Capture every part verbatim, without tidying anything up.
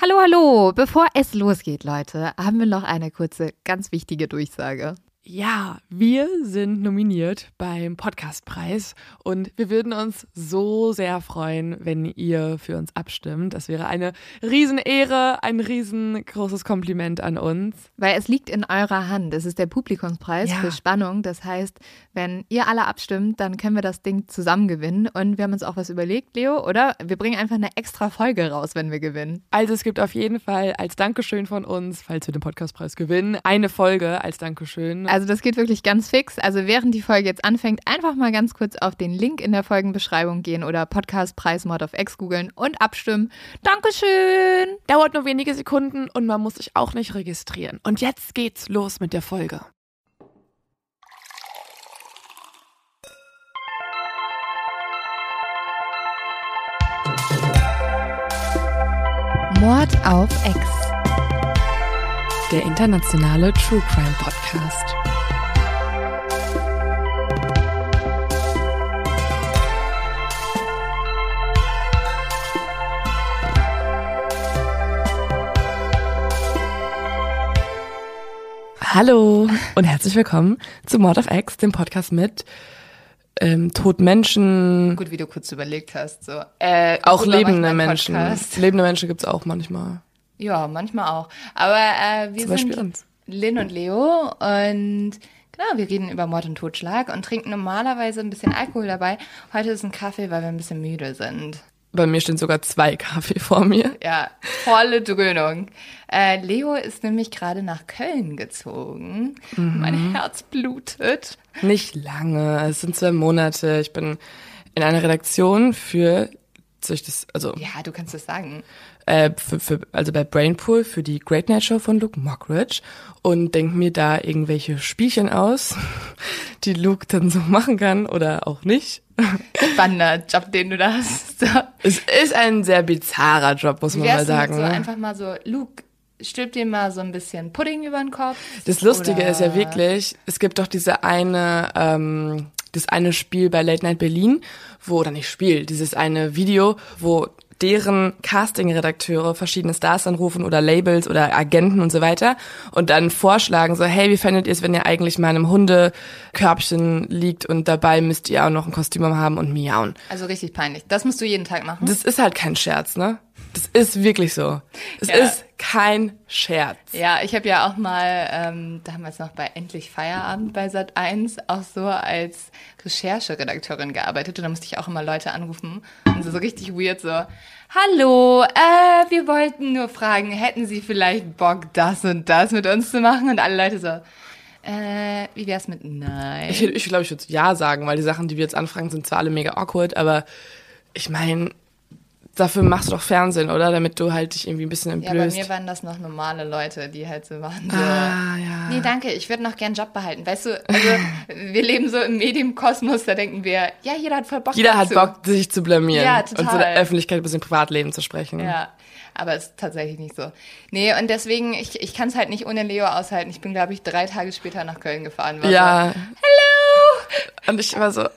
Hallo, hallo! Bevor es losgeht, Leute, haben wir noch eine kurze, ganz wichtige Durchsage. Ja, wir sind nominiert beim Podcastpreis und wir würden uns so sehr freuen, wenn ihr für uns abstimmt. Das wäre eine Riesenehre, ein riesengroßes Kompliment an uns. Weil es liegt in eurer Hand. Es ist der Publikumspreis Ja. für Spannung. Das heißt, wenn ihr alle abstimmt, dann können wir das Ding zusammen gewinnen. Und wir haben uns auch was überlegt, Leo, oder? Wir bringen einfach eine extra Folge raus, wenn wir gewinnen. Also es gibt auf jeden Fall als Dankeschön von uns, falls wir den Podcastpreis gewinnen, eine Folge als Dankeschön. Also das geht wirklich ganz fix. Also während die Folge jetzt anfängt, einfach mal ganz kurz auf den Link in der Folgenbeschreibung gehen oder Podcastpreis Mord of X googeln und abstimmen. Dankeschön! Dauert nur wenige Sekunden und man muss sich auch nicht registrieren. Und jetzt geht's los mit der Folge. Mord auf X. Der internationale True Crime Podcast. Hallo und herzlich willkommen zu Mord of X, dem Podcast mit ähm, toten Menschen. Gut, wie du kurz überlegt hast. So. Äh, Auch worüber lebende mache ich meinen Menschen. Podcast? Lebende Menschen gibt's auch manchmal. Ja, manchmal auch. Aber äh, wir Zum Beispiel sind uns. Lynn und Leo und genau, wir reden über Mord und Totschlag und trinken normalerweise ein bisschen Alkohol dabei. Heute ist ein Kaffee, weil wir ein bisschen müde sind. Bei mir stehen sogar zwei Kaffee vor mir. Ja, volle Dröhnung. Äh, Leo ist nämlich gerade nach Köln gezogen. Mhm. Mein Herz blutet. Nicht lange, es sind zwei Monate. Ich bin in einer Redaktion für, soll ich das, also, Ja, du kannst es sagen. äh, für, für, also bei Brainpool für die Great Night Show von Luke Mockridge und denke mir da irgendwelche Spielchen aus, die Luke dann so machen kann oder auch nicht. Spannender Job, den du da hast. So. Es ist ein sehr bizarrer Job, muss Wie man mal wär's denn sagen. mit so ne? einfach mal so, Luke, stülp dir mal so ein bisschen Pudding über den Kopf. Das Lustige oder- ist ja wirklich, es gibt doch diese eine, ähm, das eine Spiel bei Late Night Berlin, wo, oder nicht Spiel, dieses eine Video, wo deren Casting-Redakteure verschiedene Stars anrufen oder Labels oder Agenten und so weiter und dann vorschlagen so, hey, wie fändet ihr es, wenn ihr eigentlich mal in einem Hundekörbchen liegt und dabei müsst ihr auch noch ein Kostüm haben und miauen. Also richtig peinlich. Das musst du jeden Tag machen. Das ist halt kein Scherz, ne? Das ist wirklich so. Es Ja. ist kein Scherz. Ja, ich habe ja auch mal ähm, damals noch bei Endlich Feierabend bei Sat eins auch so als Rechercheredakteurin gearbeitet und da musste ich auch immer Leute anrufen und so, so richtig weird so, hallo, äh, wir wollten nur fragen, hätten Sie vielleicht Bock, das und das mit uns zu machen? Und alle Leute so, äh, wie wär's mit nein? Ich, ich glaube, ich würde ja sagen, weil die Sachen, die wir jetzt anfragen, sind zwar alle mega awkward, aber ich meine, dafür machst du doch Fernsehen, oder? Damit du halt dich irgendwie ein bisschen Ja, bei entblößt. mir waren das noch normale Leute, die halt so waren so, ah, ja. nee, danke, ich würde noch gern einen Job behalten. Weißt du, also wir leben so im Medienkosmos, da denken wir, ja, jeder hat voll Bock Jeder hat dazu. Bock, sich zu blamieren Ja, und zu total. der Öffentlichkeit über sein Privatleben zu sprechen. Ja, aber ist tatsächlich nicht so. Nee, und deswegen, ich, ich kann es halt nicht ohne Leo aushalten. Ich bin, glaube ich, drei Tage später nach Köln gefahren. War Ja. So, hello! Und ich war so,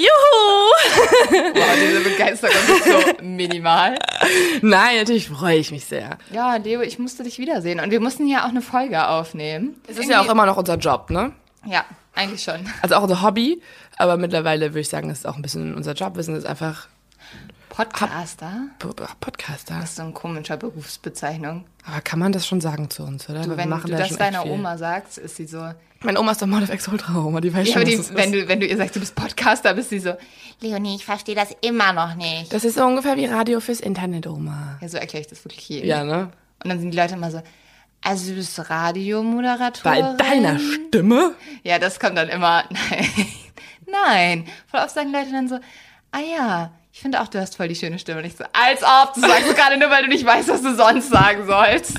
juhu! Wow, diese Begeisterung ist so minimal. Nein, natürlich freue ich mich sehr. Ja, Leo, ich musste dich wiedersehen. Und wir mussten ja auch eine Folge aufnehmen. Es ist ja auch immer noch unser Job, ne? Ja, eigentlich schon. Also auch unser Hobby, aber mittlerweile würde ich sagen, es ist auch ein bisschen unser Job. Wir sind jetzt einfach Podcaster? P- P- Podcaster. Das ist so eine komische Berufsbezeichnung. Aber kann man das schon sagen zu uns, oder? Du, Wir wenn machen du da das schon echt deiner viel. Oma sagst, ist sie so... Meine Oma ist doch Mord of X Ultra Oma, die weiß Ja, schon, aber was die, das wenn, ist. du, wenn du ihr sagst, du bist Podcaster, bist sie so... Leonie, ich verstehe das immer noch nicht. Das ist so ungefähr wie Radio fürs Internet, Oma. Ja, so erkläre ich das wirklich jedem. Ja, ne? Und dann sind die Leute immer so... Also du bist Radiomoderatorin? Bei deiner Stimme? Ja, das kommt dann immer... Nein. Nein. Voll oft sagen Leute dann so... Ah ja... Ich finde auch, du hast voll die schöne Stimme. Und ich so, als ob, du sagst es gerade nur, weil du nicht weißt, was du sonst sagen sollst.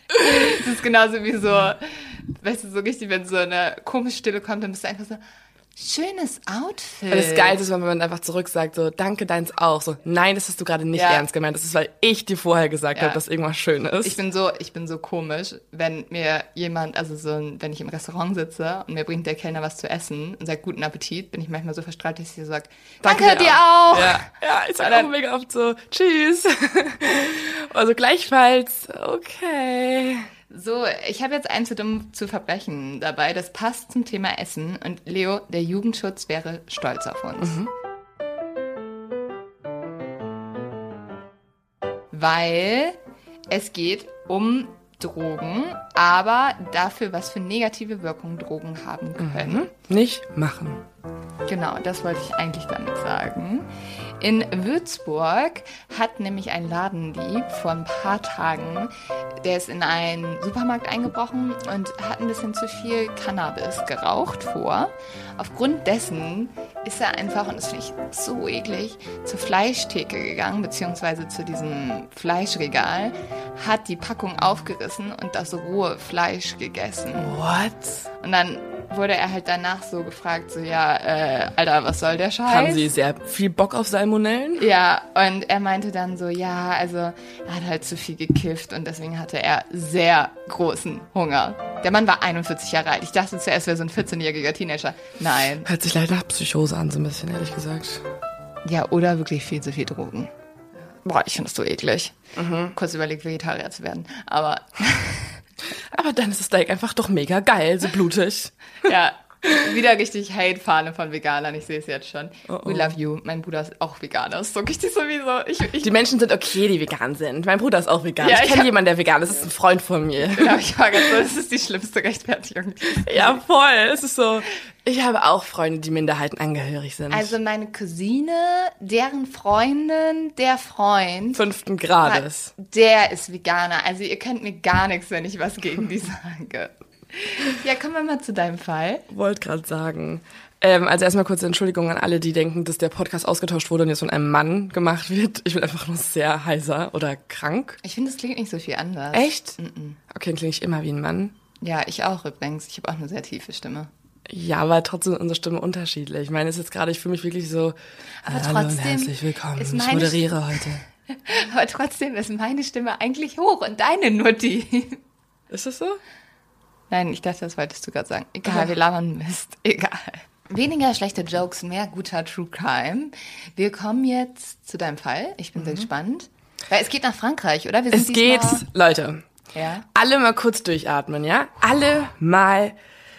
Das ist genauso wie so, weißt du, so richtig, wenn so eine komische Stille kommt, dann bist du einfach so, schönes Outfit. Und das Geilste ist, wenn man einfach zurück sagt, so, danke, deins auch. So, nein, das hast du gerade nicht ja. ernst gemeint. Das ist, weil ich dir vorher gesagt ja. habe, dass irgendwas schön ist. Ich bin so, ich bin so komisch, wenn mir jemand, also so, ein, wenn ich im Restaurant sitze und mir bringt der Kellner was zu essen und sagt, guten Appetit, bin ich manchmal so verstrahlt, dass ich so sage, danke, danke dir auch. auch. Ja, ja ich sage auch mega oft so, tschüss. Also gleichfalls, okay. So, ich habe jetzt ein zu dumm zu verbrechen dabei. Das passt zum Thema Essen. Und Leo, der Jugendschutz wäre stolz auf uns. Mhm. Weil es geht um Drogen, aber dafür, was für negative Wirkungen Drogen haben können. Mhm. Nicht machen. Genau, das wollte ich eigentlich damit sagen. In Würzburg hat nämlich ein Ladendieb vor ein paar Tagen, der ist in einen Supermarkt eingebrochen und hat ein bisschen zu viel Cannabis geraucht vor. Aufgrund dessen ist er einfach, und das finde ich so eklig, zur Fleischtheke gegangen, beziehungsweise zu diesem Fleischregal, hat die Packung aufgerissen und das rohe Fleisch gegessen. What? Und dann wurde er halt danach so gefragt, so, ja, äh, Alter, was soll der Scheiß? Haben Sie sehr viel Bock auf Salmonellen? Ja, und er meinte dann so, ja, also er hat halt zu viel gekifft und deswegen hatte er sehr großen Hunger. Der Mann war einundvierzig Jahre alt. Ich dachte zuerst, er wäre so ein vierzehnjähriger Teenager. Nein. Hört sich leider nach Psychose an, so ein bisschen, ehrlich gesagt. Ja, oder wirklich viel zu viel Drogen. Boah, ich finde das so eklig. Mhm. Kurz überlegt, Vegetarier zu werden, aber... Aber dann ist das Steak einfach doch mega geil, so blutig. Ja, wieder richtig Hate-Fahne von Veganern, ich sehe es jetzt schon. Oh, oh. We love you. Mein Bruder ist auch Veganer, ist so richtig sowieso. Ich, ich die Menschen sind okay, die vegan sind. Mein Bruder ist auch vegan. Ja, ich kenne jemanden, der vegan ist. Das ist ein Freund von mir. Ja, ich war ganz so, das ist die schlimmste Rechtfertigung. Ja, voll. Es ist so, ich habe auch Freunde, die Minderheiten angehörig sind. Also meine Cousine, deren Freundin, der Freund. Fünften Grades. Der ist Veganer. Also ihr könnt mir gar nichts, wenn ich was gegen die sage. Ja, kommen wir mal zu deinem Fall. Wollte gerade sagen. Ähm, also erstmal kurze Entschuldigung an alle, die denken, dass der Podcast ausgetauscht wurde und jetzt von einem Mann gemacht wird. Ich bin einfach nur sehr heiser oder krank. Ich finde, es klingt nicht so viel anders. Echt? Mm-mm. Okay, dann klinge ich immer wie ein Mann. Ja, ich auch übrigens. Ich habe auch eine sehr tiefe Stimme. Ja, aber trotzdem unsere Stimme unterschiedlich. Ich meine, es ist jetzt gerade, ich fühle mich wirklich so, aber hallo und herzlich willkommen, ich moderiere heute. Aber trotzdem ist meine Stimme eigentlich hoch und deine nur die. Ist das so? Nein, ich dachte, das wolltest du gerade sagen. Egal, wir labern Mist. Egal. Weniger schlechte Jokes, mehr guter True Crime. Wir kommen jetzt zu deinem Fall. Ich bin mhm. sehr gespannt. Weil es geht nach Frankreich, oder? Wir sind es geht, Leute, ja? alle mal kurz durchatmen, ja? Alle mal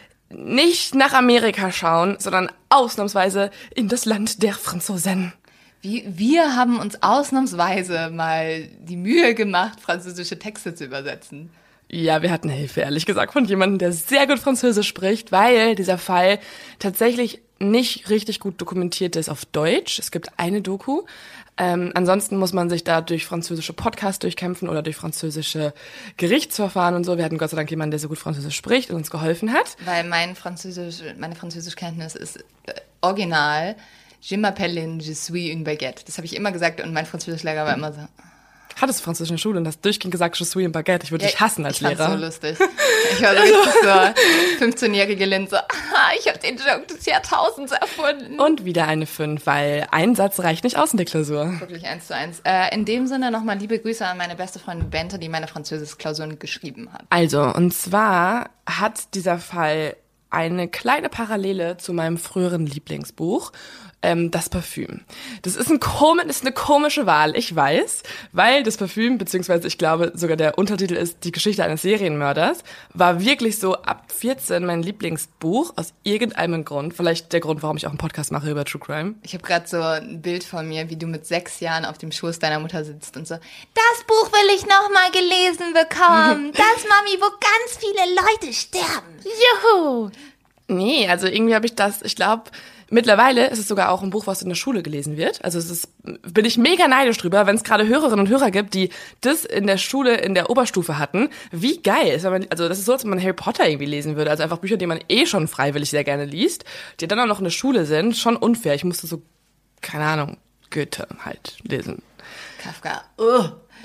nicht nach Amerika schauen, sondern ausnahmsweise in das Land der Franzosen. Wie, wir haben uns ausnahmsweise mal die Mühe gemacht, französische Texte zu übersetzen. Ja, wir hatten Hilfe, ehrlich gesagt, von jemandem, der sehr gut Französisch spricht, weil dieser Fall tatsächlich nicht richtig gut dokumentiert ist auf Deutsch. Es gibt eine Doku. Ähm, ansonsten muss man sich da durch französische Podcasts durchkämpfen oder durch französische Gerichtsverfahren und so. Wir hatten Gott sei Dank jemanden, der so gut Französisch spricht und uns geholfen hat. Weil mein Französisch, meine Französischkenntnis ist äh, original. Je m'appelle, je suis une baguette. Das habe ich immer gesagt und mein Französischlehrer war immer so... Hattest du Französisch in der Schule und hast durchgehend gesagt, je suis un baguette. Ich würde ja, dich hassen als ich Lehrer. Ich fand's so lustig. Ich war so richtig so fünfzehnjährige Linse. Ah, ich habe den Joke des Jahrtausends erfunden. Und wieder eine fünf, weil ein Satz reicht nicht aus in der Klausur. Wirklich eins zu eins. Äh, in dem Sinne nochmal liebe Grüße an meine beste Freundin Bente, die meine Französisch-Klausuren geschrieben hat. Also, und zwar hat dieser Fall eine kleine Parallele zu meinem früheren Lieblingsbuch, ähm, Das Parfüm. Das ist, ein kom- ist eine komische Wahl, ich weiß, weil das Parfüm, beziehungsweise ich glaube sogar der Untertitel ist Die Geschichte eines Serienmörders, war wirklich so ab vierzehn mein Lieblingsbuch, aus irgendeinem Grund. Vielleicht der Grund, warum ich auch einen Podcast mache über True Crime. Ich habe gerade so ein Bild von mir, wie du mit sechs Jahren auf dem Schoß deiner Mutter sitzt und so, das Buch will ich noch mal gelesen bekommen. Das, Mami, wo ganz viele Leute sterben. Juhu! Nee, also irgendwie habe ich das, ich glaube, mittlerweile ist es sogar auch ein Buch, was in der Schule gelesen wird. Also es ist, bin ich mega neidisch drüber, wenn es gerade Hörerinnen und Hörer gibt, die das in der Schule in der Oberstufe hatten. Wie geil ist, wenn man, also das ist so, als wenn man Harry Potter irgendwie lesen würde. Also einfach Bücher, die man eh schon freiwillig sehr gerne liest, die dann auch noch in der Schule sind. Schon unfair. Ich musste so, keine Ahnung, Goethe halt lesen. Kafka. Uh.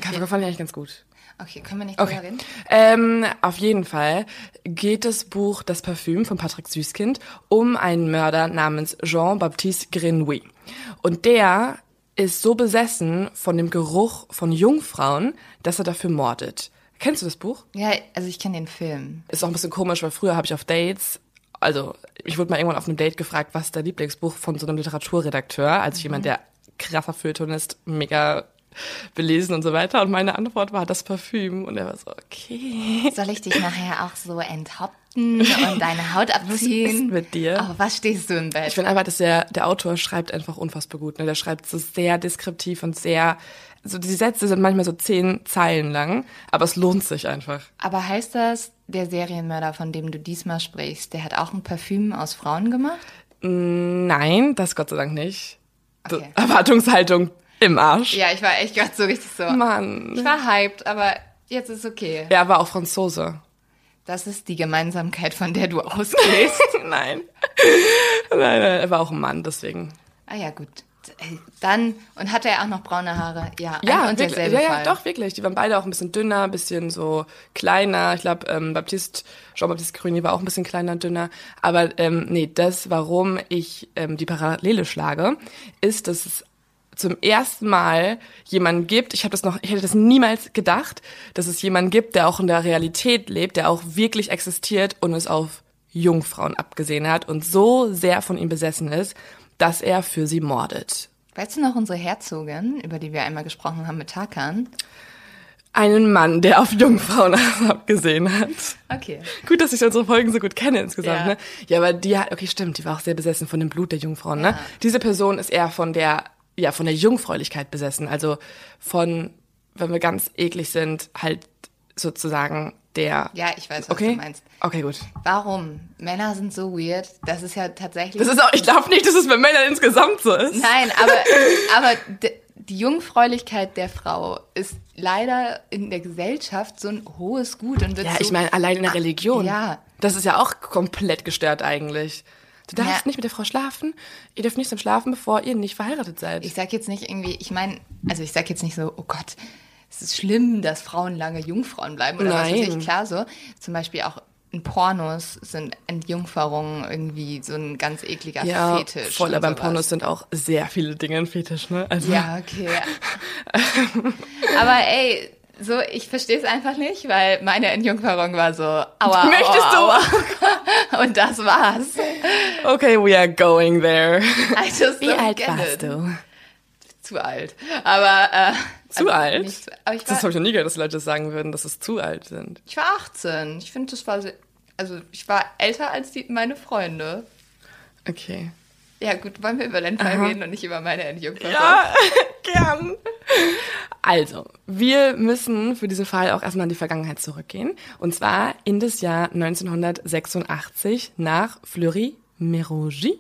Kafka fand ich eigentlich ganz gut. Okay, können wir nicht Okay. drüber reden? Ähm, auf jeden Fall geht das Buch Das Parfüm von Patrick Süßkind um einen Mörder namens Jean-Baptiste Grenouille. Und der ist so besessen von dem Geruch von Jungfrauen, dass er dafür mordet. Kennst du das Buch? Ja, also ich kenne den Film. Ist auch ein bisschen komisch, weil früher habe ich auf Dates, also ich wurde mal irgendwann auf einem Date gefragt, was ist der Lieblingsbuch von so einem Literaturredakteur, also jemand, der krasser Feuilletonist, mega belesen und so weiter. Und meine Antwort war Das Parfüm. Und er war so, okay. Soll ich dich nachher auch so enthaupten und deine Haut abziehen? Was ist mit dir? Auf was stehst du im Bett? Ich finde einfach, dass der, der Autor schreibt einfach unfassbar gut. Ne? Der schreibt so sehr deskriptiv und sehr, so die Sätze sind manchmal so zehn Zeilen lang, aber es lohnt sich einfach. Aber heißt das, der Serienmörder, von dem du diesmal sprichst, der hat auch ein Parfüm aus Frauen gemacht? Nein, das Gott sei Dank nicht. Okay. Erwartungshaltung im Arsch. Ja, ich war echt gerade so richtig so. Mann. Ich war hyped, aber jetzt ist okay. Er war auch Franzose. Das ist die Gemeinsamkeit, von der du ausgehst. Nein. nein, nein, er war auch ein Mann, deswegen. Ah ja, gut. Dann, und hatte er auch noch braune Haare? Ja, Ja, ein und wirklich, derselbe ja, ja, Fall. doch, wirklich. Die waren beide auch ein bisschen dünner, ein bisschen so kleiner. Ich glaube, ähm, Baptiste, Jean-Baptiste Grenier war auch ein bisschen kleiner und dünner. Aber ähm, nee, das, warum ich ähm, die Parallele schlage, ist, dass es zum ersten Mal jemanden gibt, ich habe das noch, ich hätte das niemals gedacht, dass es jemanden gibt, der auch in der Realität lebt, der auch wirklich existiert und es auf Jungfrauen abgesehen hat und so sehr von ihm besessen ist, dass er für sie mordet. Weißt du noch unsere Herzogin, über die wir einmal gesprochen haben mit Tarkan? Einen Mann, der auf Jungfrauen abgesehen hat. Okay. Gut, dass ich unsere Folgen so gut kenne insgesamt, Ja. ne? Ja, aber die hat, okay, stimmt, die war auch sehr besessen von dem Blut der Jungfrauen, ne? Ja. Diese Person ist eher von der, ja, von der Jungfräulichkeit besessen, also von, wenn wir ganz eklig sind, halt sozusagen der... Ja, ich weiß, was okay? du meinst. Okay, gut. Warum? Männer sind so weird. Das ist ja tatsächlich... Das ist auch, ich glaube nicht, dass es bei Männern insgesamt so ist. Nein, aber, aber d- die Jungfräulichkeit der Frau ist leider in der Gesellschaft so ein hohes Gut. Und wird Ja, so, ich meine, allein in der Religion. Ja. Das ist ja auch komplett gestört eigentlich. Du darfst Ja. nicht mit der Frau schlafen. Ihr dürft nicht zum Schlafen, bevor ihr nicht verheiratet seid. Ich sag jetzt nicht irgendwie, ich meine, also ich sag jetzt nicht so, oh Gott, es ist schlimm, dass Frauen lange Jungfrauen bleiben oder was weiß Nein. ich. Klar so. Zum Beispiel auch in Pornos sind Entjungferungen irgendwie so ein ganz ekliger ja, Fetisch. voll, und aber im sowas. Pornos sind auch sehr viele Dinge ein Fetisch, ne? Also, Ja, okay. Aber ey, so, ich verstehe es einfach nicht, weil meine Entjungferung war so, aua, Möchtest aua, du? aua. Und das war's. Okay, we are going there. I just Wie don't alt get warst it. du? Zu alt. Aber, äh, Zu also alt? Nicht, zu- aber ich Das war, habe ich noch nie gehört, dass Leute sagen würden, dass es zu alt sind. ich war achtzehn. Ich finde, das war so, also ich war älter als die, meine Freunde. Okay. Ja gut, wollen wir über den Fall reden und nicht über meine Entjungferung? Ja, gern. Also, wir müssen für diesen Fall auch erstmal in die Vergangenheit zurückgehen. Und zwar in das Jahr neunzehnhundertsechsundachtzig nach Fleury-Mérogis.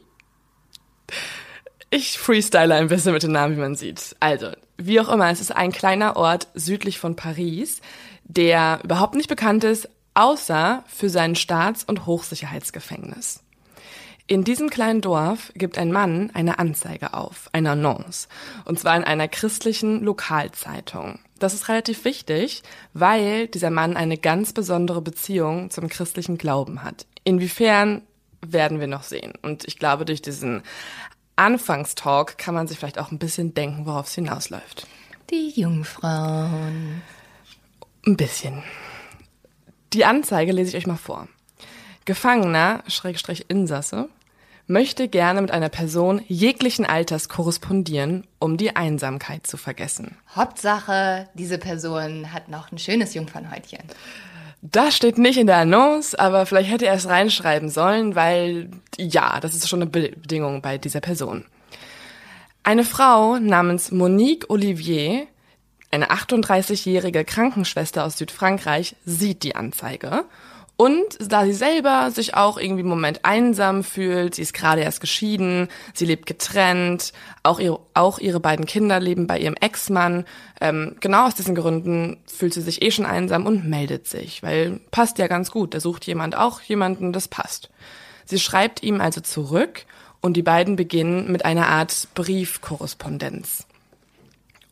Ich freestyle ein bisschen mit den Namen, wie man sieht. Also, wie auch immer, es ist ein kleiner Ort südlich von Paris, der überhaupt nicht bekannt ist, außer für sein Staats- und Hochsicherheitsgefängnis. In diesem kleinen Dorf gibt ein Mann eine Anzeige auf, eine Annonce, und zwar in einer christlichen Lokalzeitung. Das ist relativ wichtig, weil dieser Mann eine ganz besondere Beziehung zum christlichen Glauben hat. Inwiefern, werden wir noch sehen. Und ich glaube, durch diesen Anfangstalk kann man sich vielleicht auch ein bisschen denken, worauf es hinausläuft. Die Jungfrauen. Ein bisschen. Die Anzeige lese ich euch mal vor. Gefangener, Schrägstrich Insasse, möchte gerne mit einer Person jeglichen Alters korrespondieren, um die Einsamkeit zu vergessen. Hauptsache, diese Person hat noch ein schönes Jungfernhäutchen. Das steht nicht in der Annonce, aber vielleicht hätte er es reinschreiben sollen, weil, ja, das ist schon eine Be- Bedingung bei dieser Person. Eine Frau namens Monique Olivier, eine achtunddreißigjährige Krankenschwester aus Südfrankreich, sieht die Anzeige. Und da sie selber sich auch irgendwie im Moment einsam fühlt, sie ist gerade erst geschieden, sie lebt getrennt, auch ihre, auch ihre beiden Kinder leben bei ihrem Ex-Mann. Ähm, genau aus diesen Gründen fühlt sie sich eh schon einsam und meldet sich, weil passt ja ganz gut, da sucht jemand auch jemanden, das passt. Sie schreibt ihm also zurück und die beiden beginnen mit einer Art Briefkorrespondenz.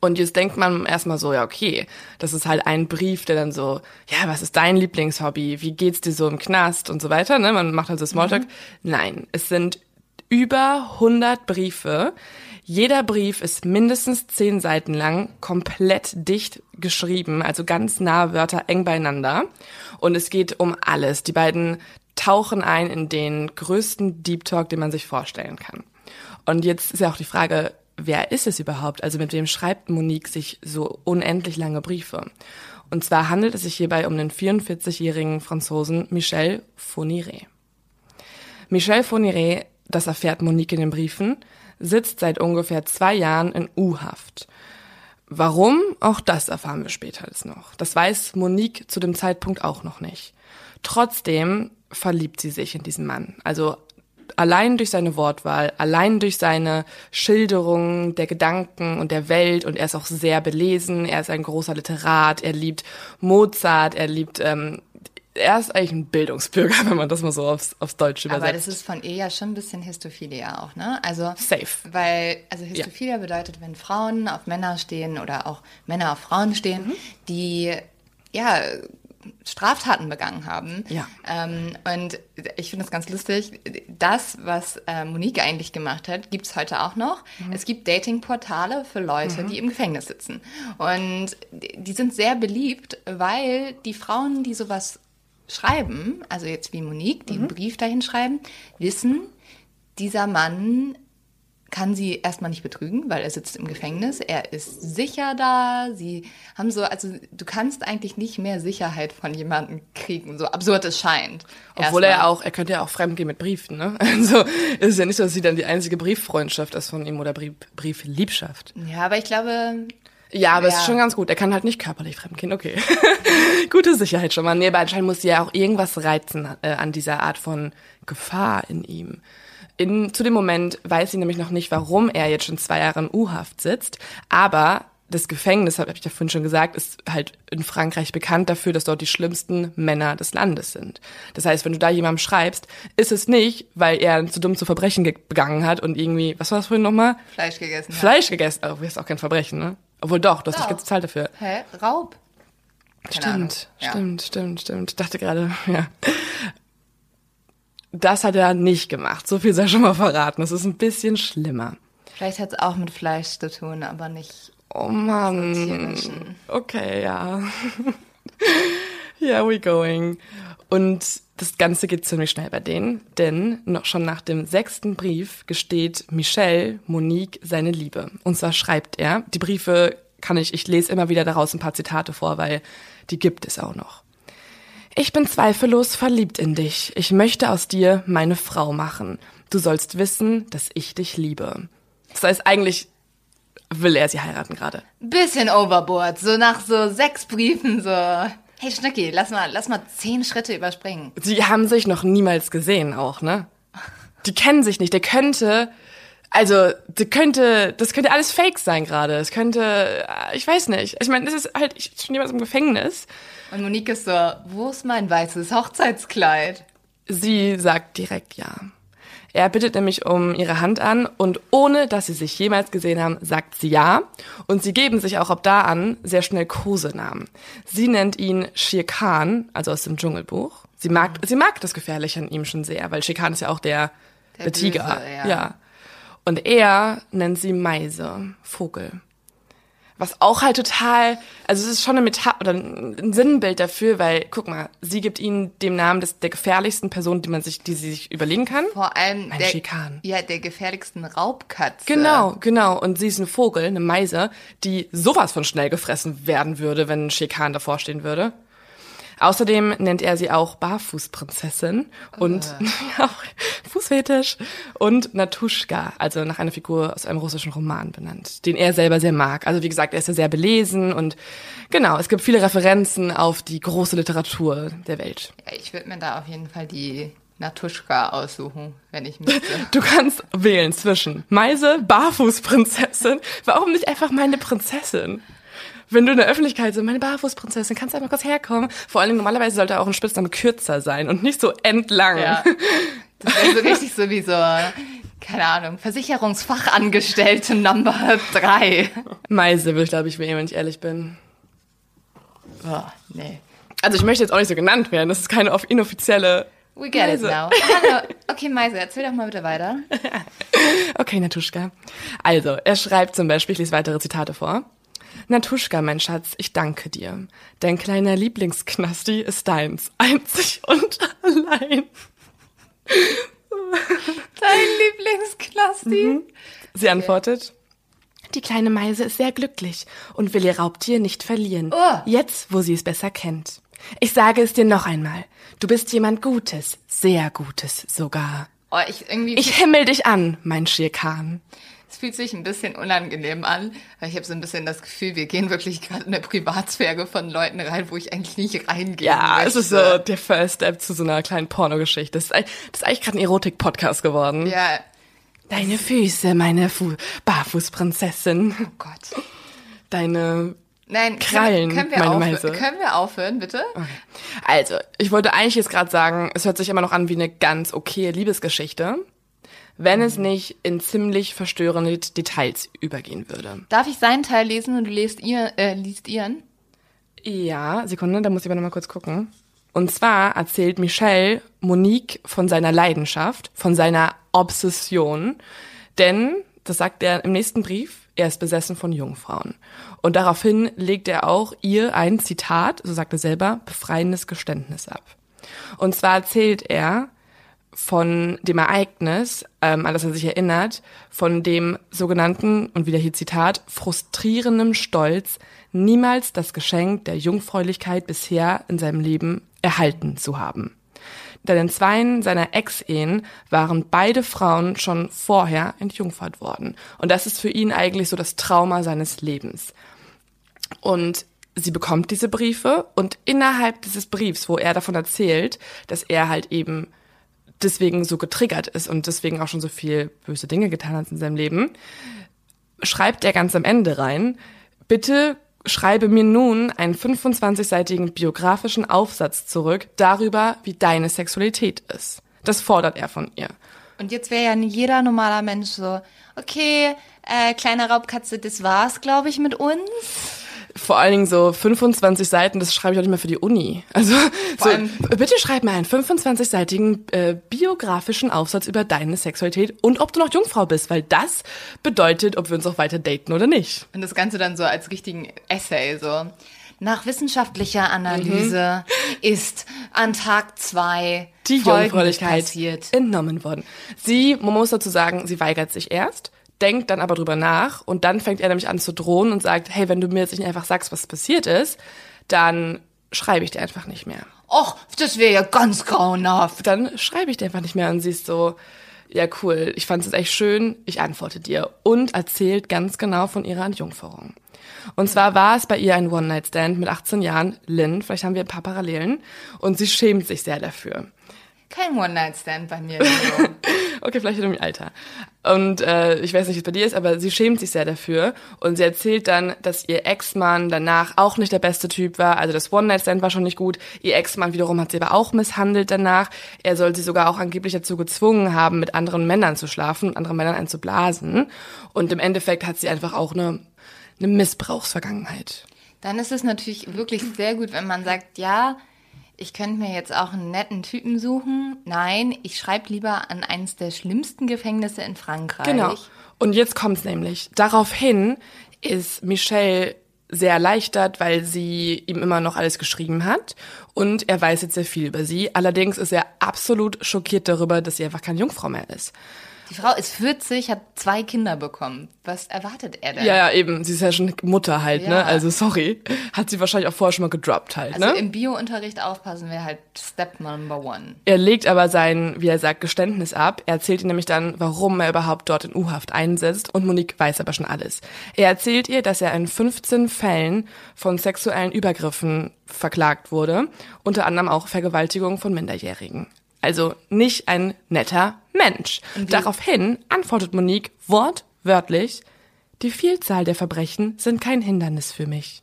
Und jetzt denkt man erstmal so, ja okay, das ist halt ein Brief, der dann so, ja, was ist dein Lieblingshobby? Wie geht's dir so im Knast und so weiter, ne? Man macht also Smalltalk. Mhm. Nein, es sind über hundert Briefe. Jeder Brief ist mindestens zehn Seiten lang, komplett dicht geschrieben, also ganz nah Wörter eng beieinander. Und es geht um alles. Die beiden tauchen ein in den größten Deep Talk, den man sich vorstellen kann. Und jetzt ist ja auch die Frage, wer ist es überhaupt? Also mit wem schreibt Monique sich so unendlich lange Briefe? Und zwar handelt es sich hierbei um den vierundvierzigjährigen Franzosen Michel Fourniret. Michel Fourniret, das erfährt Monique in den Briefen, sitzt seit ungefähr zwei Jahren in U-Haft. Warum? Auch das erfahren wir später jetzt noch. Das weiß Monique zu dem Zeitpunkt auch noch nicht. Trotzdem verliebt sie sich in diesen Mann. Also allein durch seine Wortwahl, allein durch seine Schilderungen der Gedanken und der Welt, und er ist auch sehr belesen, er ist ein großer Literat, er liebt Mozart, er liebt, ähm, er ist eigentlich ein Bildungsbürger, wenn man das mal so aufs, aufs Deutsche übersetzt. Aber das ist von ihr ja schon ein bisschen Histophilia auch, ne? Also safe. Weil, also Histophilia ja. bedeutet, wenn Frauen auf Männer stehen oder auch Männer auf Frauen stehen, mhm. die, ja, Straftaten begangen haben. Ja. Ähm, und ich finde es ganz lustig, das, was äh, Monique eigentlich gemacht hat, gibt es heute auch noch. Mhm. Es gibt Datingportale für Leute, mhm. die im Gefängnis sitzen. Und die sind sehr beliebt, weil die Frauen, die sowas schreiben, also jetzt wie Monique, die mhm. einen Brief dahin schreiben, wissen, dieser Mann kann sie erstmal nicht betrügen, weil er sitzt im Gefängnis. Er ist sicher da. Sie haben so, also du kannst eigentlich nicht mehr Sicherheit von jemandem kriegen, so absurd es scheint. Obwohl erstmal. er auch, er könnte ja auch fremdgehen mit Briefen, ne? Also es ist ja nicht so, dass sie dann die einzige Brieffreundschaft ist von ihm oder Brief, Briefliebschaft. Ja, aber ich glaube. Ja, aber ja. es ist schon ganz gut. Er kann halt nicht körperlich fremdgehen, okay. Gute Sicherheit schon mal. Nee, aber anscheinend muss sie ja auch irgendwas reizen äh, an dieser Art von Gefahr in ihm. In, zu dem Moment weiß sie nämlich noch nicht, warum er jetzt schon zwei Jahre in U-Haft sitzt, aber das Gefängnis, habe ich ja vorhin schon gesagt, ist halt in Frankreich bekannt dafür, dass dort die schlimmsten Männer des Landes sind. Das heißt, wenn du da jemandem schreibst, ist es nicht, weil er zu dumm zu Verbrechen ge- begangen hat und irgendwie, was war das vorhin nochmal? Fleisch gegessen. Fleisch hat. gegessen, oh, das ist auch kein Verbrechen, ne? Obwohl doch, du hast dich gezahlt dafür. Hä? Raub? Keine stimmt, Ahnung. stimmt, ja. stimmt, stimmt. Ich dachte gerade, ja. Das hat er nicht gemacht. So viel sei schon mal verraten. Das ist ein bisschen schlimmer. Vielleicht hat es auch mit Fleisch zu tun, aber nicht. Oh Mann. So okay, ja. Yeah, we going. Und das Ganze geht ziemlich schnell bei denen, denn noch schon nach dem sechsten Brief gesteht Michel Monique seine Liebe. Und zwar schreibt er, die Briefe kann ich, ich lese immer wieder daraus ein paar Zitate vor, weil die gibt es auch noch. Ich bin zweifellos verliebt in dich. Ich möchte aus dir meine Frau machen. Du sollst wissen, dass ich dich liebe. Das heißt, eigentlich will er sie heiraten gerade. Bisschen overboard. So nach so sechs Briefen so, hey Schnücki, lass mal, lass mal zehn Schritte überspringen. Sie haben sich noch niemals gesehen auch, ne? Die kennen sich nicht. Der könnte, also, der könnte, das könnte alles Fake sein gerade. Es könnte, ich weiß nicht. Ich meine, das ist halt ich, schon jemand im Gefängnis. Und Monique ist so, wo ist mein weißes Hochzeitskleid? Sie sagt direkt ja. Er bittet nämlich um ihre Hand an und ohne, dass sie sich jemals gesehen haben, sagt sie ja. Und sie geben sich auch ab da an sehr schnell Kosenamen. Sie nennt ihn Shere Khan, also aus dem Dschungelbuch. Sie mag, mhm. sie mag das Gefährliche an ihm schon sehr, weil Shere Khan ist ja auch der, der, der Tiger. Böse, ja. ja. Und er nennt sie Meise, Vogel. Was auch halt total, also es ist schon eine Metapher oder ein Sinnbild dafür, weil, guck mal, sie gibt ihnen den Namen des, der gefährlichsten Person, die man sich, die sie sich überlegen kann. Vor allem Ein der, Shere Khan. Ja, der gefährlichsten Raubkatze. Genau, genau. Und sie ist ein Vogel, eine Meise, die sowas von schnell gefressen werden würde, wenn ein Shere Khan davor stehen würde. Außerdem nennt er sie auch Barfußprinzessin und uh. ja, Fußfetisch und Natuschka, also nach einer Figur aus einem russischen Roman benannt, den er selber sehr mag. Also wie gesagt, er ist ja sehr belesen und genau, es gibt viele Referenzen auf die große Literatur der Welt. Ja, ich würde mir da auf jeden Fall die Natuschka aussuchen, wenn ich müsste. Du kannst wählen zwischen Meise, Barfußprinzessin, warum nicht einfach meine Prinzessin? Wenn du in der Öffentlichkeit so, meine Barfußprinzessin, kannst du einmal kurz herkommen? Vor allem normalerweise sollte auch ein Spitzname kürzer sein und nicht so entlang. Ja. Das wäre so richtig so wie so, keine Ahnung, Versicherungsfachangestellte Number drei. Meise will ich, glaube ich, wie wenn ich ehrlich bin. Oh, nee. Also ich möchte jetzt auch nicht so genannt werden, das ist keine inoffizielle... We get Meise. It now. Hallo. Okay, Meise, erzähl doch mal bitte weiter. Okay, Natuschka. Also, er schreibt zum Beispiel, ich lese weitere Zitate vor. Natuschka, mein Schatz, ich danke dir. Dein kleiner Lieblingsknasti ist deins, einzig und allein. Dein Lieblingsknasti? Mhm. Sie antwortet, die kleine Meise ist sehr glücklich und will ihr Raubtier nicht verlieren, oh. jetzt, wo sie es besser kennt. Ich sage es dir noch einmal, du bist jemand Gutes, sehr Gutes sogar. Oh, ich irgendwie... Ich himmel dich an, mein Schirkan. Es fühlt sich ein bisschen unangenehm an, weil ich habe so ein bisschen das Gefühl, wir gehen wirklich gerade in eine Privatsphäre von Leuten rein, wo ich eigentlich nicht reingehen Ja, möchte. Es ist so der First Step zu so einer kleinen Pornogeschichte. Das ist, das ist eigentlich gerade ein Erotik-Podcast geworden. Ja. Deine Füße, meine Fu- Barfußprinzessin. Oh Gott. Deine... Nein, Krallen, können, können, wir meine aufhören, Meise. können wir aufhören, bitte? Okay. Also, ich wollte eigentlich jetzt gerade sagen, es hört sich immer noch an wie eine ganz okaye Liebesgeschichte, wenn mhm. es nicht in ziemlich verstörende Details übergehen würde. Darf ich seinen Teil lesen und du liest, ihr, äh, liest ihren? Ja, Sekunde, da muss ich aber noch mal kurz gucken. Und zwar erzählt Michel Monique von seiner Leidenschaft, von seiner Obsession, denn, das sagt er im nächsten Brief, er ist besessen von Jungfrauen. Und daraufhin legt er auch ihr ein Zitat, so sagt er selber, befreiendes Geständnis ab. Und zwar erzählt er von dem Ereignis, ähm, an das er sich erinnert, von dem sogenannten, und wieder hier Zitat, frustrierendem Stolz, niemals das Geschenk der Jungfräulichkeit bisher in seinem Leben erhalten zu haben. Denn in zweien seiner Ex-Ehen waren beide Frauen schon vorher entjungfert worden. Und das ist für ihn eigentlich so das Trauma seines Lebens. Und sie bekommt diese Briefe und innerhalb dieses Briefs, wo er davon erzählt, dass er halt eben deswegen so getriggert ist und deswegen auch schon so viel böse Dinge getan hat in seinem Leben, schreibt er ganz am Ende rein, bitte schreibe mir nun einen fünfundzwanzigseitigen biografischen Aufsatz zurück darüber, wie deine Sexualität ist. Das fordert er von ihr. Und jetzt wäre ja jeder normaler Mensch so, okay, äh, kleine Raubkatze, das war's, glaube ich, mit uns. Vor allen Dingen so fünfundzwanzig Seiten, das schreibe ich auch nicht mehr für die Uni. Also so, bitte schreib mir einen fünfundzwanzigseitigen äh, biografischen Aufsatz über deine Sexualität und ob du noch Jungfrau bist, weil das bedeutet, ob wir uns auch weiter daten oder nicht. Und das Ganze dann so als richtigen Essay, so. Nach wissenschaftlicher Analyse mhm. ist an Tag zwei die Jungfräulichkeit passiert. entnommen worden. Sie, man muss dazu sagen, sie weigert sich erst, denkt dann aber drüber nach und dann fängt er nämlich an zu drohen und sagt, hey, wenn du mir jetzt nicht einfach sagst, was passiert ist, dann schreibe ich dir einfach nicht mehr. Och, das wäre ja ganz grauenhaft. Dann schreibe ich dir einfach nicht mehr und sie ist so, ja cool, ich fand es echt schön, ich antworte dir. Und erzählt ganz genau von ihrer Entjungferung. Und zwar war es bei ihr ein One-Night-Stand mit achtzehn Jahren, Lynn, vielleicht haben wir ein paar Parallelen, und sie schämt sich sehr dafür. Kein One-Night-Stand bei mir. So. Okay, vielleicht in dem Alter. Und äh, ich weiß nicht, wie es bei dir ist, aber sie schämt sich sehr dafür. Und sie erzählt dann, dass ihr Ex-Mann danach auch nicht der beste Typ war. Also das One-Night-Stand war schon nicht gut. Ihr Ex-Mann wiederum hat sie aber auch misshandelt danach. Er soll sie sogar auch angeblich dazu gezwungen haben, mit anderen Männern zu schlafen und anderen Männern einzublasen. Und im Endeffekt hat sie einfach auch eine, eine Missbrauchsvergangenheit. Dann ist es natürlich wirklich sehr gut, wenn man sagt, ja, ich könnte mir jetzt auch einen netten Typen suchen. Nein, ich schreibe lieber an eines der schlimmsten Gefängnisse in Frankreich. Genau. Und jetzt kommt's nämlich. Daraufhin ist Michel sehr erleichtert, weil sie ihm immer noch alles geschrieben hat. Und er weiß jetzt sehr viel über sie. Allerdings ist er absolut schockiert darüber, dass sie einfach keine Jungfrau mehr ist. Die Frau ist vierzig, hat zwei Kinder bekommen. Was erwartet er denn? Ja, ja, eben. Sie ist ja schon Mutter halt, ja. ne? Also sorry. Hat sie wahrscheinlich auch vorher schon mal gedroppt halt, also ne? Also im Bio-Unterricht aufpassen wäre halt Step Number One. Er legt aber sein, wie er sagt, Geständnis ab. Er erzählt ihr nämlich dann, warum er überhaupt dort in U-Haft einsetzt. Und Monique weiß aber schon alles. Er erzählt ihr, dass er in fünfzehn Fällen von sexuellen Übergriffen verklagt wurde. Unter anderem auch Vergewaltigung von Minderjährigen. Also nicht ein netter Mensch. Daraufhin antwortet Monique wortwörtlich, die Vielzahl der Verbrechen sind kein Hindernis für mich.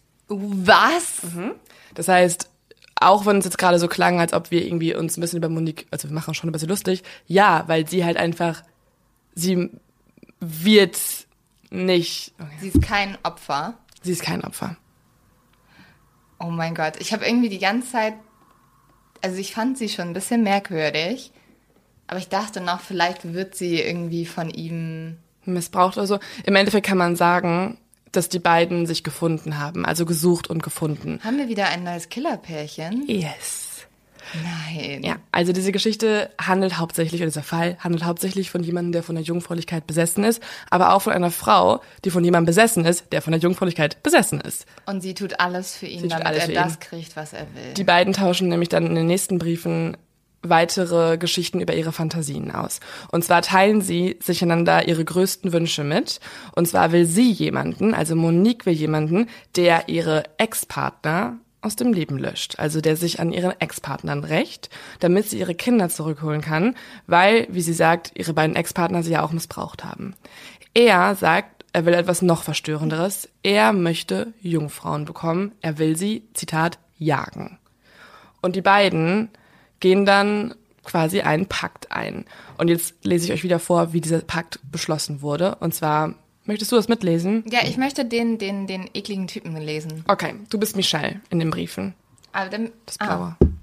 Was? Mhm. Das heißt, auch wenn es jetzt gerade so klang, als ob wir irgendwie uns ein bisschen über Monique, also wir machen schon ein bisschen lustig, ja, weil sie halt einfach sie wird nicht... Okay. Sie ist kein Opfer. Sie ist kein Opfer. Oh mein Gott, ich habe irgendwie die ganze Zeit... Also ich fand sie schon ein bisschen merkwürdig, aber ich dachte noch, vielleicht wird sie irgendwie von ihm... missbraucht oder so. Im Endeffekt kann man sagen, dass die beiden sich gefunden haben, also gesucht und gefunden. Haben wir wieder ein neues Killerpärchen? Yes. Nein. Ja, also diese Geschichte handelt hauptsächlich, oder dieser Fall handelt hauptsächlich von jemandem, der von der Jungfräulichkeit besessen ist, aber auch von einer Frau, die von jemandem besessen ist, der von der Jungfräulichkeit besessen ist. Und sie tut alles für ihn, Sie tut damit alles er für das ihn. kriegt, was er will. Die beiden tauschen nämlich dann in den nächsten Briefen weitere Geschichten über ihre Fantasien aus. Und zwar teilen sie sich einander ihre größten Wünsche mit. Und zwar will sie jemanden, also Monique will jemanden, der ihre Ex-Partner aus dem Leben löscht. Also der sich an ihren Ex-Partnern rächt, damit sie ihre Kinder zurückholen kann, weil, wie sie sagt, ihre beiden Ex-Partner sie ja auch missbraucht haben. Er sagt, er will etwas noch Verstörenderes. Er möchte Jungfrauen bekommen. Er will sie, Zitat, jagen. Und die beiden gehen dann quasi einen Pakt ein. Und jetzt lese ich euch wieder vor, wie dieser Pakt beschlossen wurde. Und zwar, möchtest du das mitlesen? Ja, ich möchte den, den, den ekligen Typen lesen. Okay, du bist Michelle in den Briefen. Aber dann, Das Blaue. ah.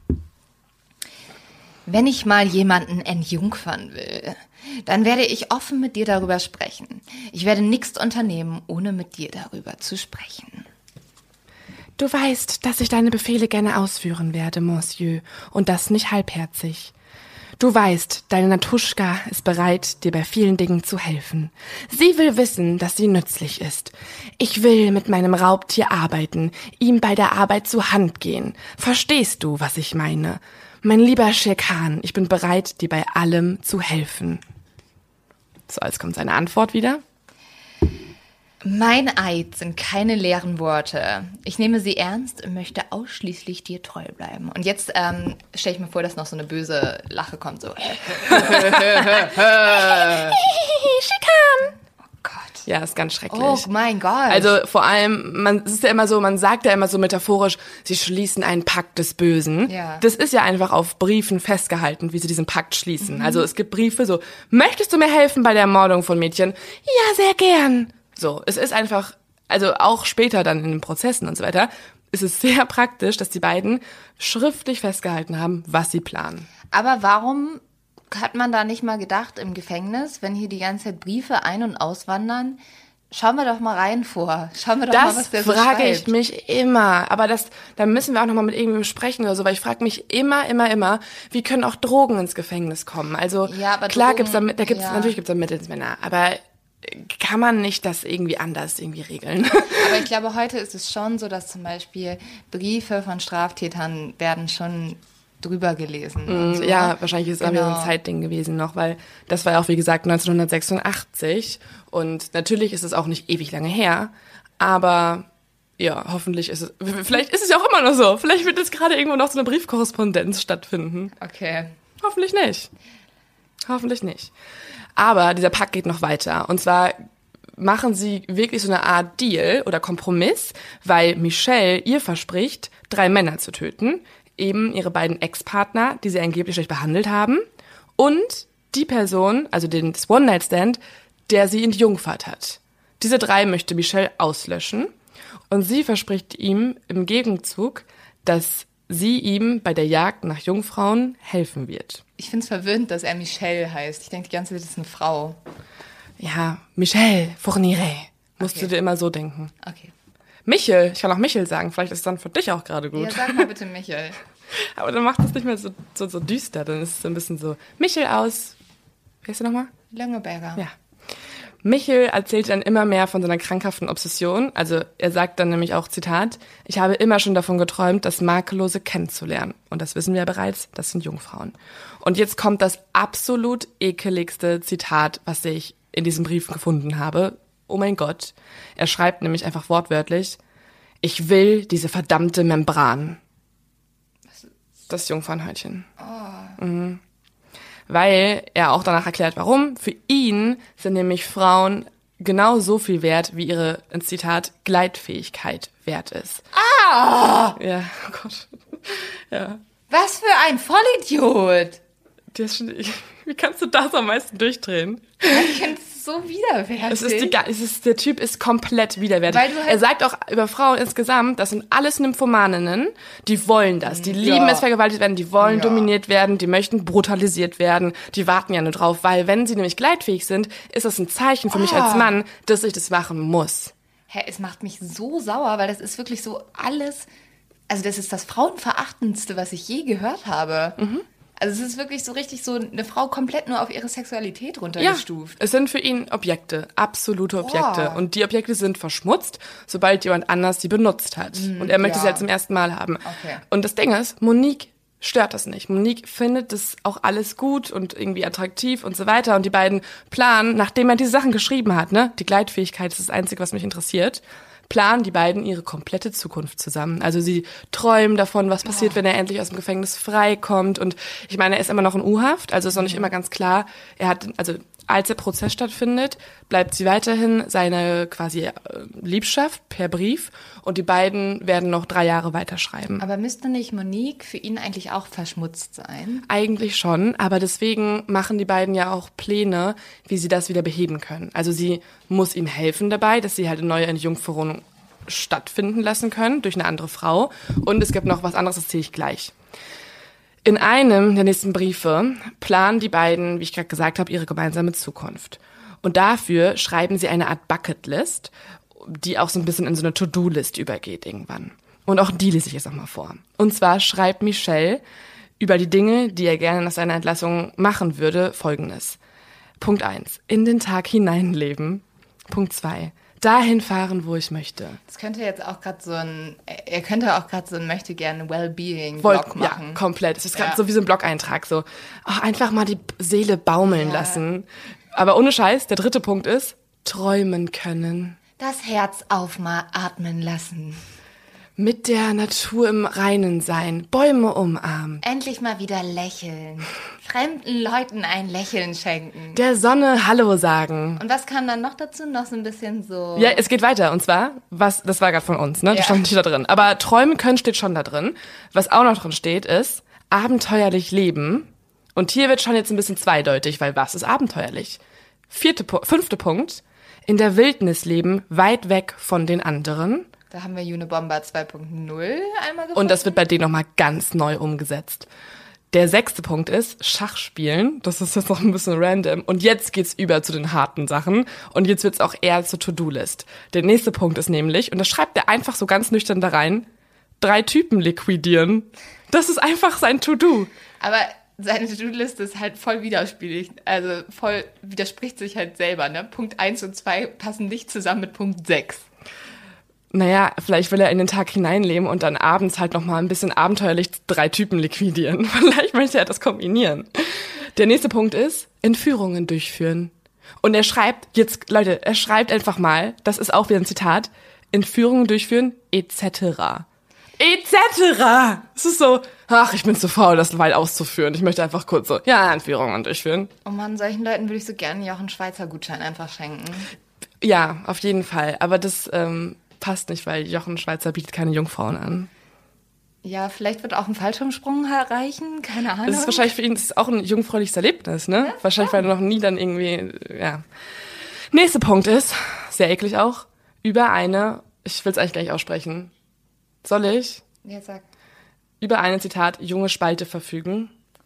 Wenn ich mal jemanden entjungfern will, dann werde ich offen mit dir darüber sprechen. Ich werde nichts unternehmen, ohne mit dir darüber zu sprechen. Du weißt, dass ich deine Befehle gerne ausführen werde, Monsieur, und das nicht halbherzig. Du weißt, deine Natuschka ist bereit, dir bei vielen Dingen zu helfen. Sie will wissen, dass sie nützlich ist. Ich will mit meinem Raubtier arbeiten, ihm bei der Arbeit zur Hand gehen. Verstehst du, was ich meine? Mein lieber Schirkan, ich bin bereit, dir bei allem zu helfen. So, jetzt kommt seine Antwort wieder. Mein Eid sind keine leeren Worte. Ich nehme sie ernst und möchte ausschließlich dir treu bleiben. Und jetzt ähm, stelle ich mir vor, dass noch so eine böse Lache kommt. So. Schirkan! Oh Gott. Ja, ist ganz schrecklich. Oh mein Gott. Also vor allem, man es ist ja immer so, man sagt ja immer so metaphorisch, sie schließen einen Pakt des Bösen. Ja. Das ist ja einfach auf Briefen festgehalten, wie sie diesen Pakt schließen. Mhm. Also es gibt Briefe so, möchtest du mir helfen bei der Ermordung von Mädchen? Ja, sehr gern. So, es ist einfach, also auch später dann in den Prozessen und so weiter, ist es sehr praktisch, dass die beiden schriftlich festgehalten haben, was sie planen. Aber warum hat man da nicht mal gedacht im Gefängnis, wenn hier die ganze Zeit Briefe ein- und auswandern, schauen wir doch mal rein vor. Schauen wir doch das mal, was der so Das frage schreibt. ich mich immer. Aber das, da müssen wir auch nochmal mit irgendjemandem sprechen oder so, weil ich frage mich immer, immer, immer, wie können auch Drogen ins Gefängnis kommen? Also Ja, aber klar Drogen, gibt's da, da gibt's, ja. natürlich gibt's da Mittelsmänner, aber kann man nicht das irgendwie anders irgendwie regeln? Aber ich glaube, heute ist es schon so, dass zum Beispiel Briefe von Straftätern werden schon drüber gelesen. und so. Ja, wahrscheinlich ist es auch wieder so Genau. ein Zeitding gewesen noch, weil das war ja auch, wie gesagt, neunzehnhundertsechsundachtzig und natürlich ist es auch nicht ewig lange her, aber ja, hoffentlich ist es, vielleicht ist es ja auch immer noch so, vielleicht wird jetzt gerade irgendwo noch so eine Briefkorrespondenz stattfinden. Okay. Hoffentlich nicht. Hoffentlich nicht. Aber dieser Pakt geht noch weiter. Und zwar machen sie wirklich so eine Art Deal oder Kompromiss, weil Michelle ihr verspricht, drei Männer zu töten. Eben ihre beiden Ex-Partner, die sie angeblich schlecht behandelt haben. Und die Person, also den das One-Night-Stand, der sie entjungfert hat. Diese drei möchte Michelle auslöschen. Und sie verspricht ihm im Gegenzug, dass sie ihm bei der Jagd nach Jungfrauen helfen wird. Ich finde es verwirrend, dass er Michelle heißt. Ich denke die ganze Zeit, das ist eine Frau. Ja, Michelle Fourniret. Musst Okay. du dir immer so denken. Okay. Michel, ich kann auch Michel sagen. Vielleicht ist es dann für dich auch gerade gut. Ja, sag mal bitte Michel. Aber dann macht es nicht mehr so, so, so düster. Dann ist es so ein bisschen so, Michel aus, wie heißt du nochmal? Langeberger. Ja. Michel erzählt dann immer mehr von seiner krankhaften Obsession. Also er sagt dann nämlich auch, Zitat, ich habe immer schon davon geträumt, das Makellose kennenzulernen. Und das wissen wir ja bereits, das sind Jungfrauen. Und jetzt kommt das absolut ekeligste Zitat, was ich in diesem Brief gefunden habe. Oh mein Gott. Er schreibt nämlich einfach wortwörtlich, ich will diese verdammte Membran. Das Jungfrauenhäutchen. Oh. Mhm. Weil er auch danach erklärt, warum. Für ihn sind nämlich Frauen genau so viel wert, wie ihre, ins Zitat, Gleitfähigkeit wert ist. Ah! Ja, oh Gott. Ja. Was für ein Vollidiot! Das, wie kannst du das am meisten durchdrehen? Ich finde es so widerwärtig. Es ist, die, es ist, der Typ ist komplett widerwärtig. Weil du halt er sagt auch über Frauen insgesamt, das sind alles Nymphomaninnen, die wollen das. Die lieben Ja. es, vergewaltigt werden, die wollen Ja. dominiert werden, die möchten brutalisiert werden. Die warten ja nur drauf, weil wenn sie nämlich gleitfähig sind, ist das ein Zeichen für mich als Mann, dass ich das machen muss. Hä, es macht mich so sauer, weil das ist wirklich so alles, also das ist das Frauenverachtendste, was ich je gehört habe. Mhm. Also es ist wirklich so richtig so eine Frau komplett nur auf ihre Sexualität runtergestuft. Es sind für ihn Objekte, absolute Objekte. Boah. Und die Objekte sind verschmutzt, sobald jemand anders sie benutzt hat. Und er möchte ja. sie halt zum ersten Mal haben. Okay. Und das Ding ist, Monique stört das nicht. Monique findet das auch alles gut und irgendwie attraktiv und so weiter. Und die beiden planen, nachdem er diese Sachen geschrieben hat, ne, die Gleitfähigkeit ist das Einzige, was mich interessiert, planen die beiden ihre komplette Zukunft zusammen. Also sie träumen davon, was passiert, oh. wenn er endlich aus dem Gefängnis freikommt. Und ich meine, er ist immer noch in U-Haft, also ist noch nicht immer ganz klar. Er hat, also als der Prozess stattfindet, bleibt sie weiterhin seine quasi äh, Liebschaft per Brief und die beiden werden noch drei Jahre weiterschreiben. Aber müsste nicht Monique für ihn eigentlich auch verschmutzt sein? Eigentlich schon, aber deswegen machen die beiden ja auch Pläne, wie sie das wieder beheben können. Also sie muss ihm helfen dabei, dass sie halt eine neue Entjungferung stattfinden lassen können durch eine andere Frau. Und es gibt noch was anderes, das zähle ich gleich. In einem der nächsten Briefe planen die beiden, wie ich gerade gesagt habe, ihre gemeinsame Zukunft. Und dafür schreiben sie eine Art Bucketlist, die auch so ein bisschen in so eine To-Do-List übergeht irgendwann. Und auch die lese ich jetzt nochmal vor. Und zwar schreibt Michel über die Dinge, die er gerne nach seiner Entlassung machen würde, Folgendes. Punkt eins. In den Tag hineinleben. Punkt zwei. Dahin fahren, wo ich möchte. Das könnte jetzt auch gerade so ein, er könnte auch gerade so ein möchte gerne Wellbeing-Blog machen. Ja, komplett. Es ist gerade Ja. so wie so ein Blog-Eintrag, so oh, einfach mal die Seele baumeln Ja. lassen. Aber ohne Scheiß, der dritte Punkt ist, träumen können. Das Herz aufatmen lassen. Mit der Natur im Reinen sein, Bäume umarmen, Endlich mal wieder lächeln. Fremden Leuten ein Lächeln schenken. der Sonne Hallo sagen. Und was kam dann noch dazu? Noch so ein bisschen so... Ja, es geht weiter. Und zwar, was, das war gerade von uns, ne? Das Ja. stand nicht da drin. Aber träumen können steht schon da drin. Was auch noch drin steht, ist abenteuerlich leben. Und hier wird schon jetzt ein bisschen zweideutig, weil was ist abenteuerlich? Vierte, Pu- fünfte Punkt. In der Wildnis leben, weit weg von den anderen. Da haben wir Unibomber zwei Punkt null einmal gefunden. Und das wird bei denen nochmal ganz neu umgesetzt. Der sechste Punkt ist Schach spielen. Das ist jetzt noch ein bisschen random. Und jetzt geht's über zu den harten Sachen. Und jetzt wird's auch eher zur To-Do-List. Der nächste Punkt ist nämlich, und das schreibt er einfach so ganz nüchtern da rein, drei Typen liquidieren. Das ist einfach sein To-Do. Aber seine To-Do-Liste ist halt voll widerspiegelig. Also voll widerspricht sich halt selber, ne? Punkt eins und zwei passen nicht zusammen mit Punkt sechs. Naja, vielleicht will er in den Tag hineinleben und dann abends halt nochmal ein bisschen abenteuerlich drei Typen liquidieren. Vielleicht möchte er das kombinieren. Der nächste Punkt ist, Entführungen durchführen. Und er schreibt, jetzt, Leute, er schreibt einfach mal, das ist auch wieder ein Zitat, Entführungen durchführen, et cetera. Et cetera. Es ist so, ach, ich bin zu faul, das weit auszuführen. Ich möchte einfach kurz so, ja, Entführungen durchführen. Oh Mann, solchen Leuten würde ich so gerne ja auch einen Schweizer Gutschein einfach schenken. Ja, auf jeden Fall. Aber das ähm, passt nicht, weil Jochen Schweizer bietet keine Jungfrauen an. Ja, vielleicht wird auch ein Fallschirmsprung erreichen, keine Ahnung. Das ist wahrscheinlich für ihn das ist auch ein jungfräuliches Erlebnis, ne? Ja, wahrscheinlich, weil er noch nie dann irgendwie, ja. Nächster Punkt ist, sehr eklig auch, über eine, ich will es eigentlich gleich aussprechen. Soll ich? Ja, sag. Über eine, Zitat, junge Spalte verfügen.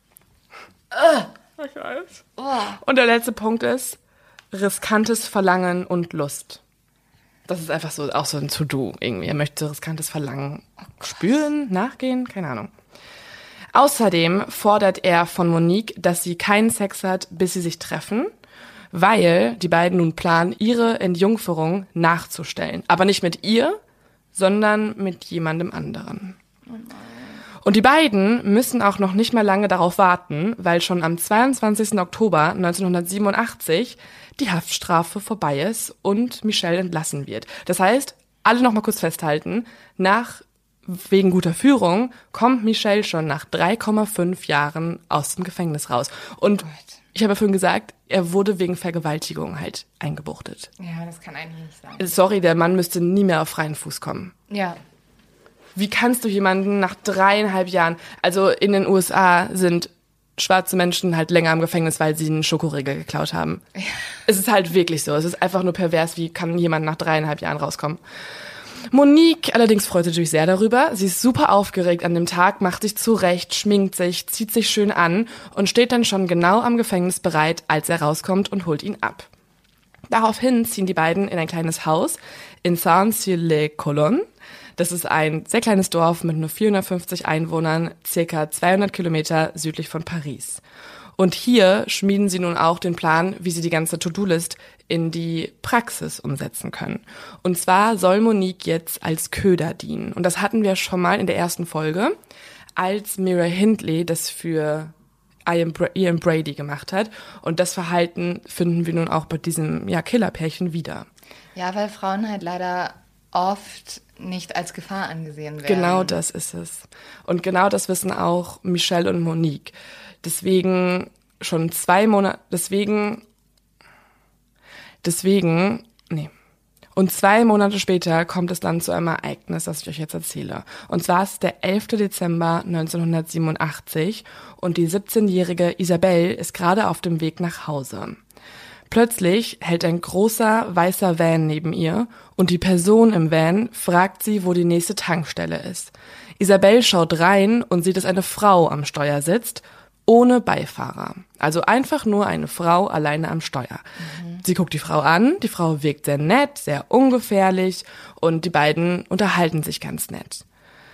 Uh. Ich weiß. Oh. Und der letzte Punkt ist, riskantes Verlangen und Lust. Das ist einfach so, auch so ein To-Do irgendwie. Er möchte riskantes Verlangen spüren, nachgehen, keine Ahnung. Außerdem fordert er von Monique, dass sie keinen Sex hat, bis sie sich treffen, weil die beiden nun planen, ihre Entjungferung nachzustellen. Aber nicht mit ihr, sondern mit jemandem anderen. Und die beiden müssen auch noch nicht mal lange darauf warten, weil schon am zweiundzwanzigsten Oktober neunzehnhundertsiebenundachtzig die Haftstrafe vorbei ist und Michel entlassen wird. Das heißt, alle noch mal kurz festhalten, nach wegen guter Führung kommt Michel schon nach drei Komma fünf Jahren aus dem Gefängnis raus. Und ich habe ja vorhin gesagt, er wurde wegen Vergewaltigung halt eingebuchtet. Ja, das kann eigentlich nicht sein. Sorry, der Mann müsste nie mehr auf freien Fuß kommen. Ja. Wie kannst du jemanden nach dreieinhalb Jahren, also in den U S A sind schwarze Menschen halt länger im Gefängnis, weil sie einen Schokoriegel geklaut haben. Ja. Es ist halt wirklich so. Es ist einfach nur pervers, wie kann jemand nach dreieinhalb Jahren rauskommen. Monique allerdings freut sich natürlich sehr darüber. Sie ist super aufgeregt an dem Tag, macht sich zurecht, schminkt sich, zieht sich schön an und steht dann schon genau am Gefängnis bereit, als er rauskommt und holt ihn ab. Daraufhin ziehen die beiden in ein kleines Haus in Saint-Cyr-les-Colonnes. Das ist ein sehr kleines Dorf mit nur vierhundertfünfzig Einwohnern, circa zweihundert Kilometer südlich von Paris. Und hier schmieden sie nun auch den Plan, wie sie die ganze To-Do-List in die Praxis umsetzen können. Und zwar soll Monique jetzt als Köder dienen. Und das hatten wir schon mal in der ersten Folge, als Mira Hindley das für Ian Brady gemacht hat. Und das Verhalten finden wir nun auch bei diesem ja, Killerpärchen wieder. Ja, weil Frauen halt leider oft nicht als Gefahr angesehen werden. Genau das ist es. Und genau das wissen auch Michelle und Monique. Deswegen schon zwei Monate, deswegen, deswegen, nee. Und zwei Monate später kommt es dann zu einem Ereignis, das ich euch jetzt erzähle. Und zwar ist es der elfter Dezember neunzehnhundertsiebenundachtzig und die siebzehnjährige Isabelle ist gerade auf dem Weg nach Hause. Plötzlich hält ein großer, weißer Van neben ihr und die Person im Van fragt sie, wo die nächste Tankstelle ist. Isabelle schaut rein und sieht, dass eine Frau am Steuer sitzt, ohne Beifahrer. Also einfach nur eine Frau alleine am Steuer. Mhm. Sie guckt die Frau an, die Frau wirkt sehr nett, sehr ungefährlich und die beiden unterhalten sich ganz nett.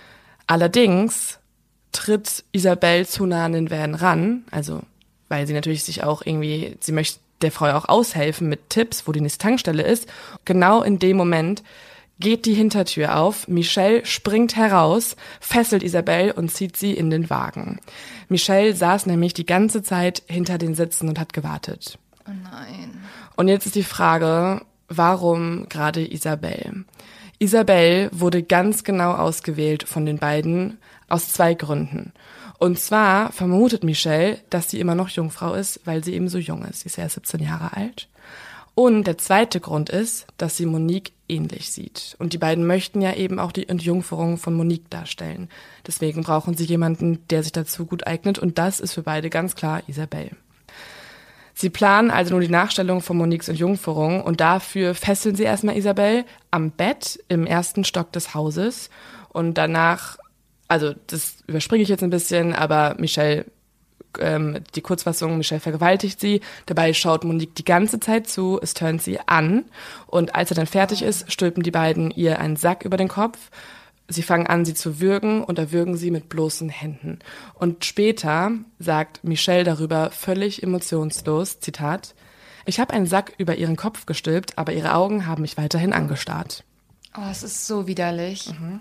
Allerdings tritt Isabelle zu nah an den Van ran, also weil sie natürlich sich auch irgendwie, sie möchte der Frau auch aushelfen mit Tipps, wo die nächste Tankstelle ist. Genau in dem Moment geht die Hintertür auf, Michelle springt heraus, fesselt Isabelle und zieht sie in den Wagen. Michelle saß nämlich die ganze Zeit hinter den Sitzen und hat gewartet. Oh nein. Und jetzt ist die Frage, warum gerade Isabelle? Isabelle wurde ganz genau ausgewählt von den beiden aus zwei Gründen. Und zwar vermutet Michelle, dass sie immer noch Jungfrau ist, weil sie eben so jung ist. Sie ist ja siebzehn Jahre alt. Und der zweite Grund ist, dass sie Monique ähnlich sieht. Und die beiden möchten ja eben auch die Entjungferung von Monique darstellen. Deswegen brauchen sie jemanden, der sich dazu gut eignet. Und das ist für beide ganz klar Isabelle. Sie planen also nur die Nachstellung von Moniques Entjungferung. Und dafür fesseln sie erstmal Isabelle am Bett im ersten Stock des Hauses. Und danach, also das überspringe ich jetzt ein bisschen, aber Michelle, ähm, die Kurzfassung, Michelle vergewaltigt sie. Dabei schaut Monique die ganze Zeit zu, es turnt sie an. Und als er dann fertig ist, stülpen die beiden ihr einen Sack über den Kopf. Sie fangen an, sie zu würgen und erwürgen sie mit bloßen Händen. Und später sagt Michelle darüber völlig emotionslos, Zitat, ich habe einen Sack über ihren Kopf gestülpt, aber ihre Augen haben mich weiterhin angestarrt. Oh, es ist so widerlich. Mhm.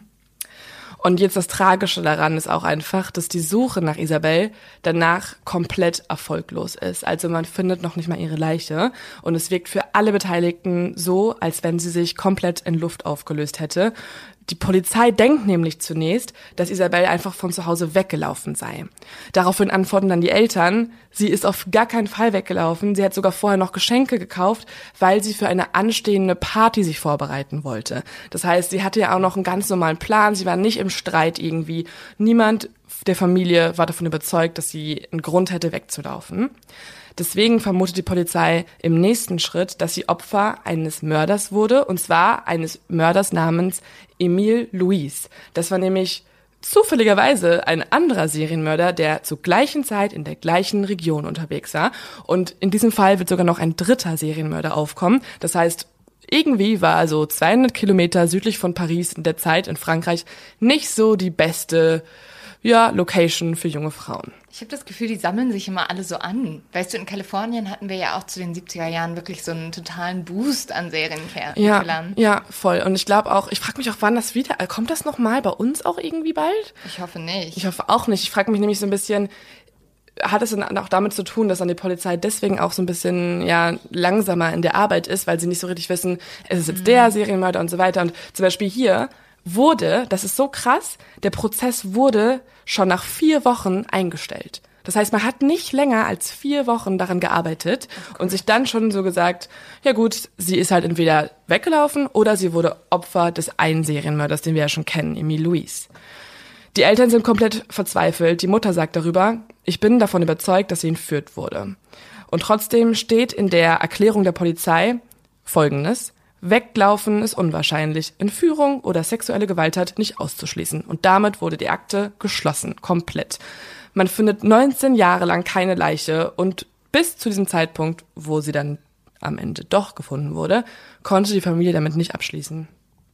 Und jetzt das Tragische daran ist auch einfach, dass die Suche nach Isabelle danach komplett erfolglos ist. Also man findet noch nicht mal ihre Leiche und es wirkt für alle Beteiligten so, als wenn sie sich komplett in Luft aufgelöst hätte. Die Polizei denkt nämlich zunächst, dass Isabelle einfach von zu Hause weggelaufen sei. Daraufhin antworten dann die Eltern, sie ist auf gar keinen Fall weggelaufen. Sie hat sogar vorher noch Geschenke gekauft, weil sie für eine anstehende Party sich vorbereiten wollte. Das heißt, sie hatte ja auch noch einen ganz normalen Plan. Sie war nicht im Streit irgendwie. Niemand der Familie war davon überzeugt, dass sie einen Grund hätte, wegzulaufen. Deswegen vermutet die Polizei im nächsten Schritt, dass sie Opfer eines Mörders wurde, und zwar eines Mörders namens Emile Louis. Das war nämlich zufälligerweise ein anderer Serienmörder, der zur gleichen Zeit in der gleichen Region unterwegs war. Und in diesem Fall wird sogar noch ein dritter Serienmörder aufkommen. Das heißt, irgendwie war also zweihundert Kilometer südlich von Paris in der Zeit in Frankreich nicht so die beste, ja, Location für junge Frauen. Ich habe das Gefühl, die sammeln sich immer alle so an. Weißt du, in Kalifornien hatten wir ja auch zu den siebziger Jahren wirklich so einen totalen Boost an Serienkillern. Ja, ja, voll. Und ich glaube auch, ich frage mich auch, wann das wieder, kommt das nochmal bei uns auch irgendwie bald? Ich hoffe nicht. Ich hoffe auch nicht. Ich frage mich nämlich so ein bisschen, hat es dann auch damit zu tun, dass dann die Polizei deswegen auch so ein bisschen ja langsamer in der Arbeit ist, weil sie nicht so richtig wissen, ist es jetzt mhm. der Serienmörder und so weiter. Und zum Beispiel hier wurde, das ist so krass, der Prozess wurde schon nach vier Wochen eingestellt. Das heißt, man hat nicht länger als vier Wochen daran gearbeitet okay. und sich dann schon so gesagt, ja gut, sie ist halt entweder weggelaufen oder sie wurde Opfer des einen Serienmörders, den wir ja schon kennen, Emile Louis. Die Eltern sind komplett verzweifelt. Die Mutter sagt darüber, ich bin davon überzeugt, dass sie entführt wurde. Und trotzdem steht in der Erklärung der Polizei Folgendes: Weglaufen ist unwahrscheinlich, Entführung oder sexuelle Gewalttat nicht auszuschließen. Und damit wurde die Akte geschlossen, komplett. Man findet neunzehn Jahre lang keine Leiche und bis zu diesem Zeitpunkt, wo sie dann am Ende doch gefunden wurde, konnte die Familie damit nicht abschließen.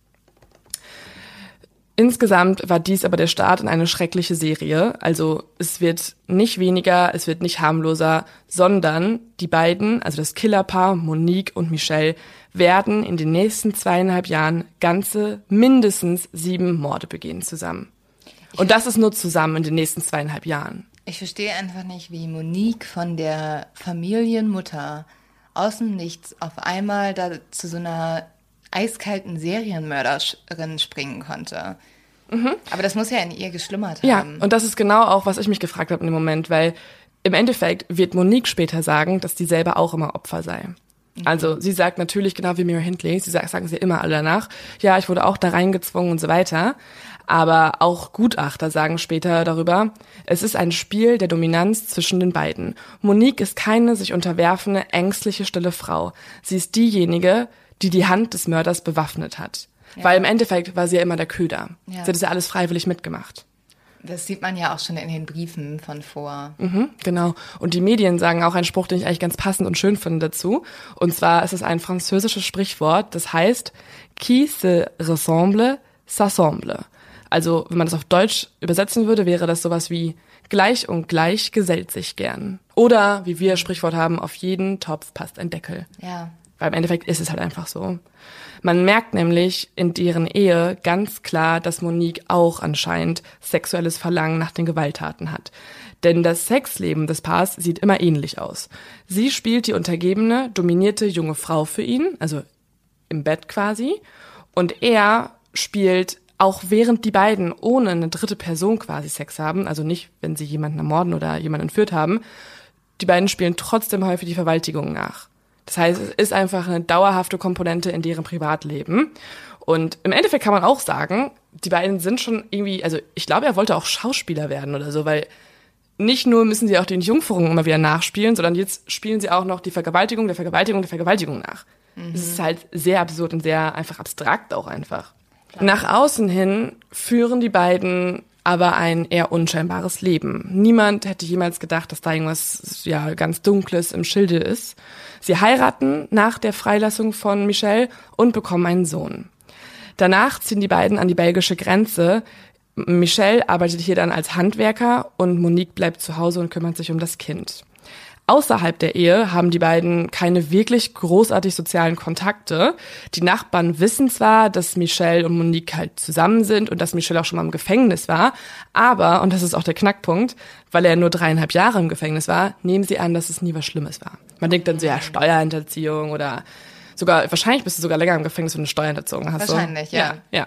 Insgesamt war dies aber der Start in eine schreckliche Serie. Also es wird nicht weniger, es wird nicht harmloser, sondern die beiden, also das Killerpaar Monique und Michelle, werden in den nächsten zweieinhalb Jahren ganze mindestens sieben Morde begehen zusammen. Und das ist nur zusammen in den nächsten zweieinhalb Jahren. Ich verstehe einfach nicht, wie Monique von der Familienmutter aus dem Nichts auf einmal da zu so einer eiskalten Serienmörderin springen konnte. Mhm. Aber das muss ja in ihr geschlummert haben. Ja, und das ist genau auch, was ich mich gefragt habe in dem Moment, weil im Endeffekt wird Monique später sagen, dass die selber auch immer Opfer sei. Mhm. Also sie sagt natürlich, genau wie Mira Hindley, sie sagt, sagen sie immer alle danach, ja, ich wurde auch da reingezwungen und so weiter. Aber auch Gutachter sagen später darüber, es ist ein Spiel der Dominanz zwischen den beiden. Monique ist keine sich unterwerfende, ängstliche, stille Frau. Sie ist diejenige, die die Hand des Mörders bewaffnet hat. Ja. Weil im Endeffekt war sie ja immer der Köder. Ja. Sie hat das ja alles freiwillig mitgemacht. Das sieht man ja auch schon in den Briefen von vor. Mhm, genau. Und die Medien sagen auch einen Spruch, den ich eigentlich ganz passend und schön finde dazu. Und zwar ist es ein französisches Sprichwort, das heißt, qui se ressemble, s'assemble. Also, wenn man das auf Deutsch übersetzen würde, wäre das sowas wie gleich und gleich gesellt sich gern. Oder, wie wir Sprichwort haben, auf jeden Topf passt ein Deckel. Ja. Weil im Endeffekt ist es halt einfach so. Man merkt nämlich in deren Ehe ganz klar, dass Monique auch anscheinend sexuelles Verlangen nach den Gewalttaten hat. Denn das Sexleben des Paars sieht immer ähnlich aus. Sie spielt die untergebene, dominierte junge Frau für ihn, also im Bett quasi. Und er spielt, auch während die beiden ohne eine dritte Person quasi Sex haben, also nicht, wenn sie jemanden ermorden oder jemanden entführt haben, die beiden spielen trotzdem häufig die Vergewaltigung nach. Das heißt, es ist einfach eine dauerhafte Komponente in deren Privatleben. Und im Endeffekt kann man auch sagen, die beiden sind schon irgendwie, also ich glaube, er wollte auch Schauspieler werden oder so, weil nicht nur müssen sie auch den Jungferungen immer wieder nachspielen, sondern jetzt spielen sie auch noch die Vergewaltigung, der Vergewaltigung, der Vergewaltigung nach. Mhm. Das ist halt sehr absurd und sehr einfach abstrakt auch einfach. Klar. Nach außen hin führen die beiden aber ein eher unscheinbares Leben. Niemand hätte jemals gedacht, dass da irgendwas ja ganz Dunkles im Schilde ist. Sie heiraten nach der Freilassung von Michelle und bekommen einen Sohn. Danach ziehen die beiden an die belgische Grenze. Michelle arbeitet hier dann als Handwerker und Monique bleibt zu Hause und kümmert sich um das Kind. Außerhalb der Ehe haben die beiden keine wirklich großartig sozialen Kontakte. Die Nachbarn wissen zwar, dass Michelle und Monique halt zusammen sind und dass Michelle auch schon mal im Gefängnis war, aber, und das ist auch der Knackpunkt, weil er nur dreieinhalb Jahre im Gefängnis war, nehmen sie an, dass es nie was Schlimmes war. Man denkt dann so, ja, Steuerhinterziehung oder sogar, wahrscheinlich bist du sogar länger im Gefängnis, wenn du Steuern hinterzogen hast. Wahrscheinlich, so. ja. ja. Ja.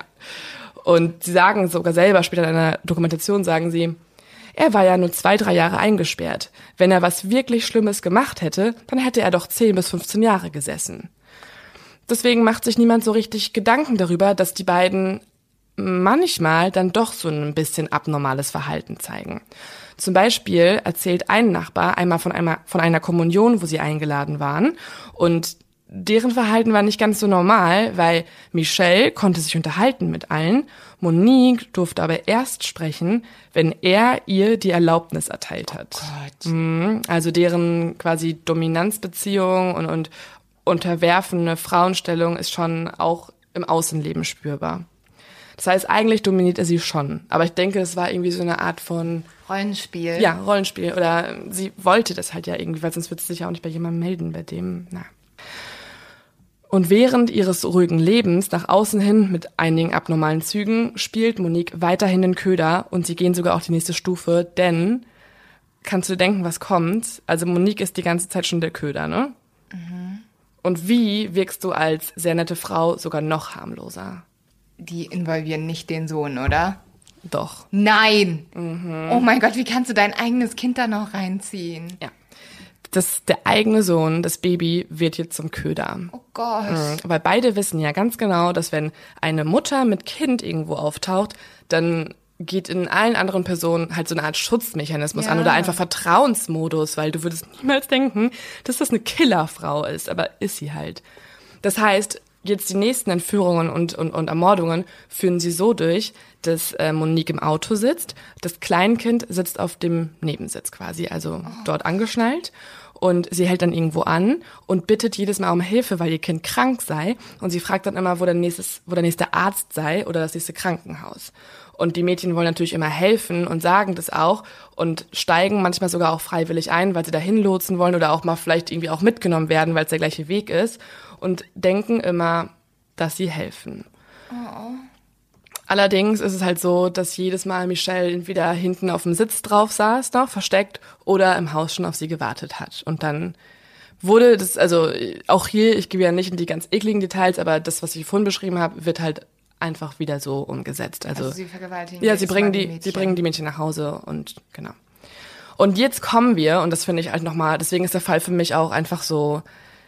Und sie sagen sogar selber, später in einer Dokumentation sagen sie, er war ja nur zwei, drei Jahre eingesperrt. Wenn er was wirklich Schlimmes gemacht hätte, dann hätte er doch zehn bis fünfzehn Jahre gesessen. Deswegen macht sich niemand so richtig Gedanken darüber, dass die beiden manchmal dann doch so ein bisschen abnormales Verhalten zeigen. Zum Beispiel erzählt ein Nachbar einmal von einer, von einer Kommunion, wo sie eingeladen waren, und deren Verhalten war nicht ganz so normal, weil Michelle konnte sich unterhalten mit allen, Monique durfte aber erst sprechen, wenn er ihr die Erlaubnis erteilt hat. Oh Gott. Mhm, also deren quasi Dominanzbeziehung und, und unterwerfende Frauenstellung ist schon auch im Außenleben spürbar. Das heißt, eigentlich dominiert er sie schon. Aber ich denke, es war irgendwie so eine Art von Rollenspiel. Ja, Rollenspiel. Oder sie wollte das halt ja irgendwie, weil sonst würde sie sich ja auch nicht bei jemandem melden, bei dem, na. Und während ihres ruhigen Lebens nach außen hin mit einigen abnormalen Zügen spielt Monique weiterhin den Köder und sie gehen sogar auch die nächste Stufe, denn, kannst du dir denken, was kommt? Also Monique ist die ganze Zeit schon der Köder, ne? Mhm. Und wie wirkst du als sehr nette Frau sogar noch harmloser? Die involvieren nicht den Sohn, oder? Doch. Nein! Mhm. Oh mein Gott, wie kannst du dein eigenes Kind da noch reinziehen? Ja. Das, der eigene Sohn, das Baby, wird jetzt zum Köder. Oh Gott. Mhm. Weil beide wissen ja ganz genau, dass wenn eine Mutter mit Kind irgendwo auftaucht, dann geht in allen anderen Personen halt so eine Art Schutzmechanismus Ja. an oder einfach Vertrauensmodus, weil du würdest niemals denken, dass das eine Killerfrau ist, aber ist sie halt. Das heißt, jetzt die nächsten Entführungen und, und, und Ermordungen führen sie so durch, dass äh, Monique im Auto sitzt, das Kleinkind sitzt auf dem Nebensitz quasi, also oh. dort angeschnallt. Und sie hält dann irgendwo an und bittet jedes Mal um Hilfe, weil ihr Kind krank sei. Und sie fragt dann immer, wo der, nächstes, wo der nächste Arzt sei oder das nächste Krankenhaus. Und die Mädchen wollen natürlich immer helfen und sagen das auch und steigen manchmal sogar auch freiwillig ein, weil sie dahin lotsen wollen oder auch mal vielleicht irgendwie auch mitgenommen werden, weil es der gleiche Weg ist. Und denken immer, dass sie helfen. Oh. Allerdings ist es halt so, dass jedes Mal Michelle entweder hinten auf dem Sitz drauf saß, noch versteckt, oder im Haus schon auf sie gewartet hat. Und dann wurde das, also auch hier, ich gebe ja nicht in die ganz ekligen Details, aber das, was ich vorhin beschrieben habe, wird halt einfach wieder so umgesetzt. Also, also sie vergewaltigen. Ja, sie bringen die, die sie bringen die Mädchen nach Hause und genau. Und jetzt kommen wir, und das finde ich halt nochmal, deswegen ist der Fall für mich auch einfach so,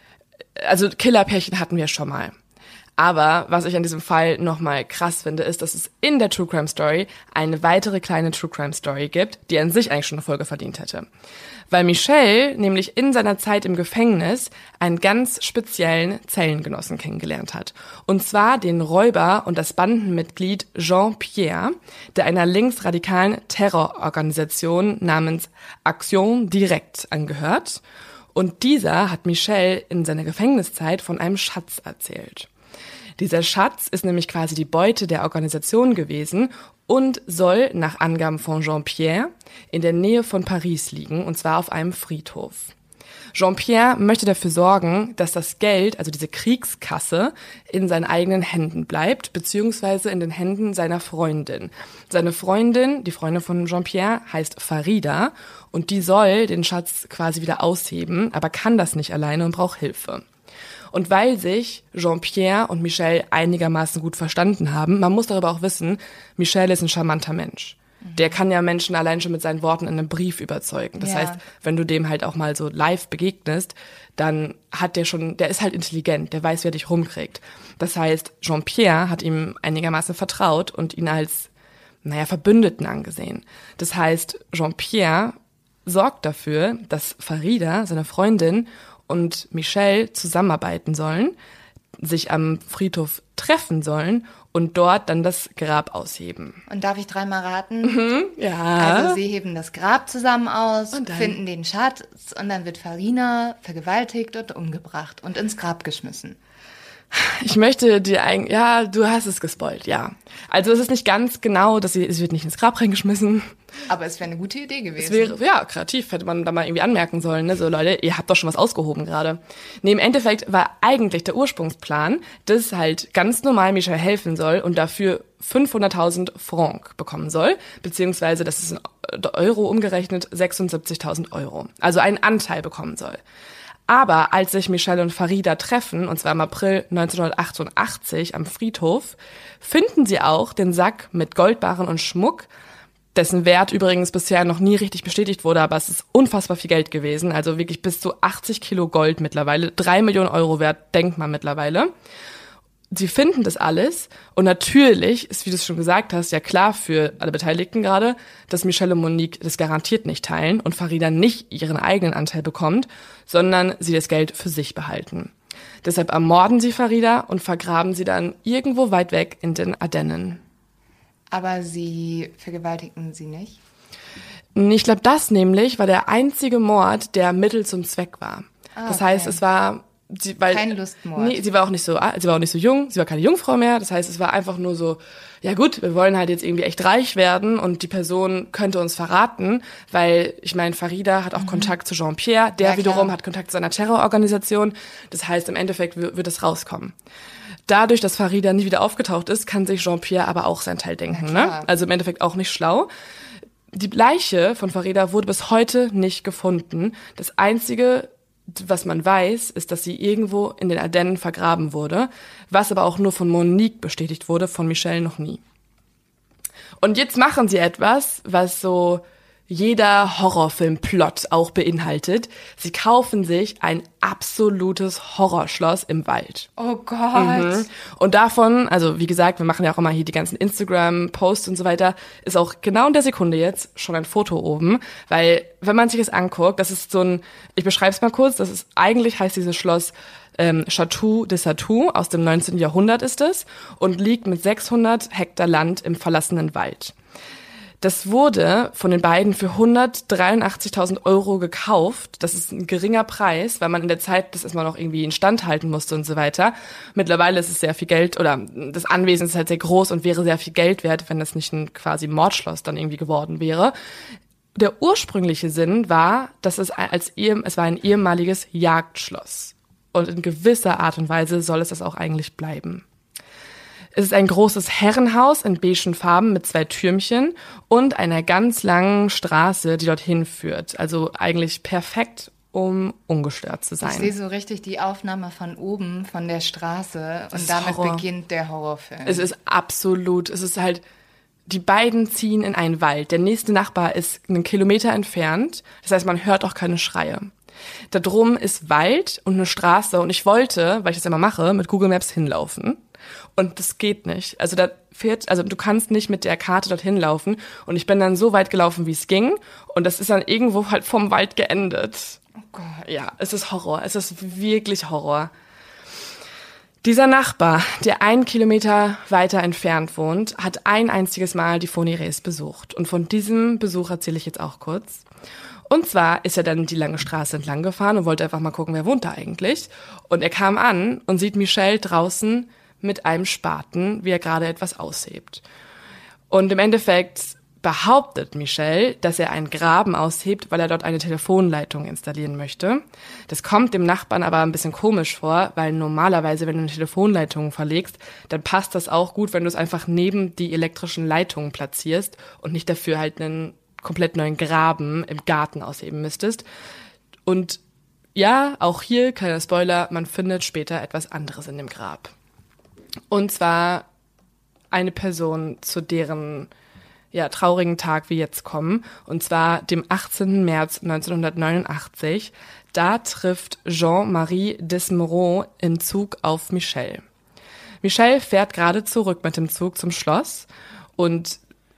also Killerpärchen hatten wir schon mal. Aber was ich an diesem Fall nochmal krass finde, ist, dass es in der True Crime Story eine weitere kleine True Crime Story gibt, die an sich eigentlich schon eine Folge verdient hätte. Weil Michelle nämlich in seiner Zeit im Gefängnis einen ganz speziellen Zellengenossen kennengelernt hat. Und zwar den Räuber und das Bandenmitglied Jean-Pierre, der einer linksradikalen Terrororganisation namens Action Directe angehört. Und dieser hat Michelle in seiner Gefängniszeit von einem Schatz erzählt. Dieser Schatz ist nämlich quasi die Beute der Organisation gewesen und soll nach Angaben von Jean-Pierre in der Nähe von Paris liegen, und zwar auf einem Friedhof. Jean-Pierre möchte dafür sorgen, dass das Geld, also diese Kriegskasse, in seinen eigenen Händen bleibt, beziehungsweise in den Händen seiner Freundin. Seine Freundin, die Freundin von Jean-Pierre, heißt Farida und die soll den Schatz quasi wieder ausheben, aber kann das nicht alleine und braucht Hilfe. Und weil sich Jean-Pierre und Michelle einigermaßen gut verstanden haben, man muss darüber auch wissen, Michelle ist ein charmanter Mensch. Der kann ja Menschen allein schon mit seinen Worten in einem Brief überzeugen. Das ja. heißt, wenn du dem halt auch mal so live begegnest, dann hat der schon, der ist halt intelligent, der weiß, wer dich rumkriegt. Das heißt, Jean-Pierre hat ihm einigermaßen vertraut und ihn als, naja, Verbündeten angesehen. Das heißt, Jean-Pierre sorgt dafür, dass Farida, seine Freundin, und Michelle zusammenarbeiten sollen, sich am Friedhof treffen sollen und dort dann das Grab ausheben. Und darf ich dreimal raten? Mhm, ja. Also sie heben das Grab zusammen aus, Und dann- finden den Schatz und dann wird Farina vergewaltigt und umgebracht und ins Grab geschmissen. Ich möchte dir eigentlich, ja, du hast es gespoilt, ja. Also es ist nicht ganz genau, dass sie, es wird nicht ins Grab reingeschmissen. Aber es wäre eine gute Idee gewesen. Es wäre, ja, kreativ, hätte man da mal irgendwie anmerken sollen, ne, so Leute, ihr habt doch schon was ausgehoben gerade. Nee, im Endeffekt war eigentlich der Ursprungsplan, dass halt ganz normal Michelle helfen soll und dafür fünfhunderttausend Franc bekommen soll, beziehungsweise, das ist in Euro umgerechnet, sechsundsiebzigtausend Euro. Also einen Anteil bekommen soll. Aber als sich Michelle und Farida treffen, und zwar im April neunzehnhundertachtundachtzig am Friedhof, finden sie auch den Sack mit Goldbarren und Schmuck, dessen Wert übrigens bisher noch nie richtig bestätigt wurde, aber es ist unfassbar viel Geld gewesen, also wirklich bis zu achtzig Kilo Gold mittlerweile, drei Millionen Euro wert, denkt man mittlerweile. Sie finden das alles und natürlich ist, wie du es schon gesagt hast, ja klar für alle Beteiligten gerade, dass Michelle und Monique das garantiert nicht teilen und Farida nicht ihren eigenen Anteil bekommt, sondern sie das Geld für sich behalten. Deshalb ermorden sie Farida und vergraben sie dann irgendwo weit weg in den Ardennen. Aber sie vergewaltigten sie nicht? Ich glaube, das nämlich war der einzige Mord, der Mittel zum Zweck war. Ah, das okay. heißt, es war sie, weil, Kein Lustmord. Nee, sie war auch nicht so, sie war auch nicht so jung, sie war keine Jungfrau mehr. Das heißt, es war einfach nur so, ja gut, wir wollen halt jetzt irgendwie echt reich werden und die Person könnte uns verraten, weil ich meine, Farida hat auch mhm. Kontakt zu Jean-Pierre, der ja, wiederum klar. hat Kontakt zu einer Terrororganisation. Das heißt, im Endeffekt w- wird es rauskommen. Dadurch, dass Farida nie wieder aufgetaucht ist, kann sich Jean-Pierre aber auch sein Teil denken. Ne? Also im Endeffekt auch nicht schlau. Die Leiche von Farida wurde bis heute nicht gefunden. Das Einzige, was man weiß, ist, dass sie irgendwo in den Ardennen vergraben wurde, was aber auch nur von Monique bestätigt wurde, von Michelle noch nie. Und jetzt machen sie etwas, was so jeder Horrorfilm-Plot auch beinhaltet. Sie kaufen sich ein absolutes Horrorschloss im Wald. Oh Gott. Mhm. Und davon, also wie gesagt, wir machen ja auch immer hier die ganzen Instagram-Posts und so weiter, ist auch genau in der Sekunde jetzt schon ein Foto oben, weil wenn man sich das anguckt, das ist so ein, ich beschreibe es mal kurz, das ist, eigentlich heißt dieses Schloss ähm, Château de Satou, aus dem neunzehnten Jahrhundert ist es und liegt mit sechshundert Hektar Land im verlassenen Wald. Das wurde von den beiden für hundertdreiundachtzigtausend Euro gekauft. Das ist ein geringer Preis, weil man in der Zeit das erstmal noch irgendwie instand halten musste und so weiter. Mittlerweile ist es sehr viel Geld, oder das Anwesen ist halt sehr groß und wäre sehr viel Geld wert, wenn das nicht ein quasi Mordschloss dann irgendwie geworden wäre. Der ursprüngliche Sinn war, dass es als es war ein ehemaliges Jagdschloss. Und in gewisser Art und Weise soll es das auch eigentlich bleiben. Es ist ein großes Herrenhaus in beigen Farben mit zwei Türmchen und einer ganz langen Straße, die dorthin führt. Also eigentlich perfekt, um ungestört zu sein. Ich sehe so richtig die Aufnahme von oben, von der Straße. Das und damit Horror. beginnt der Horrorfilm. Es ist absolut, es ist halt, die beiden ziehen in einen Wald. Der nächste Nachbar ist einen Kilometer entfernt. Das heißt, man hört auch keine Schreie. Da drum ist Wald und eine Straße. Und ich wollte, weil ich das immer mache, mit Google Maps hinlaufen. Und das geht nicht. Also da fährt, also du kannst nicht mit der Karte dorthin laufen. Und ich bin dann so weit gelaufen, wie es ging. Und das ist dann irgendwo halt vom Wald geendet. Oh Gott. Ja, es ist Horror. Es ist wirklich Horror. Dieser Nachbar, der einen Kilometer weiter entfernt wohnt, hat ein einziges Mal die Fonires besucht. Und von diesem Besuch erzähle ich jetzt auch kurz. Und zwar ist er dann die lange Straße entlang gefahren und wollte einfach mal gucken, wer wohnt da eigentlich. Und er kam an und sieht Michel draußen mit einem Spaten, wie er gerade etwas aushebt. Und im Endeffekt behauptet Michel, dass er einen Graben aushebt, weil er dort eine Telefonleitung installieren möchte. Das kommt dem Nachbarn aber ein bisschen komisch vor, weil normalerweise, wenn du eine Telefonleitung verlegst, dann passt das auch gut, wenn du es einfach neben die elektrischen Leitungen platzierst und nicht dafür halt einen komplett neuen Graben im Garten ausheben müsstest. Und ja, auch hier, kleiner Spoiler, man findet später etwas anderes in dem Grab. Und zwar eine Person, zu deren ja, traurigen Tag wir jetzt kommen. Und zwar dem achtzehnten März neunzehnhundertneunundachtzig. Da trifft Jean-Marie Desmereaux im Zug auf Michel. Michel fährt gerade zurück mit dem Zug zum Schloss und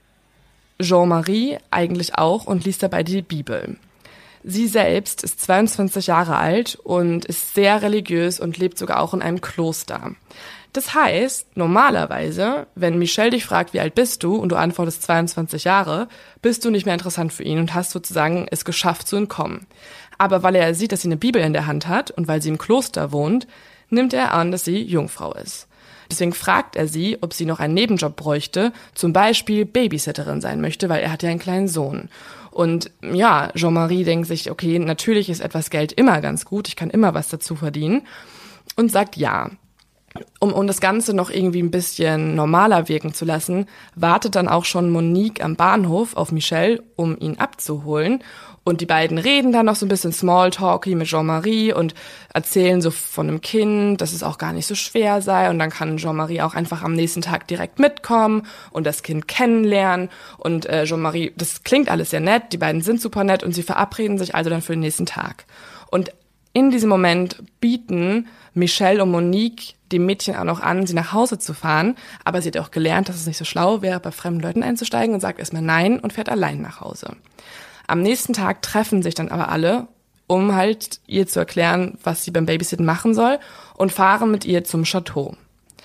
Jean-Marie eigentlich auch und liest dabei die Bibel. Sie selbst ist zweiundzwanzig Jahre alt und ist sehr religiös und lebt sogar auch in einem Kloster. Das heißt, normalerweise, wenn Michel dich fragt, wie alt bist du, und du antwortest zweiundzwanzig Jahre, bist du nicht mehr interessant für ihn und hast sozusagen es geschafft zu entkommen. Aber weil er sieht, dass sie eine Bibel in der Hand hat und weil sie im Kloster wohnt, nimmt er an, dass sie Jungfrau ist. Deswegen fragt er sie, ob sie noch einen Nebenjob bräuchte, zum Beispiel Babysitterin sein möchte, weil er hat ja einen kleinen Sohn. Und ja, Jean-Marie denkt sich, okay, natürlich ist etwas Geld immer ganz gut, ich kann immer was dazu verdienen, und sagt ja. Um, um das Ganze noch irgendwie ein bisschen normaler wirken zu lassen, wartet dann auch schon Monique am Bahnhof auf Michel, um ihn abzuholen. Und die beiden reden dann noch so ein bisschen Smalltalky mit Jean-Marie und erzählen so von einem Kind, dass es auch gar nicht so schwer sei. Und dann kann Jean-Marie auch einfach am nächsten Tag direkt mitkommen und das Kind kennenlernen. Und äh, Jean-Marie, das klingt alles sehr nett, die beiden sind super nett und sie verabreden sich also dann für den nächsten Tag. Und in diesem Moment bieten Michel und Monique dem Mädchen auch noch an, sie nach Hause zu fahren. Aber sie hat auch gelernt, dass es nicht so schlau wäre, bei fremden Leuten einzusteigen, und sagt erstmal nein und fährt allein nach Hause. Am nächsten Tag treffen sich dann aber alle, um halt ihr zu erklären, was sie beim Babysitten machen soll, und fahren mit ihr zum Chateau.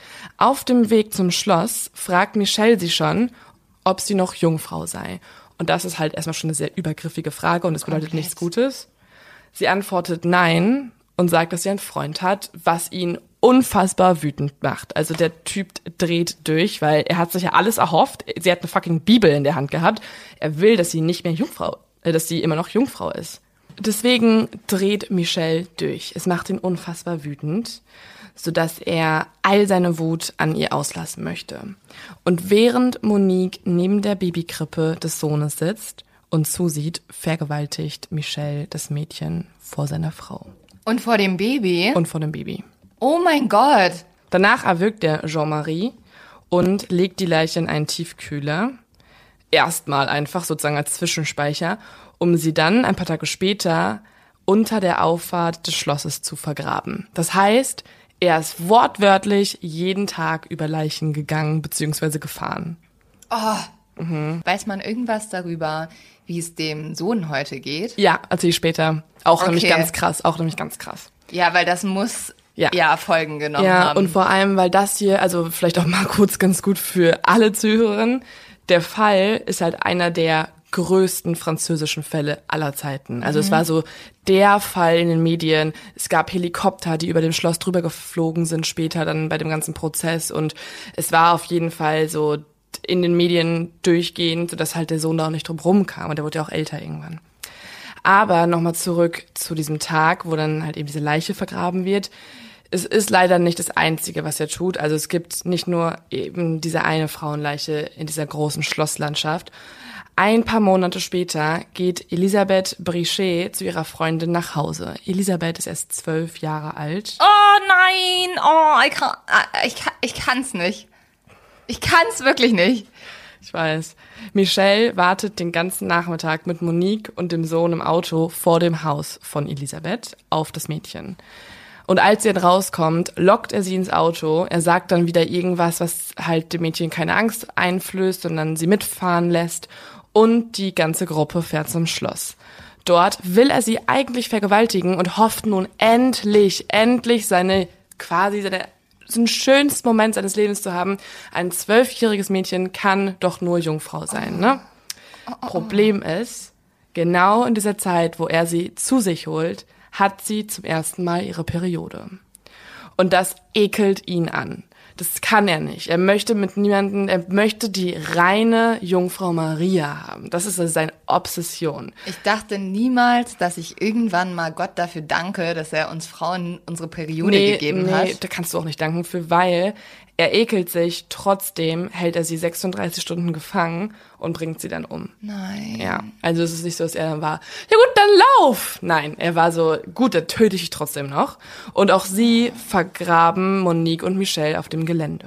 Auf dem Weg zum Schloss fragt Michel sie schon, ob sie noch Jungfrau sei. Und das ist halt erstmal schon eine sehr übergriffige Frage und es bedeutet Komplett. nichts Gutes. Sie antwortet nein und sagt, dass sie einen Freund hat, was ihn unfassbar wütend macht. Also der Typ dreht durch, weil er hat sich ja alles erhofft. Sie hat eine fucking Bibel in der Hand gehabt. Er will, dass sie nicht mehr Jungfrau, äh, dass sie immer noch Jungfrau ist. Deswegen dreht Michel durch. Es macht ihn unfassbar wütend, sodass er all seine Wut an ihr auslassen möchte. Und während Monique neben der Babykrippe des Sohnes sitzt und zusieht, vergewaltigt Michel das Mädchen vor seiner Frau. Und vor dem Baby? Und vor dem Baby. Oh mein Gott. Danach erwürgt er Jean-Marie und legt die Leiche in einen Tiefkühler. erstmal einfach sozusagen als Zwischenspeicher, um sie dann ein paar Tage später unter der Auffahrt des Schlosses zu vergraben. Das heißt, er ist wortwörtlich jeden Tag über Leichen gegangen bzw. gefahren. Oh. Mhm. Weiß man irgendwas darüber, wie es dem Sohn heute geht? Ja, erzähl ich später. Auch Okay. nämlich ganz krass, auch nämlich ganz krass. Ja, weil das muss Ja. ja Folgen genommen Ja, haben. und vor allem, weil das hier, also vielleicht auch mal kurz ganz gut für alle Zuhörerinnen, der Fall ist halt einer der größten französischen Fälle aller Zeiten. Also mhm. es war so der Fall in den Medien. Es gab Helikopter, die über dem Schloss drüber geflogen sind später dann bei dem ganzen Prozess. Und es war auf jeden Fall so in den Medien durchgehend, sodass halt der Sohn da auch nicht drum rumkam. Und der wurde ja auch älter irgendwann. Aber nochmal zurück zu diesem Tag, wo dann halt eben diese Leiche vergraben wird. Es ist leider nicht das Einzige, was er tut. Also es gibt nicht nur eben diese eine Frauenleiche in dieser großen Schlosslandschaft. Ein paar Monate später geht Elisabeth Brichet zu ihrer Freundin nach Hause. Elisabeth ist erst zwölf Jahre alt. Oh nein, oh, ich kann, ich kann, ich kann's nicht. Ich kann's wirklich nicht. Ich weiß. Michelle wartet den ganzen Nachmittag mit Monique und dem Sohn im Auto vor dem Haus von Elisabeth auf das Mädchen. Und als sie dann rauskommt, lockt er sie ins Auto. Er sagt dann wieder irgendwas, was halt dem Mädchen keine Angst einflößt, sondern sie mitfahren lässt. Und die ganze Gruppe fährt zum Schloss. Dort will er sie eigentlich vergewaltigen und hofft nun endlich, endlich seine, quasi seine, so einen schönsten Moment seines Lebens zu haben. Ein zwölfjähriges Mädchen kann doch nur Jungfrau sein, ne? Oh, oh, oh. Problem ist, genau in dieser Zeit, wo er sie zu sich holt, hat sie zum ersten Mal ihre Periode. Und das ekelt ihn an. Das kann er nicht. Er möchte mit niemanden, er möchte die reine Jungfrau Maria haben. Das ist also seine Obsession. Ich dachte niemals, dass ich irgendwann mal Gott dafür danke, dass er uns Frauen unsere Periode nee, gegeben nee, hat. Nee, da kannst du auch nicht danken für, weil er ekelt sich, trotzdem hält er sie sechsunddreißig Stunden gefangen und bringt sie dann um. Nein. Ja, also es ist nicht so, dass er dann war, ja gut, dann lauf! Nein, er war so, gut, dann töte ich trotzdem noch. Und auch sie vergraben Monique und Michelle auf dem Gelände.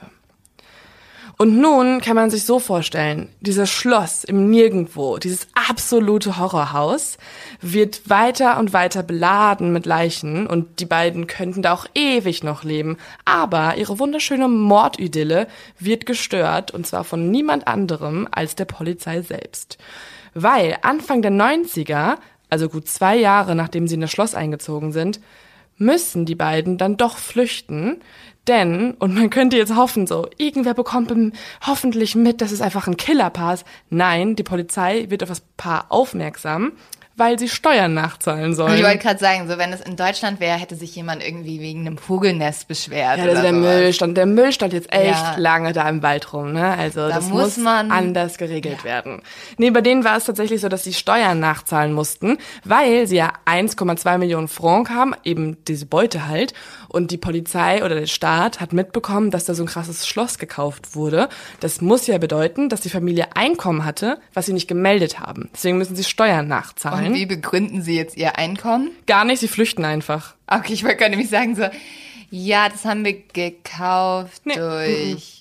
Und nun kann man sich so vorstellen, dieses Schloss im Nirgendwo, dieses absolute Horrorhaus, wird weiter und weiter beladen mit Leichen und die beiden könnten da auch ewig noch leben. Aber ihre wunderschöne Mordidylle wird gestört und zwar von niemand anderem als der Polizei selbst. Weil Anfang der neunziger, also gut zwei Jahre nachdem sie in das Schloss eingezogen sind, müssen die beiden dann doch flüchten. Denn, und man könnte jetzt hoffen so, irgendwer bekommt hoffentlich mit, dass es einfach ein Killerpaar ist. Nein, die Polizei wird auf das Paar aufmerksam, weil sie Steuern nachzahlen sollen. Ich wollte gerade sagen, so wenn es in Deutschland wäre, hätte sich jemand irgendwie wegen einem Vogelnest beschwert. Ja, also oder der sowas. Müll stand, der Müll stand jetzt echt Ja. lange da im Wald rum, ne? Also Da das muss muss man- anders geregelt Ja. werden. Nee, bei denen war es tatsächlich so, dass sie Steuern nachzahlen mussten, weil sie ja eins Komma zwei Millionen Franc haben, eben diese Beute halt. Und die Polizei oder der Staat hat mitbekommen, dass da so ein krasses Schloss gekauft wurde. Das muss ja bedeuten, dass die Familie Einkommen hatte, was sie nicht gemeldet haben. Deswegen müssen sie Steuern nachzahlen. Und wie begründen sie jetzt ihr Einkommen? Gar nicht, sie flüchten einfach. Okay, ich wollte gerade nämlich sagen so, ja, das haben wir gekauft Nee. durch...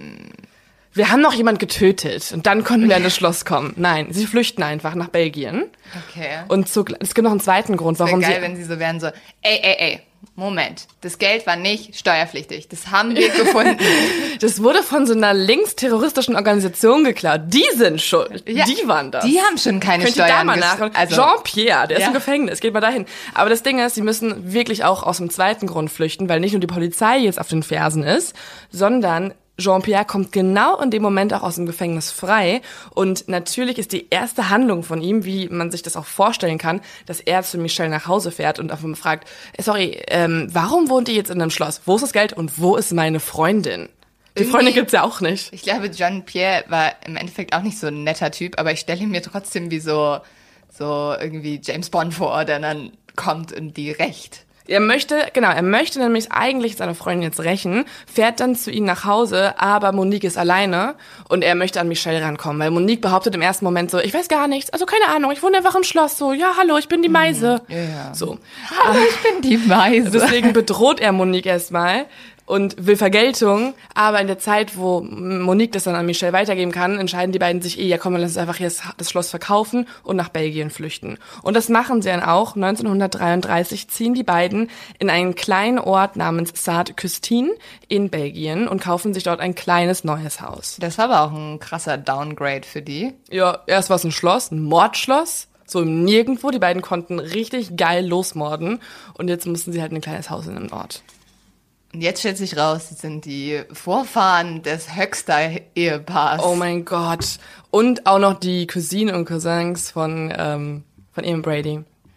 Wir haben noch jemand getötet und dann konnten wir an das Schloss kommen. Nein, sie flüchten einfach nach Belgien. Okay. Und zu, es gibt noch einen zweiten Grund, Wäre warum geil, sie... wenn sie so wären so, ey, ey, ey, Moment, das Geld war nicht steuerpflichtig, das haben wir gefunden. Das wurde von so einer linksterroristischen Organisation geklaut. Die sind schuld. Ja, Die waren das. Die haben schon keine Könnt ihr da Steuern mal ges- nachschauen? Also, Jean-Pierre, der ist Ja. im Gefängnis, geht mal dahin. Aber das Ding ist, sie müssen wirklich auch aus dem zweiten Grund flüchten, weil nicht nur die Polizei jetzt auf den Fersen ist, sondern Jean-Pierre kommt genau in dem Moment auch aus dem Gefängnis frei. Und natürlich ist die erste Handlung von ihm, wie man sich das auch vorstellen kann, dass er zu Michelle nach Hause fährt und auf ihn fragt, sorry, ähm, warum wohnt ihr jetzt in einem Schloss? Wo ist das Geld und wo ist meine Freundin? Die Irgendwie- Freundin gibt's ja auch nicht. ich glaube, Jean-Pierre war im Endeffekt auch nicht so ein netter Typ, aber ich stelle ihn mir trotzdem wie so, so irgendwie James Bond vor, der dann kommt und die rächt. Er möchte, genau, er möchte nämlich eigentlich seine Freundin jetzt rächen, fährt dann zu ihnen nach Hause, aber Monique ist alleine und er möchte an Michelle rankommen, weil Monique behauptet im ersten Moment so, ich weiß gar nichts, also keine Ahnung, ich wohne einfach im Schloss, so, ja, hallo, ich bin die Meise. Ja. So. Hallo, ich bin die Meise. Deswegen bedroht er Monique erstmal und will Vergeltung, aber in der Zeit, wo Monique das dann an Michel weitergeben kann, entscheiden die beiden sich eh, ja komm, lass uns einfach jetzt das Schloss verkaufen und nach Belgien flüchten. Und das machen sie dann auch. neunzehnhundertdreiunddreißig ziehen die beiden in einen kleinen Ort namens Sainte-Custine in Belgien und kaufen sich dort ein kleines neues Haus. Das war aber auch ein krasser Downgrade für die. Ja, erst war es ein Schloss, ein Mordschloss, so im Nirgendwo. Die beiden konnten richtig geil losmorden und jetzt mussten sie halt ein kleines Haus in einem Ort. Und jetzt stellt sich raus, sie sind die Vorfahren des Höxter-Ehepaars. Oh mein Gott. Und auch noch die Cousinen und Cousins von, ähm, von Ian Brady.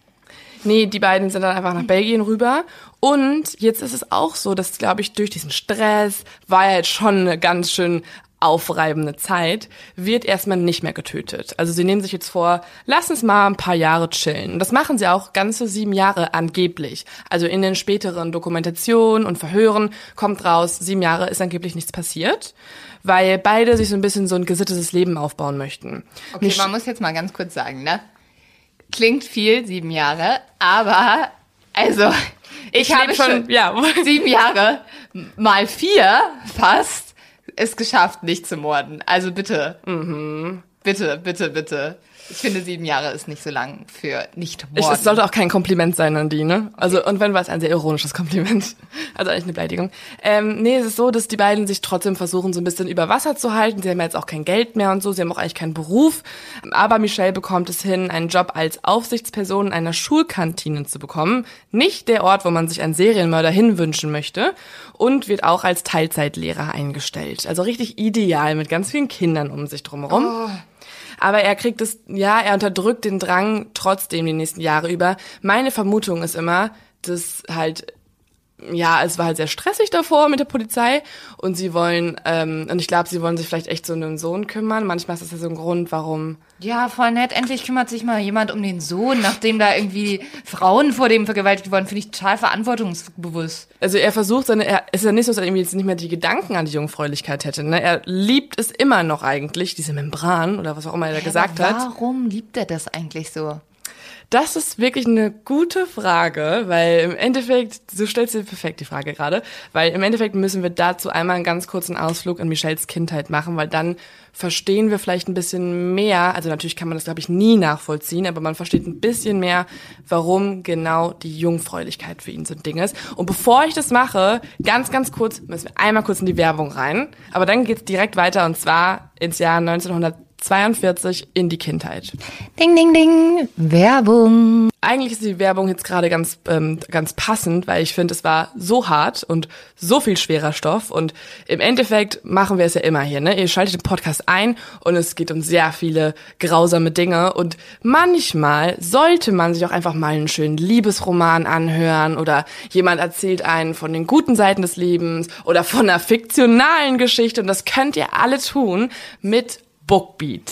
Nee, die beiden sind dann einfach nach Belgien rüber. Und jetzt ist es auch so, dass, glaube ich, durch diesen Stress, war ja jetzt schon eine ganz schön aufreibende Zeit, wird erstmal nicht mehr getötet. Also sie nehmen sich jetzt vor, lass uns mal ein paar Jahre chillen. Und das machen sie auch ganze sieben Jahre angeblich. Also in den späteren Dokumentationen und Verhören kommt raus, sieben Jahre ist angeblich nichts passiert, weil beide sich so ein bisschen so ein gesittetes Leben aufbauen möchten. Okay, Nicht man muss jetzt mal ganz kurz sagen, ne? Klingt viel, sieben Jahre, aber also ich, ich habe schon ja. sieben Jahre mal vier fast es geschafft, nicht zu morden. Also bitte, mhm. bitte, bitte, bitte. Ich finde, sieben Jahre ist nicht so lang für nicht morden. Es sollte auch kein Kompliment sein an die, ne? Also, und wenn, war es ein sehr ironisches Kompliment. Also eigentlich eine Beleidigung. Ähm, nee, es ist so, dass die beiden sich trotzdem versuchen, so ein bisschen über Wasser zu halten. Sie haben jetzt auch kein Geld mehr und so. Sie haben auch eigentlich keinen Beruf. Aber Michel bekommt es hin, einen Job als Aufsichtsperson in einer Schulkantine zu bekommen. Nicht der Ort, wo man sich einen Serienmörder hinwünschen möchte. Und wird auch als Teilzeitlehrer eingestellt. Also richtig ideal mit ganz vielen Kindern um sich drumherum. Oh. Aber er kriegt es, ja, er unterdrückt den Drang trotzdem die nächsten Jahre über. Meine Vermutung ist immer, dass halt, ja, es war halt sehr stressig davor mit der Polizei und sie wollen, ähm, und ich glaube, sie wollen sich vielleicht echt so um den Sohn kümmern. Manchmal ist das ja so ein Grund, warum. Ja, voll nett. Endlich kümmert sich mal jemand um den Sohn, nachdem da irgendwie Frauen vor dem vergewaltigt wurden. Finde ich total verantwortungsbewusst. Also er versucht seine, er ist ja nicht so, dass er irgendwie jetzt nicht mehr die Gedanken an die Jungfräulichkeit hätte, ne? Er liebt es immer noch eigentlich, diese Membran oder was auch immer er da gesagt aber hat. Warum liebt er das eigentlich so? Das ist wirklich eine gute Frage, weil im Endeffekt, du stellst dir perfekt die Frage gerade, weil im Endeffekt müssen wir dazu einmal einen ganz kurzen Ausflug in Michels Kindheit machen, weil dann verstehen wir vielleicht ein bisschen mehr, also natürlich kann man das, glaube ich, nie nachvollziehen, aber man versteht ein bisschen mehr, warum genau die Jungfräulichkeit für ihn so ein Ding ist. Und bevor ich das mache, ganz, ganz kurz, müssen wir einmal kurz in die Werbung rein, aber dann geht's direkt weiter und zwar ins Jahr neunzehnhundertzweiundvierzig in die Kindheit. Ding, ding, ding, Werbung. Eigentlich ist die Werbung jetzt gerade ganz ähm, ganz passend, weil ich finde, es war so hart und so viel schwerer Stoff und im Endeffekt machen wir es ja immer hier, ne? Ihr schaltet den Podcast ein und es geht um sehr viele grausame Dinge und manchmal sollte man sich auch einfach mal einen schönen Liebesroman anhören oder jemand erzählt einen von den guten Seiten des Lebens oder von einer fiktionalen Geschichte und das könnt ihr alle tun mit Bookbeat.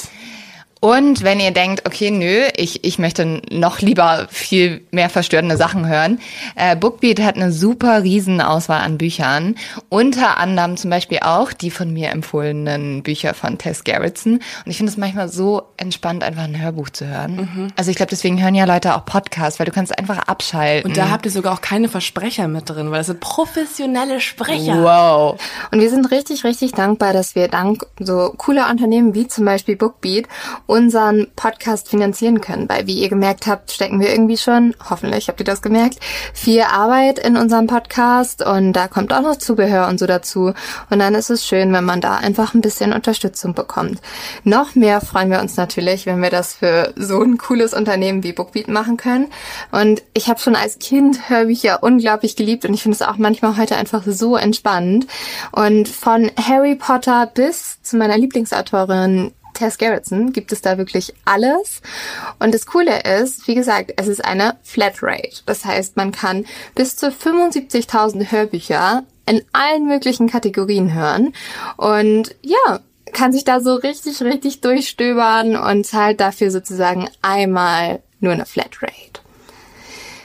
Und wenn ihr denkt, okay, nö, ich ich möchte noch lieber viel mehr verstörende Sachen hören, äh, Bookbeat hat eine super riesen Auswahl an Büchern, unter anderem zum Beispiel auch die von mir empfohlenen Bücher von Tess Gerritsen. Und ich finde es manchmal so entspannt, einfach ein Hörbuch zu hören. Mhm. Also ich glaube, deswegen hören ja Leute auch Podcasts, weil du kannst einfach abschalten. Und da habt ihr sogar auch keine Versprecher mit drin, weil das sind professionelle Sprecher. Wow. Und wir sind richtig, richtig dankbar, dass wir dank so cooler Unternehmen wie zum Beispiel Bookbeat unseren Podcast finanzieren können, weil wie ihr gemerkt habt, stecken wir irgendwie schon, hoffentlich habt ihr das gemerkt, viel Arbeit in unserem Podcast und da kommt auch noch Zubehör und so dazu und dann ist es schön, wenn man da einfach ein bisschen Unterstützung bekommt. Noch mehr freuen wir uns natürlich, wenn wir das für so ein cooles Unternehmen wie Bookbeat machen können und ich habe schon als Kind Hörbücher unglaublich geliebt und ich finde es auch manchmal heute einfach so entspannend und von Harry Potter bis zu meiner Lieblingsautorin Tess Gerritsen gibt es da wirklich alles. Und das Coole ist, wie gesagt, es ist eine Flatrate. Das heißt, man kann bis zu fünfundsiebzigtausend Hörbücher in allen möglichen Kategorien hören. Und ja, kann sich da so richtig, richtig durchstöbern und zahlt dafür sozusagen einmal nur eine Flatrate.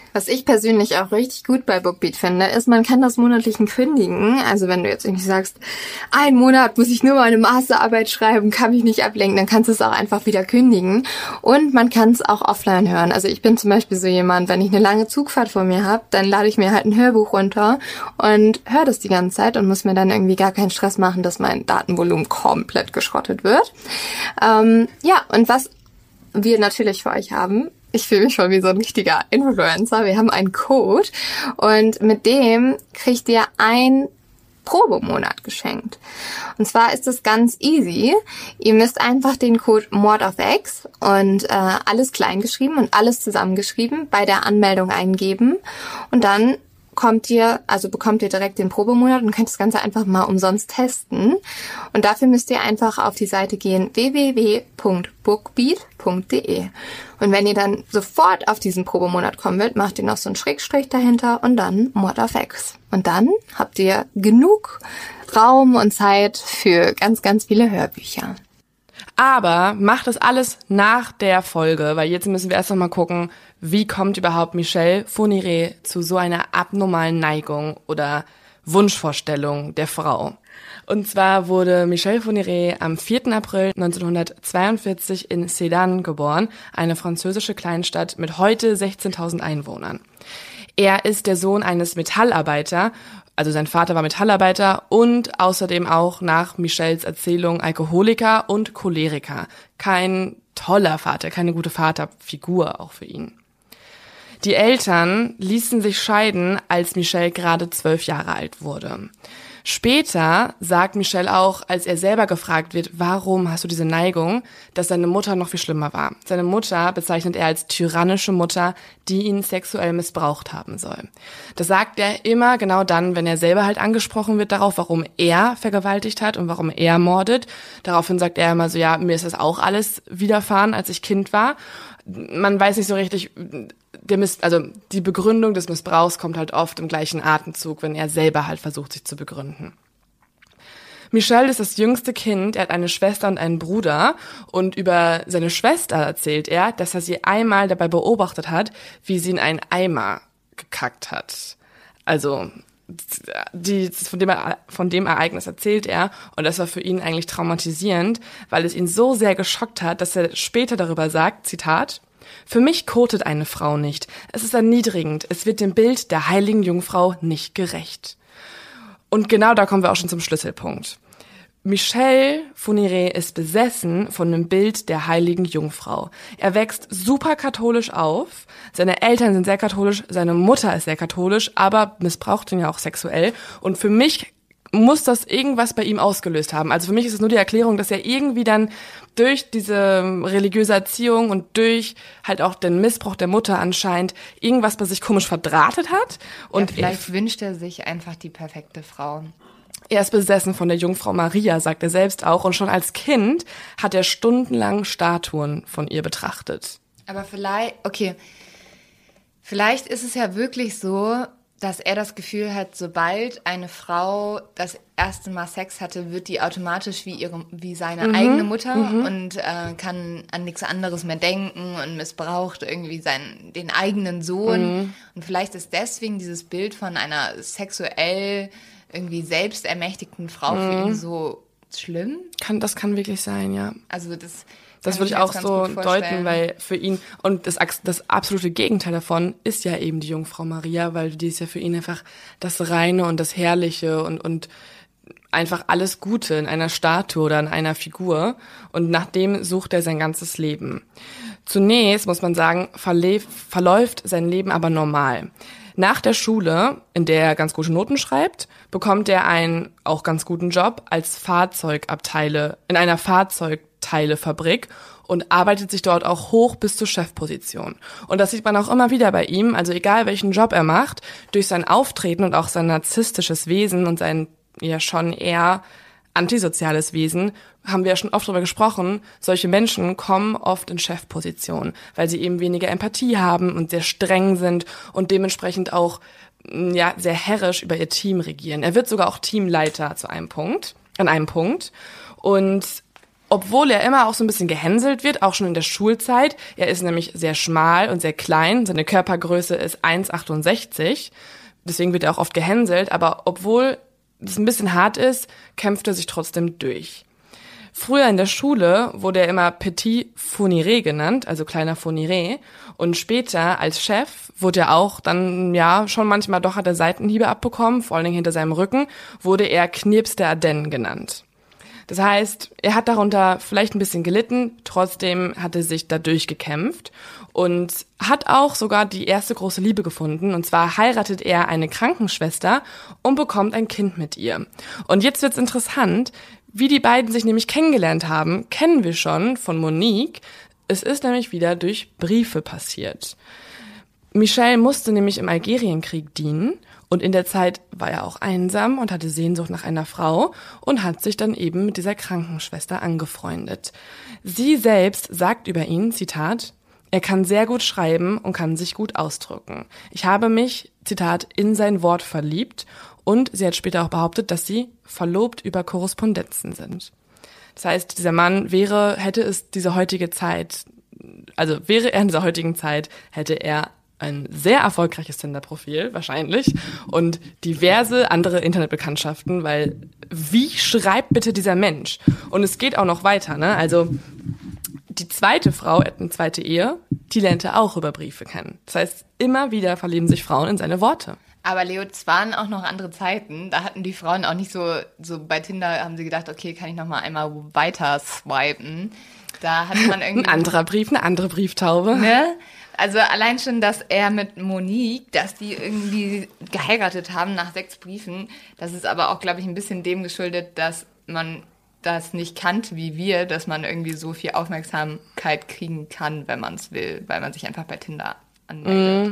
Was ich persönlich auch richtig gut bei Bookbeat finde, ist, man kann das monatlichen kündigen. Also wenn du jetzt irgendwie sagst, einen Monat muss ich nur meine Masterarbeit schreiben, kann mich nicht ablenken, dann kannst du es auch einfach wieder kündigen. Und man kann es auch offline hören. Also ich bin zum Beispiel so jemand, wenn ich eine lange Zugfahrt vor mir habe, dann lade ich mir halt ein Hörbuch runter und höre das die ganze Zeit und muss mir dann irgendwie gar keinen Stress machen, dass mein Datenvolumen komplett geschrottet wird. Ähm, ja, und was wir natürlich für euch haben, ich fühle mich schon wie so ein richtiger Influencer. Wir haben einen Code und mit dem kriegt ihr ein Probemonat geschenkt. Und zwar ist es ganz easy. Ihr müsst einfach den Code MordOfX und äh, alles klein geschrieben und alles zusammengeschrieben bei der Anmeldung eingeben und dann kommt ihr, also bekommt ihr direkt den Probemonat und könnt das Ganze einfach mal umsonst testen. Und dafür müsst ihr einfach auf die Seite gehen w w w punkt bookbeat punkt d e. Und wenn ihr dann sofort auf diesen Probemonat kommen wollt, macht ihr noch so einen Schrägstrich dahinter und dann MordOfX. Und dann habt ihr genug Raum und Zeit für ganz, ganz viele Hörbücher. Aber macht das alles nach der Folge, weil jetzt müssen wir erst noch mal gucken, wie kommt überhaupt Michel Fourniret zu so einer abnormalen Neigung oder Wunschvorstellung der Frau. Und zwar wurde Michel Fourniret am vierten April neunzehnhundertzweiundvierzig in Sedan geboren, eine französische Kleinstadt mit heute sechzehntausend Einwohnern. Er ist der Sohn eines Metallarbeiter, also sein Vater war Metallarbeiter und außerdem auch nach Michels Erzählung Alkoholiker und Choleriker. Kein toller Vater, keine gute Vaterfigur auch für ihn. Die Eltern ließen sich scheiden, als Michel gerade zwölf Jahre alt wurde. Später sagt Michel auch, als er selber gefragt wird, warum hast du diese Neigung, dass seine Mutter noch viel schlimmer war. Seine Mutter bezeichnet er als tyrannische Mutter, die ihn sexuell missbraucht haben soll. Das sagt er immer genau dann, wenn er selber halt angesprochen wird darauf, warum er vergewaltigt hat und warum er mordet. Daraufhin sagt er immer so, ja, mir ist das auch alles widerfahren, als ich Kind war. Man weiß nicht so richtig, der Miss, also die Begründung des Missbrauchs kommt halt oft im gleichen Atemzug, wenn er selber halt versucht, sich zu begründen. Michel ist das jüngste Kind, er hat eine Schwester und einen Bruder und über seine Schwester erzählt er, dass er sie einmal dabei beobachtet hat, wie sie in einen Eimer gekackt hat. Also die, von dem, von dem Ereignis erzählt er und das war für ihn eigentlich traumatisierend, weil es ihn so sehr geschockt hat, dass er später darüber sagt, Zitat, für mich kotet eine Frau nicht. Es ist erniedrigend. Es wird dem Bild der heiligen Jungfrau nicht gerecht. Und genau da kommen wir auch schon zum Schlüsselpunkt. Michel Fourniret ist besessen von einem Bild der heiligen Jungfrau. Er wächst super katholisch auf. Seine Eltern sind sehr katholisch, seine Mutter ist sehr katholisch, aber missbraucht ihn ja auch sexuell. Und für mich muss das irgendwas bei ihm ausgelöst haben. Also für mich ist es nur die Erklärung, dass er irgendwie dann durch diese religiöse Erziehung und durch halt auch den Missbrauch der Mutter anscheinend irgendwas bei sich komisch verdrahtet hat. Und ja, vielleicht wünscht er sich einfach die perfekte Frau. Er ist besessen von der Jungfrau Maria, sagt er selbst auch. Und schon als Kind hat er stundenlang Statuen von ihr betrachtet. Aber vielleicht, okay, vielleicht ist es ja wirklich so, dass er das Gefühl hat, sobald eine Frau das erste Mal Sex hatte, wird die automatisch wie ihre, wie seine mhm. eigene Mutter mhm. und äh, kann an nichts anderes mehr denken und missbraucht irgendwie seinen, den eigenen Sohn. Mhm. Und vielleicht ist deswegen dieses Bild von einer sexuell irgendwie selbstermächtigten Frau mhm. für ihn so schlimm. Kann, das kann wirklich sein, ja. Also das... Das würde ich auch so deuten, weil für ihn, und das, das absolute Gegenteil davon ist ja eben die Jungfrau Maria, weil die ist ja für ihn einfach das Reine und das Herrliche und, und einfach alles Gute in einer Statue oder in einer Figur. Und nach dem sucht er sein ganzes Leben. Zunächst, muss man sagen, verläuft, verläuft sein Leben aber normal. Nach der Schule, in der er ganz gute Noten schreibt, bekommt er einen auch ganz guten Job als Fahrzeugabteile, in einer Fahrzeugteilefabrik und arbeitet sich dort auch hoch bis zur Chefposition. Und das sieht man auch immer wieder bei ihm, also egal welchen Job er macht, durch sein Auftreten und auch sein narzisstisches Wesen und sein ja schon eher antisoziales Wesen, haben wir ja schon oft darüber gesprochen, solche Menschen kommen oft in Chefpositionen, weil sie eben weniger Empathie haben und sehr streng sind und dementsprechend auch ja sehr herrisch über ihr Team regieren. Er wird sogar auch Teamleiter zu einem Punkt, an einem Punkt. Und Obwohl er immer auch so ein bisschen gehänselt wird, auch schon in der Schulzeit. Er ist nämlich sehr schmal und sehr klein. Seine Körpergröße ist eins Komma achtundsechzig. Deswegen wird er auch oft gehänselt. Aber obwohl es ein bisschen hart ist, kämpft er sich trotzdem durch. Früher in der Schule wurde er immer Petit Fourniret genannt, also kleiner Fourniret. Und später als Chef wurde er auch dann, ja, schon manchmal doch hat er Seitenhiebe abbekommen, vor allen Dingen hinter seinem Rücken, wurde er Knirps der Ardennen genannt. Das heißt, er hat darunter vielleicht ein bisschen gelitten, trotzdem hat er sich da durchgekämpft und hat auch sogar die erste große Liebe gefunden. Und zwar heiratet er eine Krankenschwester und bekommt ein Kind mit ihr. Und jetzt wird's interessant, wie die beiden sich nämlich kennengelernt haben, kennen wir schon von Monique. Es ist nämlich wieder durch Briefe passiert. Michel musste nämlich im Algerienkrieg dienen. Und in der Zeit war er auch einsam und hatte Sehnsucht nach einer Frau und hat sich dann eben mit dieser Krankenschwester angefreundet. Sie selbst sagt über ihn, Zitat, er kann sehr gut schreiben und kann sich gut ausdrücken. Ich habe mich, Zitat, in sein Wort verliebt und sie hat später auch behauptet, dass sie verlobt über Korrespondenzen sind. Das heißt, dieser Mann wäre, hätte es diese heutige Zeit, also wäre er in dieser heutigen Zeit, hätte er ein sehr erfolgreiches Tinder-Profil, wahrscheinlich, und diverse andere Internetbekanntschaften, weil wie schreibt bitte dieser Mensch? Und es geht auch noch weiter, ne? Also die zweite Frau, eine zweite Ehe, die lernt er auch über Briefe kennen. Das heißt, immer wieder verlieben sich Frauen in seine Worte. Aber Leo, es waren auch noch andere Zeiten. Da hatten die Frauen auch nicht so, so bei Tinder haben sie gedacht, okay, kann ich noch mal einmal weiter swipen. Da hat man irgendwie... Ein anderer Brief, eine andere Brieftaube. Ne? Also allein schon, dass er mit Monique, dass die irgendwie geheiratet haben nach sechs Briefen, das ist aber auch, glaube ich, ein bisschen dem geschuldet, dass man das nicht kannte wie wir, dass man irgendwie so viel Aufmerksamkeit kriegen kann, wenn man es will, weil man sich einfach bei Tinder anmeldet. Mm.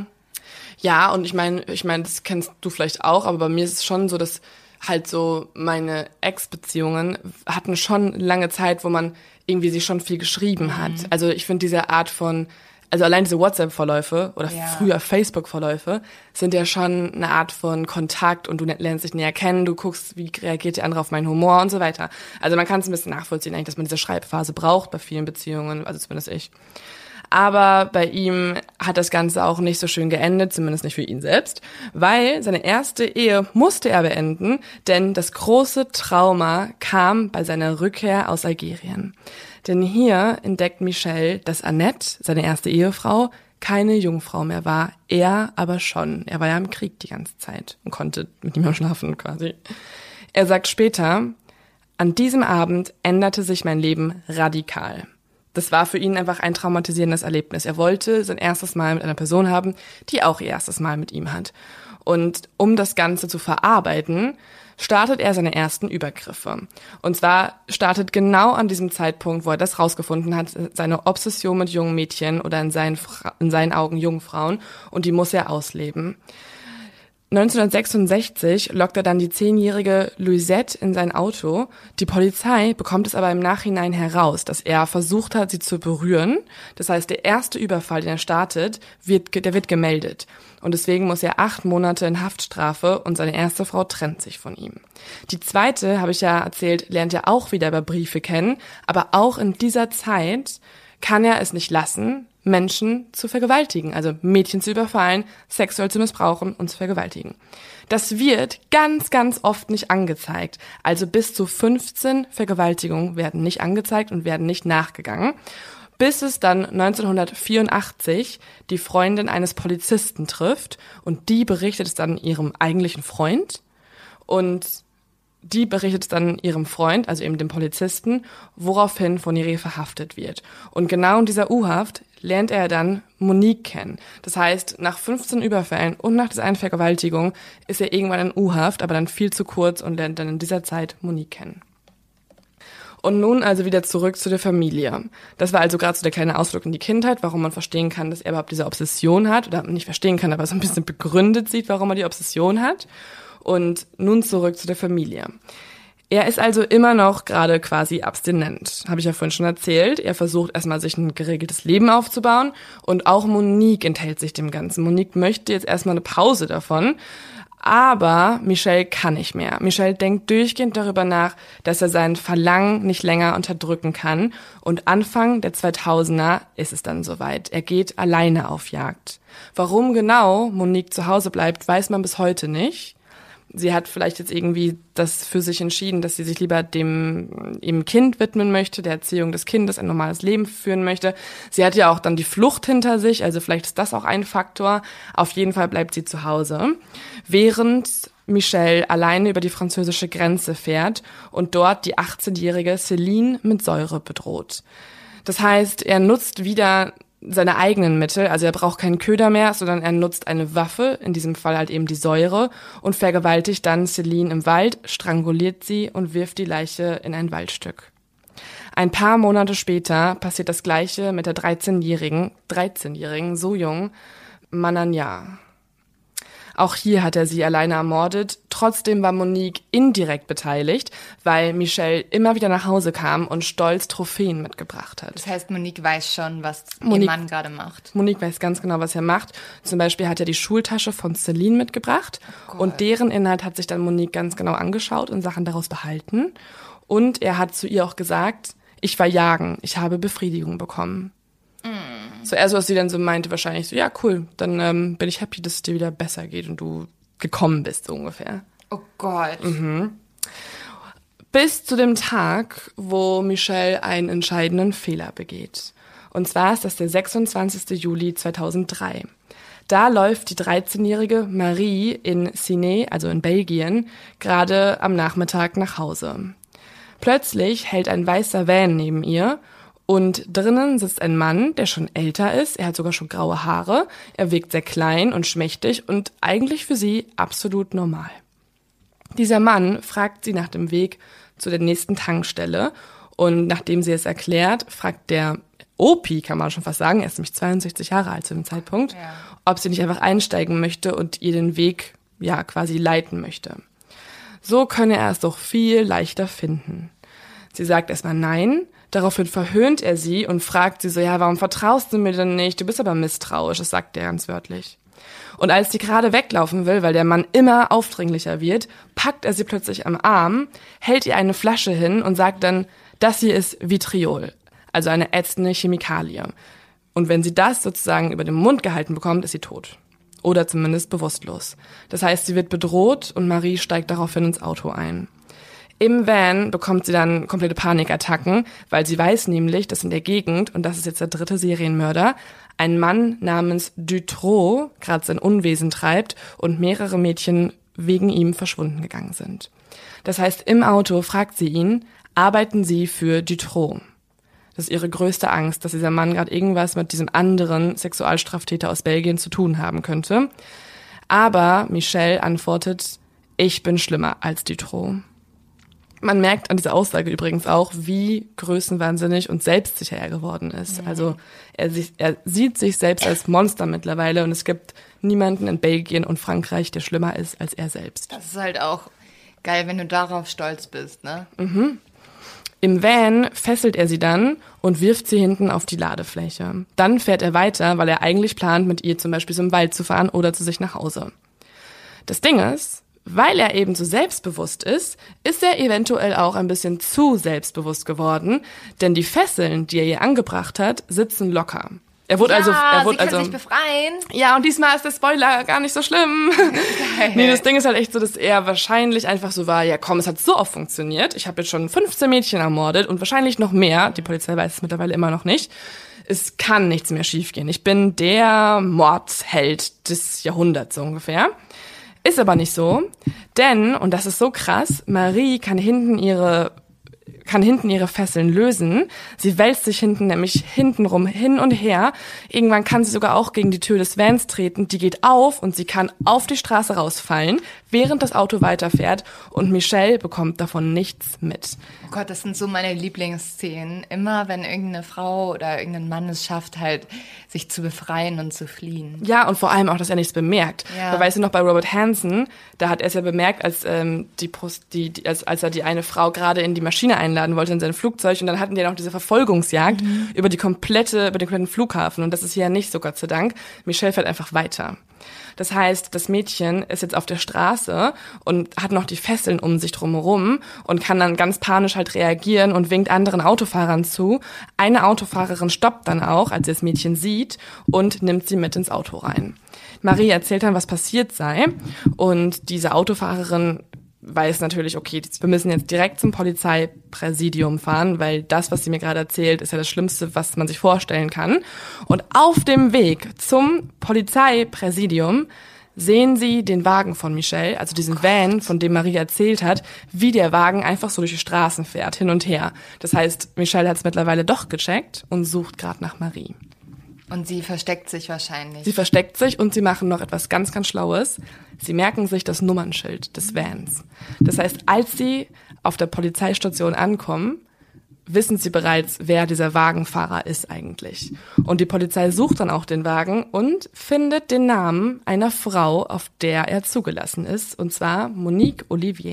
Ja, und ich meine, ich meine, das kennst du vielleicht auch, aber bei mir ist es schon so, dass halt so meine Ex-Beziehungen hatten schon lange Zeit, wo man irgendwie sich schon viel geschrieben hat. Mhm. Also ich finde diese Art von, also allein diese WhatsApp-Verläufe oder ja. früher Facebook-Verläufe sind ja schon eine Art von Kontakt und du lernst dich näher kennen, du guckst, wie reagiert der andere auf meinen Humor und so weiter. Also man kann es ein bisschen nachvollziehen eigentlich, dass man diese Schreibphase braucht bei vielen Beziehungen, also zumindest ich. Aber bei ihm hat das Ganze auch nicht so schön geendet, zumindest nicht für ihn selbst, weil seine erste Ehe musste er beenden, denn das große Trauma kam bei seiner Rückkehr aus Algerien. Denn hier entdeckt Michel, dass Annette, seine erste Ehefrau, keine Jungfrau mehr war, er aber schon. Er war ja im Krieg die ganze Zeit und konnte mit ihm schlafen quasi. Er sagt später, an diesem Abend änderte sich mein Leben radikal. Das war für ihn einfach ein traumatisierendes Erlebnis. Er wollte sein erstes Mal mit einer Person haben, die auch ihr erstes Mal mit ihm hat. Und um das Ganze zu verarbeiten, startet er seine ersten Übergriffe. Und zwar startet genau an diesem Zeitpunkt, wo er das rausgefunden hat, seine Obsession mit jungen Mädchen oder in seinen, Fra- in seinen Augen jungen Frauen. Und die muss er ausleben. neunzehnhundertsechsundsechzig lockt er dann die zehnjährige Louisette in sein Auto. Die Polizei bekommt es aber im Nachhinein heraus, dass er versucht hat, sie zu berühren. Das heißt, der erste Überfall, den er startet, wird, der wird gemeldet. Und deswegen muss er acht Monate in Haftstrafe und seine erste Frau trennt sich von ihm. Die zweite, habe ich ja erzählt, lernt er auch wieder über Briefe kennen. Aber auch in dieser Zeit kann er es nicht lassen, Menschen zu vergewaltigen, also Mädchen zu überfallen, sexuell zu missbrauchen und zu vergewaltigen. Das wird ganz, ganz oft nicht angezeigt. Also bis zu fünfzehn Vergewaltigungen werden nicht angezeigt und werden nicht nachgegangen, bis es dann neunzehnhundertvierundachtzig die Freundin eines Polizisten trifft und die berichtet es dann ihrem eigentlichen Freund und die berichtet es dann ihrem Freund, also eben dem Polizisten, woraufhin Fourniret verhaftet wird. Und genau in dieser U-Haft lernt er dann Monique kennen. Das heißt, nach fünfzehn Überfällen und nach dieser einen Vergewaltigung ist er irgendwann in U-Haft, aber dann viel zu kurz und lernt dann in dieser Zeit Monique kennen. Und nun also wieder zurück zu der Familie. Das war also gerade so der kleine Ausflug in die Kindheit, warum man verstehen kann, dass er überhaupt diese Obsession hat, oder nicht verstehen kann, aber so ein bisschen begründet sieht, warum er die Obsession hat. Und nun zurück zu der Familie. Er ist also immer noch gerade quasi abstinent, habe ich ja vorhin schon erzählt. Er versucht erstmal, sich ein geregeltes Leben aufzubauen und auch Monique enthält sich dem Ganzen. Monique möchte jetzt erstmal eine Pause davon, Aber Michel kann nicht mehr. Michel denkt durchgehend darüber nach, dass er sein Verlangen nicht länger unterdrücken kann. Und Anfang der zweitausender ist es dann soweit. Er geht alleine auf Jagd. Warum genau Monique zu Hause bleibt, weiß man bis heute nicht. Sie hat vielleicht jetzt irgendwie das für sich entschieden, dass sie sich lieber dem ihrem Kind widmen möchte, der Erziehung des Kindes, ein normales Leben führen möchte. Sie hat ja auch dann die Flucht hinter sich, also vielleicht ist das auch ein Faktor. Auf jeden Fall bleibt sie zu Hause, während Michel alleine über die französische Grenze fährt und dort die achtzehnjährige Céline mit Säure bedroht. Das heißt, er nutzt wieder seine eigenen Mittel, also er braucht keinen Köder mehr, sondern er nutzt eine Waffe, in diesem Fall halt eben die Säure, und vergewaltigt dann Céline im Wald, stranguliert sie und wirft die Leiche in ein Waldstück. Ein paar Monate später passiert das Gleiche mit der dreizehnjährigen, dreizehnjährigen, so jung, Mananya. Auch hier hat er sie alleine ermordet. Trotzdem war Monique indirekt beteiligt, weil Michel immer wieder nach Hause kam und stolz Trophäen mitgebracht hat. Das heißt, Monique weiß schon, was Monique, ihr Mann gerade macht. Monique weiß ganz genau, was er macht. Zum Beispiel hat er die Schultasche von Céline mitgebracht. Oh und deren Inhalt hat sich dann Monique ganz genau angeschaut und Sachen daraus behalten. Und er hat zu ihr auch gesagt, ich war jagen, ich habe Befriedigung bekommen. Mm. So er so, was sie dann so meinte, wahrscheinlich so, ja cool, dann ähm, bin ich happy, dass es dir wieder besser geht und du gekommen bist, so ungefähr. Oh Gott. Mhm. Bis zu dem Tag, wo Michel einen entscheidenden Fehler begeht. Und zwar ist das der sechsundzwanzigster Juli zweitausenddrei. Da läuft die dreizehnjährige Marie in Ciney, also in Belgien, gerade am Nachmittag nach Hause. Plötzlich hält ein weißer Van neben ihr und drinnen sitzt ein Mann, der schon älter ist. Er hat sogar schon graue Haare. Er wirkt sehr klein und schmächtig und eigentlich für sie absolut normal. Dieser Mann fragt sie nach dem Weg zu der nächsten Tankstelle und nachdem sie es erklärt, fragt der Opi, kann man schon fast sagen, er ist nämlich zweiundsechzig Jahre alt zu dem Zeitpunkt, ja, ob sie nicht einfach einsteigen möchte und ihr den Weg ja quasi leiten möchte. So könne er es doch viel leichter finden. Sie sagt erstmal nein, daraufhin verhöhnt er sie und fragt sie so, ja, warum vertraust du mir denn nicht? Du bist aber misstrauisch, das sagt er ganz wörtlich. Und als sie gerade weglaufen will, weil der Mann immer aufdringlicher wird, packt er sie plötzlich am Arm, hält ihr eine Flasche hin und sagt dann, das hier ist Vitriol, also eine ätzende Chemikalie. Und wenn sie das sozusagen über den Mund gehalten bekommt, ist sie tot. Oder zumindest bewusstlos. Das heißt, sie wird bedroht und Marie steigt daraufhin ins Auto ein. Im Van bekommt sie dann komplette Panikattacken, weil sie weiß nämlich, dass in der Gegend, und das ist jetzt der dritte Serienmörder, ein Mann namens Dutroux gerade sein Unwesen treibt und mehrere Mädchen wegen ihm verschwunden gegangen sind. Das heißt, im Auto fragt sie ihn, arbeiten Sie für Dutroux? Das ist ihre größte Angst, dass dieser Mann gerade irgendwas mit diesem anderen Sexualstraftäter aus Belgien zu tun haben könnte. Aber Michel antwortet, ich bin schlimmer als Dutroux. Man merkt an dieser Aussage übrigens auch, wie größenwahnsinnig und selbstsicher er geworden ist. Mhm. Also er, sich, er sieht sich selbst als Monster mittlerweile und es gibt niemanden in Belgien und Frankreich, der schlimmer ist als er selbst. Das ist halt auch geil, wenn du darauf stolz bist, ne? Mhm. Im Van fesselt er sie dann und wirft sie hinten auf die Ladefläche. Dann fährt er weiter, weil er eigentlich plant, mit ihr zum Beispiel zum Wald zu fahren oder zu sich nach Hause. Das Ding ist, weil er eben so selbstbewusst ist, ist er eventuell auch ein bisschen zu selbstbewusst geworden, denn die Fesseln, die er ihr angebracht hat, sitzen locker. Er wurde ja, also, er wurde sie kann also, sich befreien. Ja, und diesmal ist der Spoiler gar nicht so schlimm. Geil. Nee, das Ding ist halt echt so, dass er wahrscheinlich einfach so war, ja komm, es hat so oft funktioniert. Ich habe jetzt schon fünfzehn Mädchen ermordet und wahrscheinlich noch mehr. Die Polizei weiß es mittlerweile immer noch nicht. Es kann nichts mehr schiefgehen. Ich bin der Mordsheld des Jahrhunderts so ungefähr. Ist aber nicht so, denn, und das ist so krass, Marie kann hinten ihre kann hinten ihre Fesseln lösen. Sie wälzt sich hinten nämlich hintenrum hin und her. Irgendwann kann sie sogar auch gegen die Tür des Vans treten. Die geht auf und sie kann auf die Straße rausfallen, während das Auto weiterfährt und Michel bekommt davon nichts mit. Oh Gott, das sind so meine Lieblingsszenen. Immer wenn irgendeine Frau oder irgendein Mann es schafft, halt sich zu befreien und zu fliehen. Ja, und vor allem auch, dass er nichts bemerkt. Ja. Weil, weißt du noch, bei Robert Hansen, da hat er es ja bemerkt, als ähm, die, Post, die, die als, als er die eine Frau gerade in die Maschine einlädt, einladen wollte in sein Flugzeug. Und dann hatten die noch diese Verfolgungsjagd mhm. über die komplette, über den kompletten Flughafen. Und das ist hier ja nicht so, Gott sei Dank. Michelle fährt einfach weiter. Das heißt, das Mädchen ist jetzt auf der Straße und hat noch die Fesseln um sich drumherum und kann dann ganz panisch halt reagieren und winkt anderen Autofahrern zu. Eine Autofahrerin stoppt dann auch, als sie das Mädchen sieht, und nimmt sie mit ins Auto rein. Marie erzählt dann, was passiert sei, und diese Autofahrerin weiß natürlich, okay, wir müssen jetzt direkt zum Polizeipräsidium fahren, weil das, was sie mir gerade erzählt, ist ja das Schlimmste, was man sich vorstellen kann. Und auf dem Weg zum Polizeipräsidium sehen sie den Wagen von Michelle, also diesen Van, von dem Marie erzählt hat, wie der Wagen einfach so durch die Straßen fährt, hin und her. Das heißt, Michelle hat es mittlerweile doch gecheckt und sucht gerade nach Marie. Und sie versteckt sich wahrscheinlich. Sie versteckt sich und sie machen noch etwas ganz, ganz Schlaues. Sie merken sich das Nummernschild des Vans. Das heißt, als sie auf der Polizeistation ankommen, wissen sie bereits, wer dieser Wagenfahrer ist eigentlich. Und die Polizei sucht dann auch den Wagen und findet den Namen einer Frau, auf der er zugelassen ist, und zwar Monique Olivier.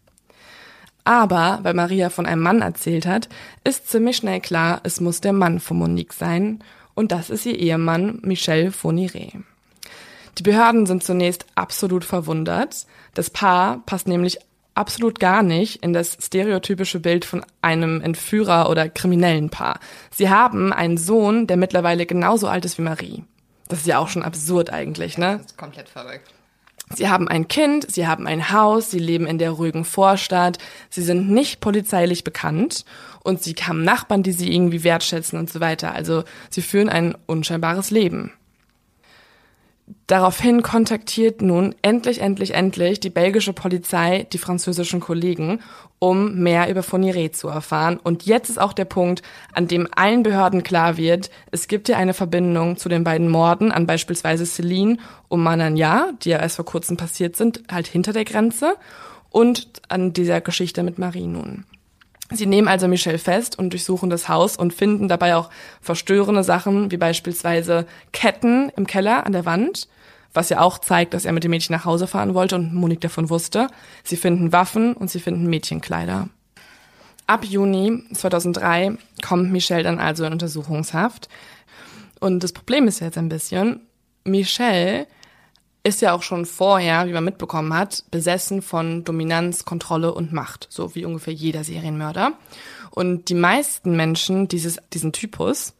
Aber, weil Maria von einem Mann erzählt hat, ist ziemlich schnell klar, es muss der Mann von Monique sein. Und das ist ihr Ehemann Michel Fourniret. Die Behörden sind zunächst absolut verwundert. Das Paar passt nämlich absolut gar nicht in das stereotypische Bild von einem Entführer oder kriminellen Paar. Sie haben einen Sohn, der mittlerweile genauso alt ist wie Marie. Das ist ja auch schon absurd eigentlich, ne? Das ist komplett verrückt. Sie haben ein Kind, sie haben ein Haus, sie leben in der ruhigen Vorstadt, sie sind nicht polizeilich bekannt und sie haben Nachbarn, die sie irgendwie wertschätzen und so weiter. Also sie führen ein unscheinbares Leben. Daraufhin kontaktiert nun endlich, endlich, endlich die belgische Polizei die französischen Kollegen, um mehr über Fourniret zu erfahren. Und jetzt ist auch der Punkt, an dem allen Behörden klar wird, es gibt hier eine Verbindung zu den beiden Morden an beispielsweise Céline und Manania, die ja erst vor kurzem passiert sind, halt hinter der Grenze, und an dieser Geschichte mit Marie nun. Sie nehmen also Michelle fest und durchsuchen das Haus und finden dabei auch verstörende Sachen, wie beispielsweise Ketten im Keller an der Wand, was ja auch zeigt, dass er mit dem Mädchen nach Hause fahren wollte und Monique davon wusste. Sie finden Waffen und sie finden Mädchenkleider. Ab Juni zweitausenddrei kommt Michelle dann also in Untersuchungshaft. Und das Problem ist jetzt ein bisschen, Michelle ist ja auch schon vorher, wie man mitbekommen hat, besessen von Dominanz, Kontrolle und Macht, so wie ungefähr jeder Serienmörder. Und die meisten Menschen dieses, diesen Typus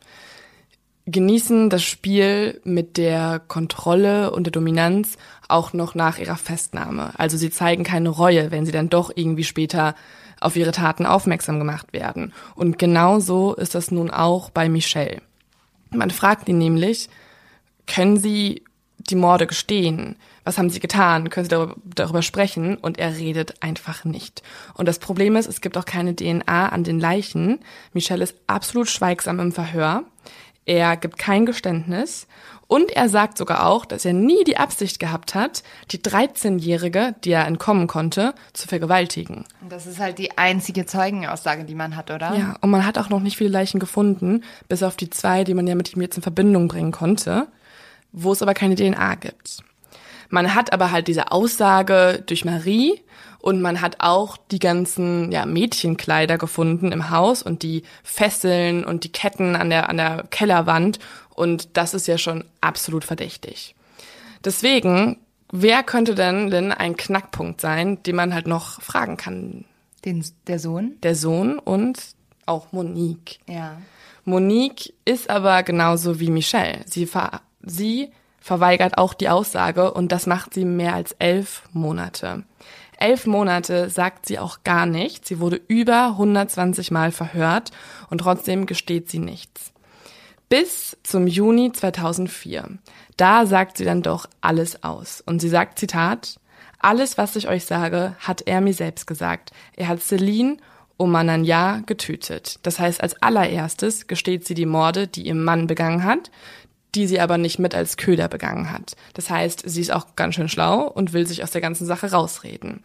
genießen das Spiel mit der Kontrolle und der Dominanz auch noch nach ihrer Festnahme. Also sie zeigen keine Reue, wenn sie dann doch irgendwie später auf ihre Taten aufmerksam gemacht werden. Und genau so ist das nun auch bei Michelle. Man fragt ihn nämlich, können Sie die Morde gestehen? Was haben Sie getan? Können Sie darüber, darüber sprechen? Und er redet einfach nicht. Und das Problem ist, es gibt auch keine D N A an den Leichen. Michelle ist absolut schweigsam im Verhör. Er gibt kein Geständnis. Und er sagt sogar auch, dass er nie die Absicht gehabt hat, die dreizehnjährige, die er entkommen konnte, zu vergewaltigen. Und das ist halt die einzige Zeugenaussage, die man hat, oder? Ja, und man hat auch noch nicht viele Leichen gefunden, bis auf die zwei, die man ja mit ihm jetzt in Verbindung bringen konnte, wo es aber keine D N A gibt. Man hat aber halt diese Aussage durch Marie und man hat auch die ganzen ja, Mädchenkleider gefunden im Haus und die Fesseln und die Ketten an der, an der Kellerwand, und das ist ja schon absolut verdächtig. Deswegen, wer könnte denn, denn ein Knackpunkt sein, den man halt noch fragen kann? Den, der Sohn? Der Sohn und auch Monique. Ja. Monique ist aber genauso wie Michelle. Sie ver- Sie verweigert auch die Aussage und das macht sie mehr als elf Monate. Elf Monate sagt sie auch gar nichts. Sie wurde über hundertzwanzig Mal verhört und trotzdem gesteht sie nichts. Bis zum Juni zweitausendvier. Da sagt sie dann doch alles aus. Und sie sagt, Zitat, alles, was ich euch sage, hat er mir selbst gesagt. Er hat Céline Omananya getötet. Das heißt, als allererstes gesteht sie die Morde, die ihr Mann begangen hat, die sie aber nicht mit als Köder begangen hat. Das heißt, sie ist auch ganz schön schlau und will sich aus der ganzen Sache rausreden.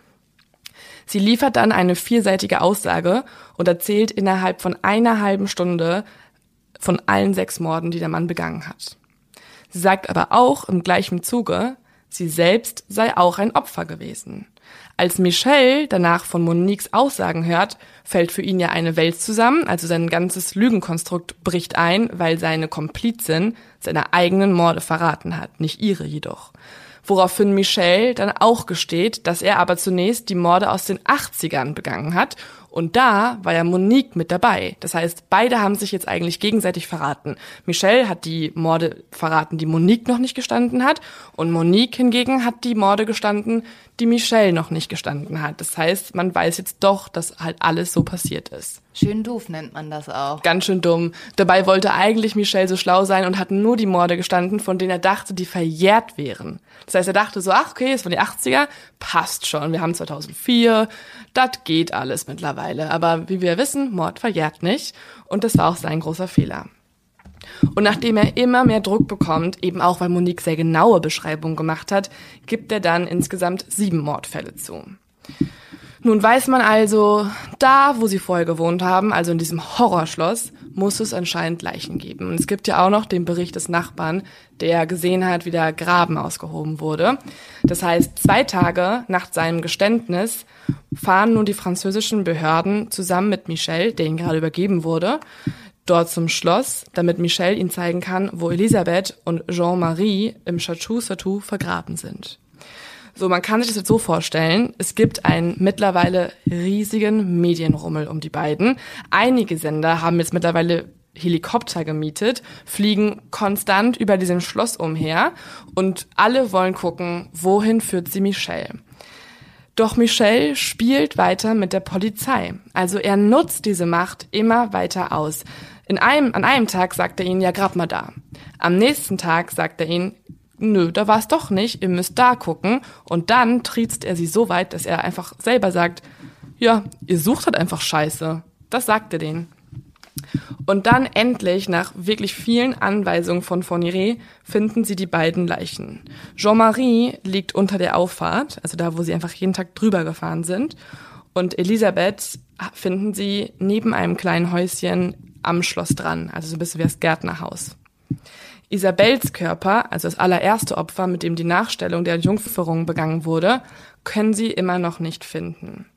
Sie liefert dann eine vierseitige Aussage und erzählt innerhalb von einer halben Stunde von allen sechs Morden, die der Mann begangen hat. Sie sagt aber auch im gleichen Zuge, sie selbst sei auch ein Opfer gewesen. Als Michel danach von Moniques Aussagen hört, fällt für ihn ja eine Welt zusammen, also sein ganzes Lügenkonstrukt bricht ein, weil seine Komplizin seine eigenen Morde verraten hat, nicht ihre jedoch. Woraufhin Michel dann auch gesteht, dass er aber zunächst die Morde aus den achtzigern begangen hat. Und da war ja Monique mit dabei. Das heißt, beide haben sich jetzt eigentlich gegenseitig verraten. Michel hat die Morde verraten, die Monique noch nicht gestanden hat. Und Monique hingegen hat die Morde gestanden, die Michel noch nicht gestanden hat. Das heißt, man weiß jetzt doch, dass halt alles so passiert ist. Schön doof nennt man das auch. Ganz schön dumm. Dabei wollte eigentlich Michel so schlau sein und hat nur die Morde gestanden, von denen er dachte, die verjährt wären. Das heißt, er dachte so, ach okay, es waren die achtziger, passt schon, wir haben zweitausendvier, das geht alles mittlerweile. Aber wie wir wissen, Mord verjährt nicht und das war auch sein großer Fehler. Und nachdem er immer mehr Druck bekommt, eben auch weil Monique sehr genaue Beschreibungen gemacht hat, gibt er dann insgesamt sieben Mordfälle zu. Nun weiß man also, da, wo sie vorher gewohnt haben, also in diesem Horrorschloss, muss es anscheinend Leichen geben. Und es gibt ja auch noch den Bericht des Nachbarn, der gesehen hat, wie der Graben ausgehoben wurde. Das heißt, zwei Tage nach seinem Geständnis fahren nun die französischen Behörden zusammen mit Michel, der ihn gerade übergeben wurde, dort zum Schloss, damit Michel ihnen zeigen kann, wo Elisabeth und Jean-Marie im Château-Satou vergraben sind. So, man kann sich das jetzt so vorstellen, es gibt einen mittlerweile riesigen Medienrummel um die beiden. Einige Sender haben jetzt mittlerweile Helikopter gemietet, fliegen konstant über diesem Schloss umher und alle wollen gucken, wohin führt sie Michel. Doch Michel spielt weiter mit der Polizei. Also er nutzt diese Macht immer weiter aus. In einem, an einem Tag sagt er ihnen, ja, grab mal da. Am nächsten Tag sagt er ihnen, nö, da war es doch nicht, ihr müsst da gucken. Und dann triezt er sie so weit, dass er einfach selber sagt, ja, ihr sucht halt einfach Scheiße. Das sagt er denen. Und dann endlich, nach wirklich vielen Anweisungen von Fourniret, finden sie die beiden Leichen. Jean-Marie liegt unter der Auffahrt, also da, wo sie einfach jeden Tag drüber gefahren sind. Und Elisabeth finden sie neben einem kleinen Häuschen am Schloss dran, also so ein bisschen wie das Gärtnerhaus. Isabels Körper, also das allererste Opfer, mit dem die Nachstellung der Entjungferung begangen wurde, können sie immer noch nicht finden.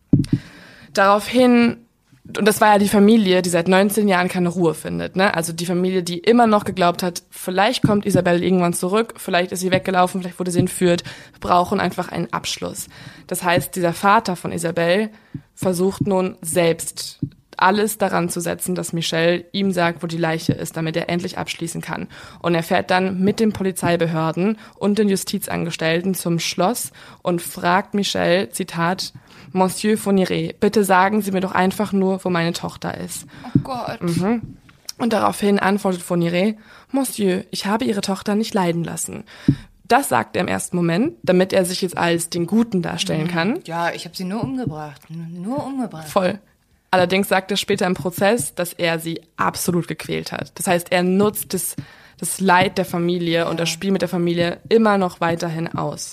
Daraufhin, und das war ja die Familie, die seit neunzehn Jahren keine Ruhe findet, ne? Also die Familie, die immer noch geglaubt hat, vielleicht kommt Isabel irgendwann zurück, vielleicht ist sie weggelaufen, vielleicht wurde sie entführt, brauchen einfach einen Abschluss. Das heißt, dieser Vater von Isabel versucht nun selbst alles daran zu setzen, dass Michel ihm sagt, wo die Leiche ist, damit er endlich abschließen kann. Und er fährt dann mit den Polizeibehörden und den Justizangestellten zum Schloss und fragt Michel, Zitat, Monsieur Fourniret, bitte sagen Sie mir doch einfach nur, wo meine Tochter ist. Oh Gott. Mhm. Und daraufhin antwortet Fourniret, Monsieur, ich habe Ihre Tochter nicht leiden lassen. Das sagt er im ersten Moment, damit er sich jetzt als den Guten darstellen kann. Ja, ich habe sie nur umgebracht. Nur umgebracht. Voll. Allerdings sagt er später im Prozess, dass er sie absolut gequält hat. Das heißt, er nutzt das, das Leid der Familie und das Spiel mit der Familie immer noch weiterhin aus.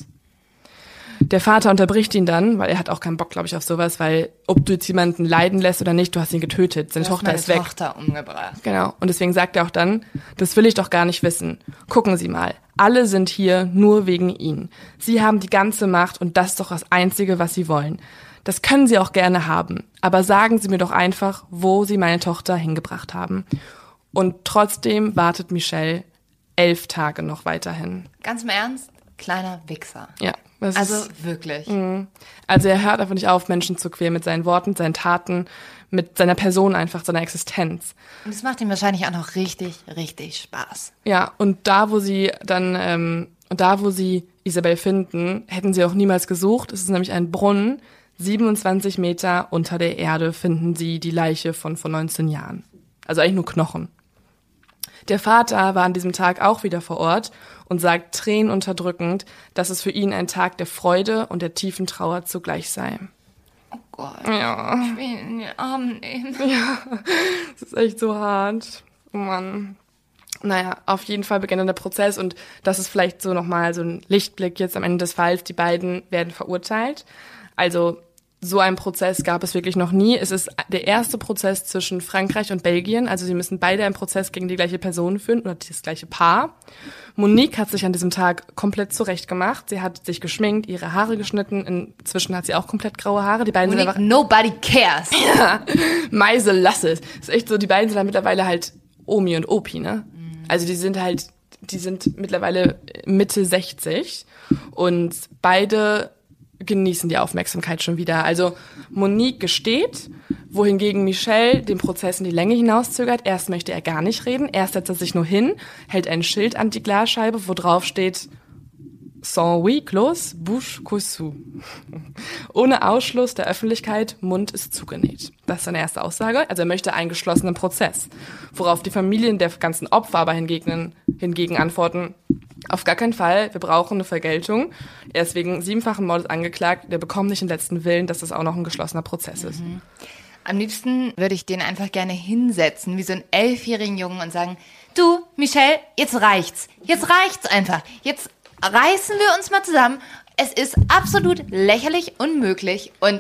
Der Vater unterbricht ihn dann, weil er hat auch keinen Bock, glaube ich, auf sowas, weil ob du jetzt jemanden leiden lässt oder nicht, du hast ihn getötet. Seine Tochter ist weg. Tochter umgebracht. Genau. Und deswegen sagt er auch dann, das will ich doch gar nicht wissen. Gucken Sie mal. Alle sind hier nur wegen Ihnen. Sie haben die ganze Macht und das ist doch das Einzige, was Sie wollen. Das können Sie auch gerne haben, aber sagen Sie mir doch einfach, wo Sie meine Tochter hingebracht haben. Und trotzdem wartet Michel elf Tage noch weiterhin. Ganz im Ernst? Kleiner Wichser. Ja. Das also ist, wirklich. Mh. Also er hört einfach nicht auf, Menschen zu quälen mit seinen Worten, seinen Taten, mit seiner Person einfach, seiner Existenz. Und es macht ihm wahrscheinlich auch noch richtig, richtig Spaß. Ja, und da, wo sie dann, ähm, und da, wo sie Isabel finden, hätten sie auch niemals gesucht. Es ist nämlich ein Brunnen. siebenundzwanzig Meter unter der Erde finden sie die Leiche von vor neunzehn Jahren. Also eigentlich nur Knochen. Der Vater war an diesem Tag auch wieder vor Ort und sagt tränenunterdrückend, dass es für ihn ein Tag der Freude und der tiefen Trauer zugleich sei. Oh Gott. Ja. Ich will ihn in den Arm nehmen. Ja, das ist echt so hart. Oh Mann. Naja, auf jeden Fall beginnt dann der Prozess und das ist vielleicht so nochmal so ein Lichtblick jetzt am Ende des Falls. Die beiden werden verurteilt. Also so einen Prozess gab es wirklich noch nie. Es ist der erste Prozess zwischen Frankreich und Belgien. Also sie müssen beide einen Prozess gegen die gleiche Person führen oder das gleiche Paar. Monique hat sich an diesem Tag komplett zurechtgemacht. Sie hat sich geschminkt, ihre Haare geschnitten. Inzwischen hat sie auch komplett graue Haare. Die beiden Monique, sind einfach, nobody cares. ja, Meise, lass es. Das ist echt so, die beiden sind dann mittlerweile halt Omi und Opi, ne? Mhm. Also die sind halt, die sind mittlerweile Mitte sechzig und beide genießen die Aufmerksamkeit schon wieder. Also Monique gesteht, wohingegen Michel den Prozess in die Länge hinauszögert. Erst möchte er gar nicht reden, erst setzt er sich nur hin, hält ein Schild an die Glasscheibe, wo drauf steht Sans oui, clos, bouche coussue. Ohne Ausschluss der Öffentlichkeit, Mund ist zugenäht. Das ist seine erste Aussage. Also er möchte einen geschlossenen Prozess. Worauf die Familien der ganzen Opfer aber hingegen, hingegen antworten, auf gar keinen Fall, wir brauchen eine Vergeltung. Er ist wegen siebenfachen Mordes angeklagt, der bekommt nicht den letzten Willen, dass das auch noch ein geschlossener Prozess ist. Mhm. Am liebsten würde ich den einfach gerne hinsetzen, wie so einen elfjährigen Jungen und sagen, du, Michel, jetzt reicht's. Jetzt reicht's einfach. Jetzt reißen wir uns mal zusammen. Es ist absolut lächerlich, unmöglich und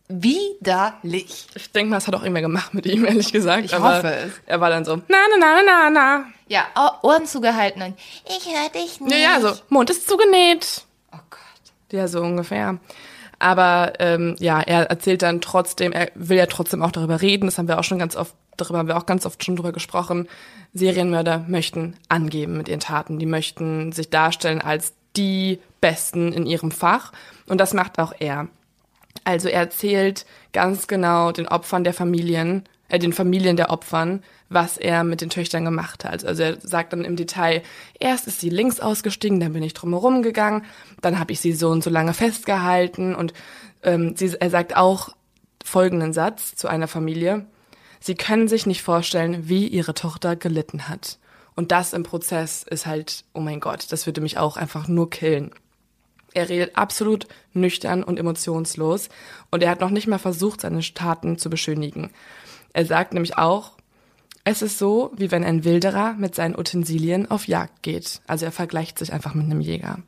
widerlich. Ich denke mal, es hat auch irgendwer gemacht mit ihm, ehrlich gesagt. Ich aber hoffe es. Er war dann so, na, na, na, na, na. Ja, Ohren zugehalten und ich höre dich nicht. Ja, ja, so, Mund ist zugenäht. Oh Gott. Ja, so ungefähr. Aber ähm, ja, er erzählt dann trotzdem, er will ja trotzdem auch darüber reden, das haben wir auch schon ganz oft, darüber haben wir auch ganz oft schon drüber gesprochen. Serienmörder möchten angeben mit ihren Taten, die möchten sich darstellen als die Besten in ihrem Fach und das macht auch er. Also er erzählt ganz genau den Opfern der Familien, äh, den Familien der Opfern, was er mit den Töchtern gemacht hat. Also er sagt dann im Detail, erst ist sie links ausgestiegen, dann bin ich drumherum gegangen, dann habe ich sie so und so lange festgehalten und ähm, sie, er sagt auch folgenden Satz zu einer Familie, sie können sich nicht vorstellen, wie ihre Tochter gelitten hat. Und das im Prozess ist halt, oh mein Gott, das würde mich auch einfach nur killen. Er redet absolut nüchtern und emotionslos und er hat noch nicht mal versucht, seine Taten zu beschönigen. Er sagt nämlich auch, es ist so, wie wenn ein Wilderer mit seinen Utensilien auf Jagd geht. Also er vergleicht sich einfach mit einem Jäger.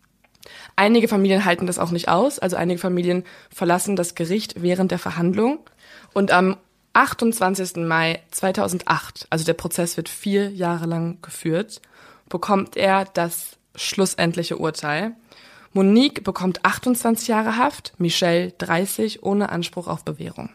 Einige Familien halten das auch nicht aus, also einige Familien verlassen das Gericht während der Verhandlung. Und am achtundzwanzigsten Mai zweitausendacht, also der Prozess wird vier Jahre lang geführt, bekommt er das schlussendliche Urteil. Monique bekommt achtundzwanzig Jahre Haft, Michel dreißig ohne Anspruch auf Bewährung.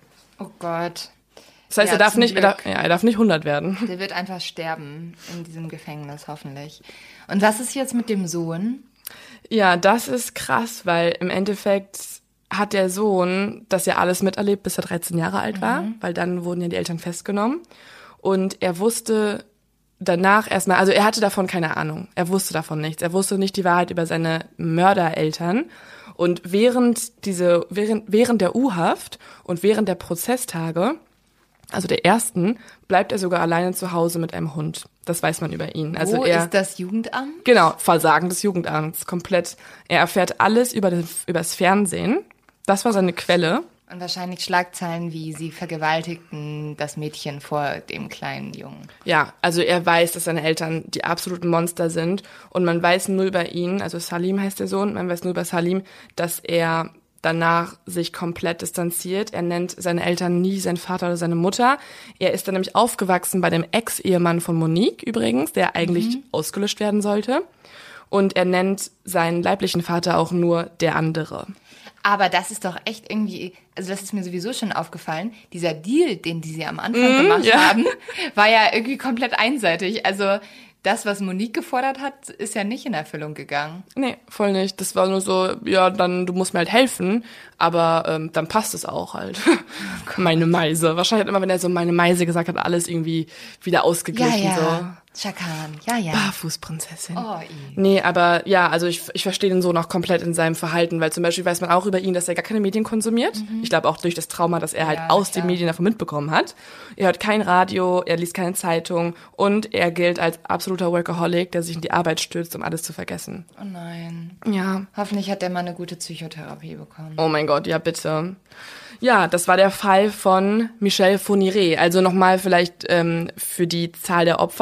Oh Gott. Das heißt, Ja, er darf zum nicht, er Glück. darf, ja, er darf nicht hundert werden. Der wird einfach sterben in diesem Gefängnis, hoffentlich. Und was ist jetzt mit dem Sohn? Ja, das ist krass, weil im Endeffekt hat der Sohn das ja alles miterlebt, bis er dreizehn Jahre alt war, mhm. weil dann wurden ja die Eltern festgenommen. Und er wusste danach erstmal, also er hatte davon keine Ahnung. Er wusste davon nichts. Er wusste nicht die Wahrheit über seine Mördereltern. Und während diese, während, während der U-Haft und während der Prozesstage, also der ersten, bleibt er sogar alleine zu Hause mit einem Hund. Das weiß man über ihn. Also Wo er, ist das Jugendamt? Genau, Versagen des Jugendamts, komplett. Er erfährt alles über das, über das Fernsehen. Das war seine Quelle. Und wahrscheinlich Schlagzeilen wie, sie vergewaltigten das Mädchen vor dem kleinen Jungen. Ja, also er weiß, dass seine Eltern die absoluten Monster sind. Und man weiß nur über ihn, also Salim heißt der Sohn, man weiß nur über Salim, dass er danach sich komplett distanziert. Er nennt seine Eltern nie seinen Vater oder seine Mutter. Er ist dann nämlich aufgewachsen bei dem Ex-Ehemann von Monique übrigens, der eigentlich mhm. ausgelöscht werden sollte. Und er nennt seinen leiblichen Vater auch nur der andere. Aber das ist doch echt irgendwie, also das ist mir sowieso schon aufgefallen, dieser Deal, den die sie am Anfang mm, gemacht ja. haben, war ja irgendwie komplett einseitig. Also das, was Monique gefordert hat, ist ja nicht in Erfüllung gegangen. Nee, voll nicht. Das war nur so, ja, dann, du musst mir halt helfen, aber ähm, dann passt es auch halt. Oh meine Meise. Wahrscheinlich hat immer, wenn er so meine Meise gesagt hat, alles irgendwie wieder ausgeglichen. Ja, ja. So. Chakan, ja, ja. Barfußprinzessin. Oh, nee, aber ja, also ich, ich verstehe den Sohn auch komplett in seinem Verhalten, weil zum Beispiel weiß man auch über ihn, dass er gar keine Medien konsumiert. Mhm. Ich glaube auch durch das Trauma, das er halt ja, aus klar. den Medien davon mitbekommen hat. Er hört kein Radio, er liest keine Zeitung und er gilt als absoluter Workaholic, der sich in die Arbeit stürzt, um alles zu vergessen. Oh nein. Ja. Hoffentlich hat der mal eine gute Psychotherapie bekommen. Oh mein Gott, ja bitte. Ja, das war der Fall von Michel Fourniret. Also nochmal vielleicht ähm, für die Zahl der Opfer, die wir ja gar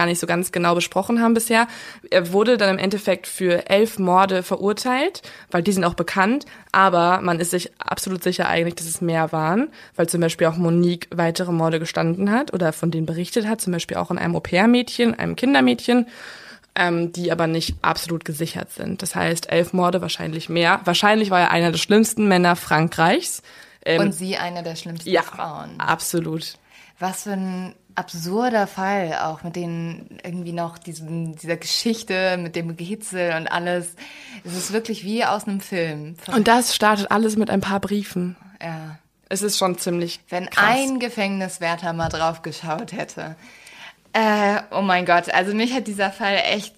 gar nicht so ganz genau besprochen haben bisher. Er wurde dann im Endeffekt für elf Morde verurteilt, weil die sind auch bekannt, aber man ist sich absolut sicher eigentlich, dass es mehr waren, weil zum Beispiel auch Monique weitere Morde gestanden hat oder von denen berichtet hat, zum Beispiel auch an einem Au-pair-Mädchen, einem Kindermädchen, ähm, die aber nicht absolut gesichert sind. Das heißt, elf Morde, wahrscheinlich mehr. Wahrscheinlich war er einer der schlimmsten Männer Frankreichs. Ähm, Und sie eine der schlimmsten ja, Frauen. Absolut. Was für ein absurder Fall, auch mit den irgendwie noch diesen, dieser Geschichte, mit dem Gehetzel und alles. Es ist wirklich wie aus einem Film. Und das startet alles mit ein paar Briefen. Ja. Es ist schon ziemlich Wenn krass. ein Gefängniswärter mal drauf geschaut hätte. Äh, oh mein Gott, also mich hat dieser Fall echt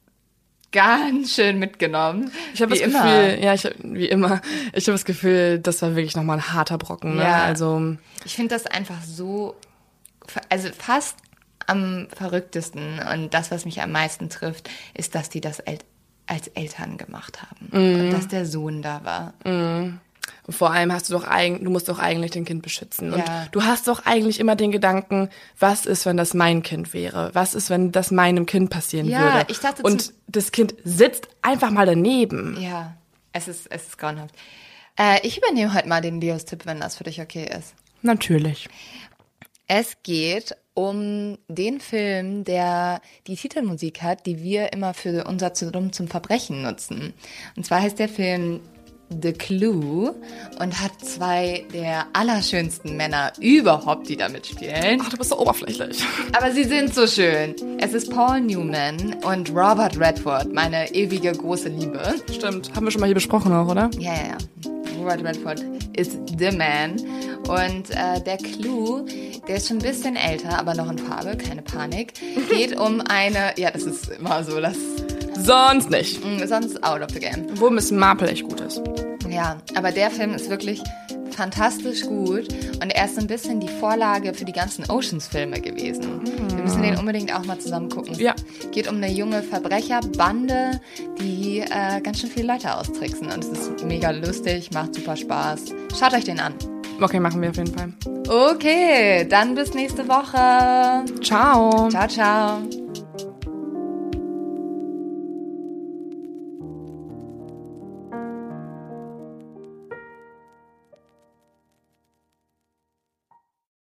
ganz schön mitgenommen. Ich habe das immer. Gefühl, ja, ich, wie immer, ich habe das Gefühl, das war wirklich nochmal ein harter Brocken. Ne? Ja. Also Ich finde das einfach so, also fast am verrücktesten und das, was mich am meisten trifft, ist, dass die das El- als Eltern gemacht haben. Mm. Und dass der Sohn da war. Mm. Und vor allem hast du doch eigentlich, du musst doch eigentlich dein Kind beschützen. Und Ja. du hast doch eigentlich immer den Gedanken, was ist, wenn das mein Kind wäre? Was ist, wenn das meinem Kind passieren Ja, würde? ich dachte Und zum- das Kind sitzt einfach mal daneben. Ja, es ist, es ist grauenhaft. Äh, ich übernehme heute mal den Leos-Tipp, wenn das für dich okay ist. Natürlich. Es geht um den Film, der die Titelmusik hat, die wir immer für unser Dumm zum Verbrechen nutzen. Und zwar heißt der Film The Clue und hat zwei der allerschönsten Männer überhaupt, die da mitspielen. Ach, du bist so oberflächlich. Aber sie sind so schön. Es ist Paul Newman und Robert Redford, meine ewige große Liebe. Stimmt, haben wir schon mal hier besprochen auch, oder? Ja, ja, ja. Robert Redford ist the man. Und äh, der Clue, der ist schon ein bisschen älter, aber noch in Farbe, keine Panik. Geht um eine, ja, das ist immer so, das Sonst nicht. mh, sonst out of the game. Wo Miss Marple echt gut ist. Ja, aber der Film ist wirklich fantastisch gut und er ist so ein bisschen die Vorlage für die ganzen Oceans-Filme gewesen. Wir müssen den unbedingt auch mal zusammen gucken. Ja. Es geht um eine junge Verbrecherbande, die äh, ganz schön viele Leute austricksen und es ist mega lustig, macht super Spaß. Schaut euch den an. Okay, machen wir auf jeden Fall. Okay, dann bis nächste Woche. Ciao. Ciao, ciao.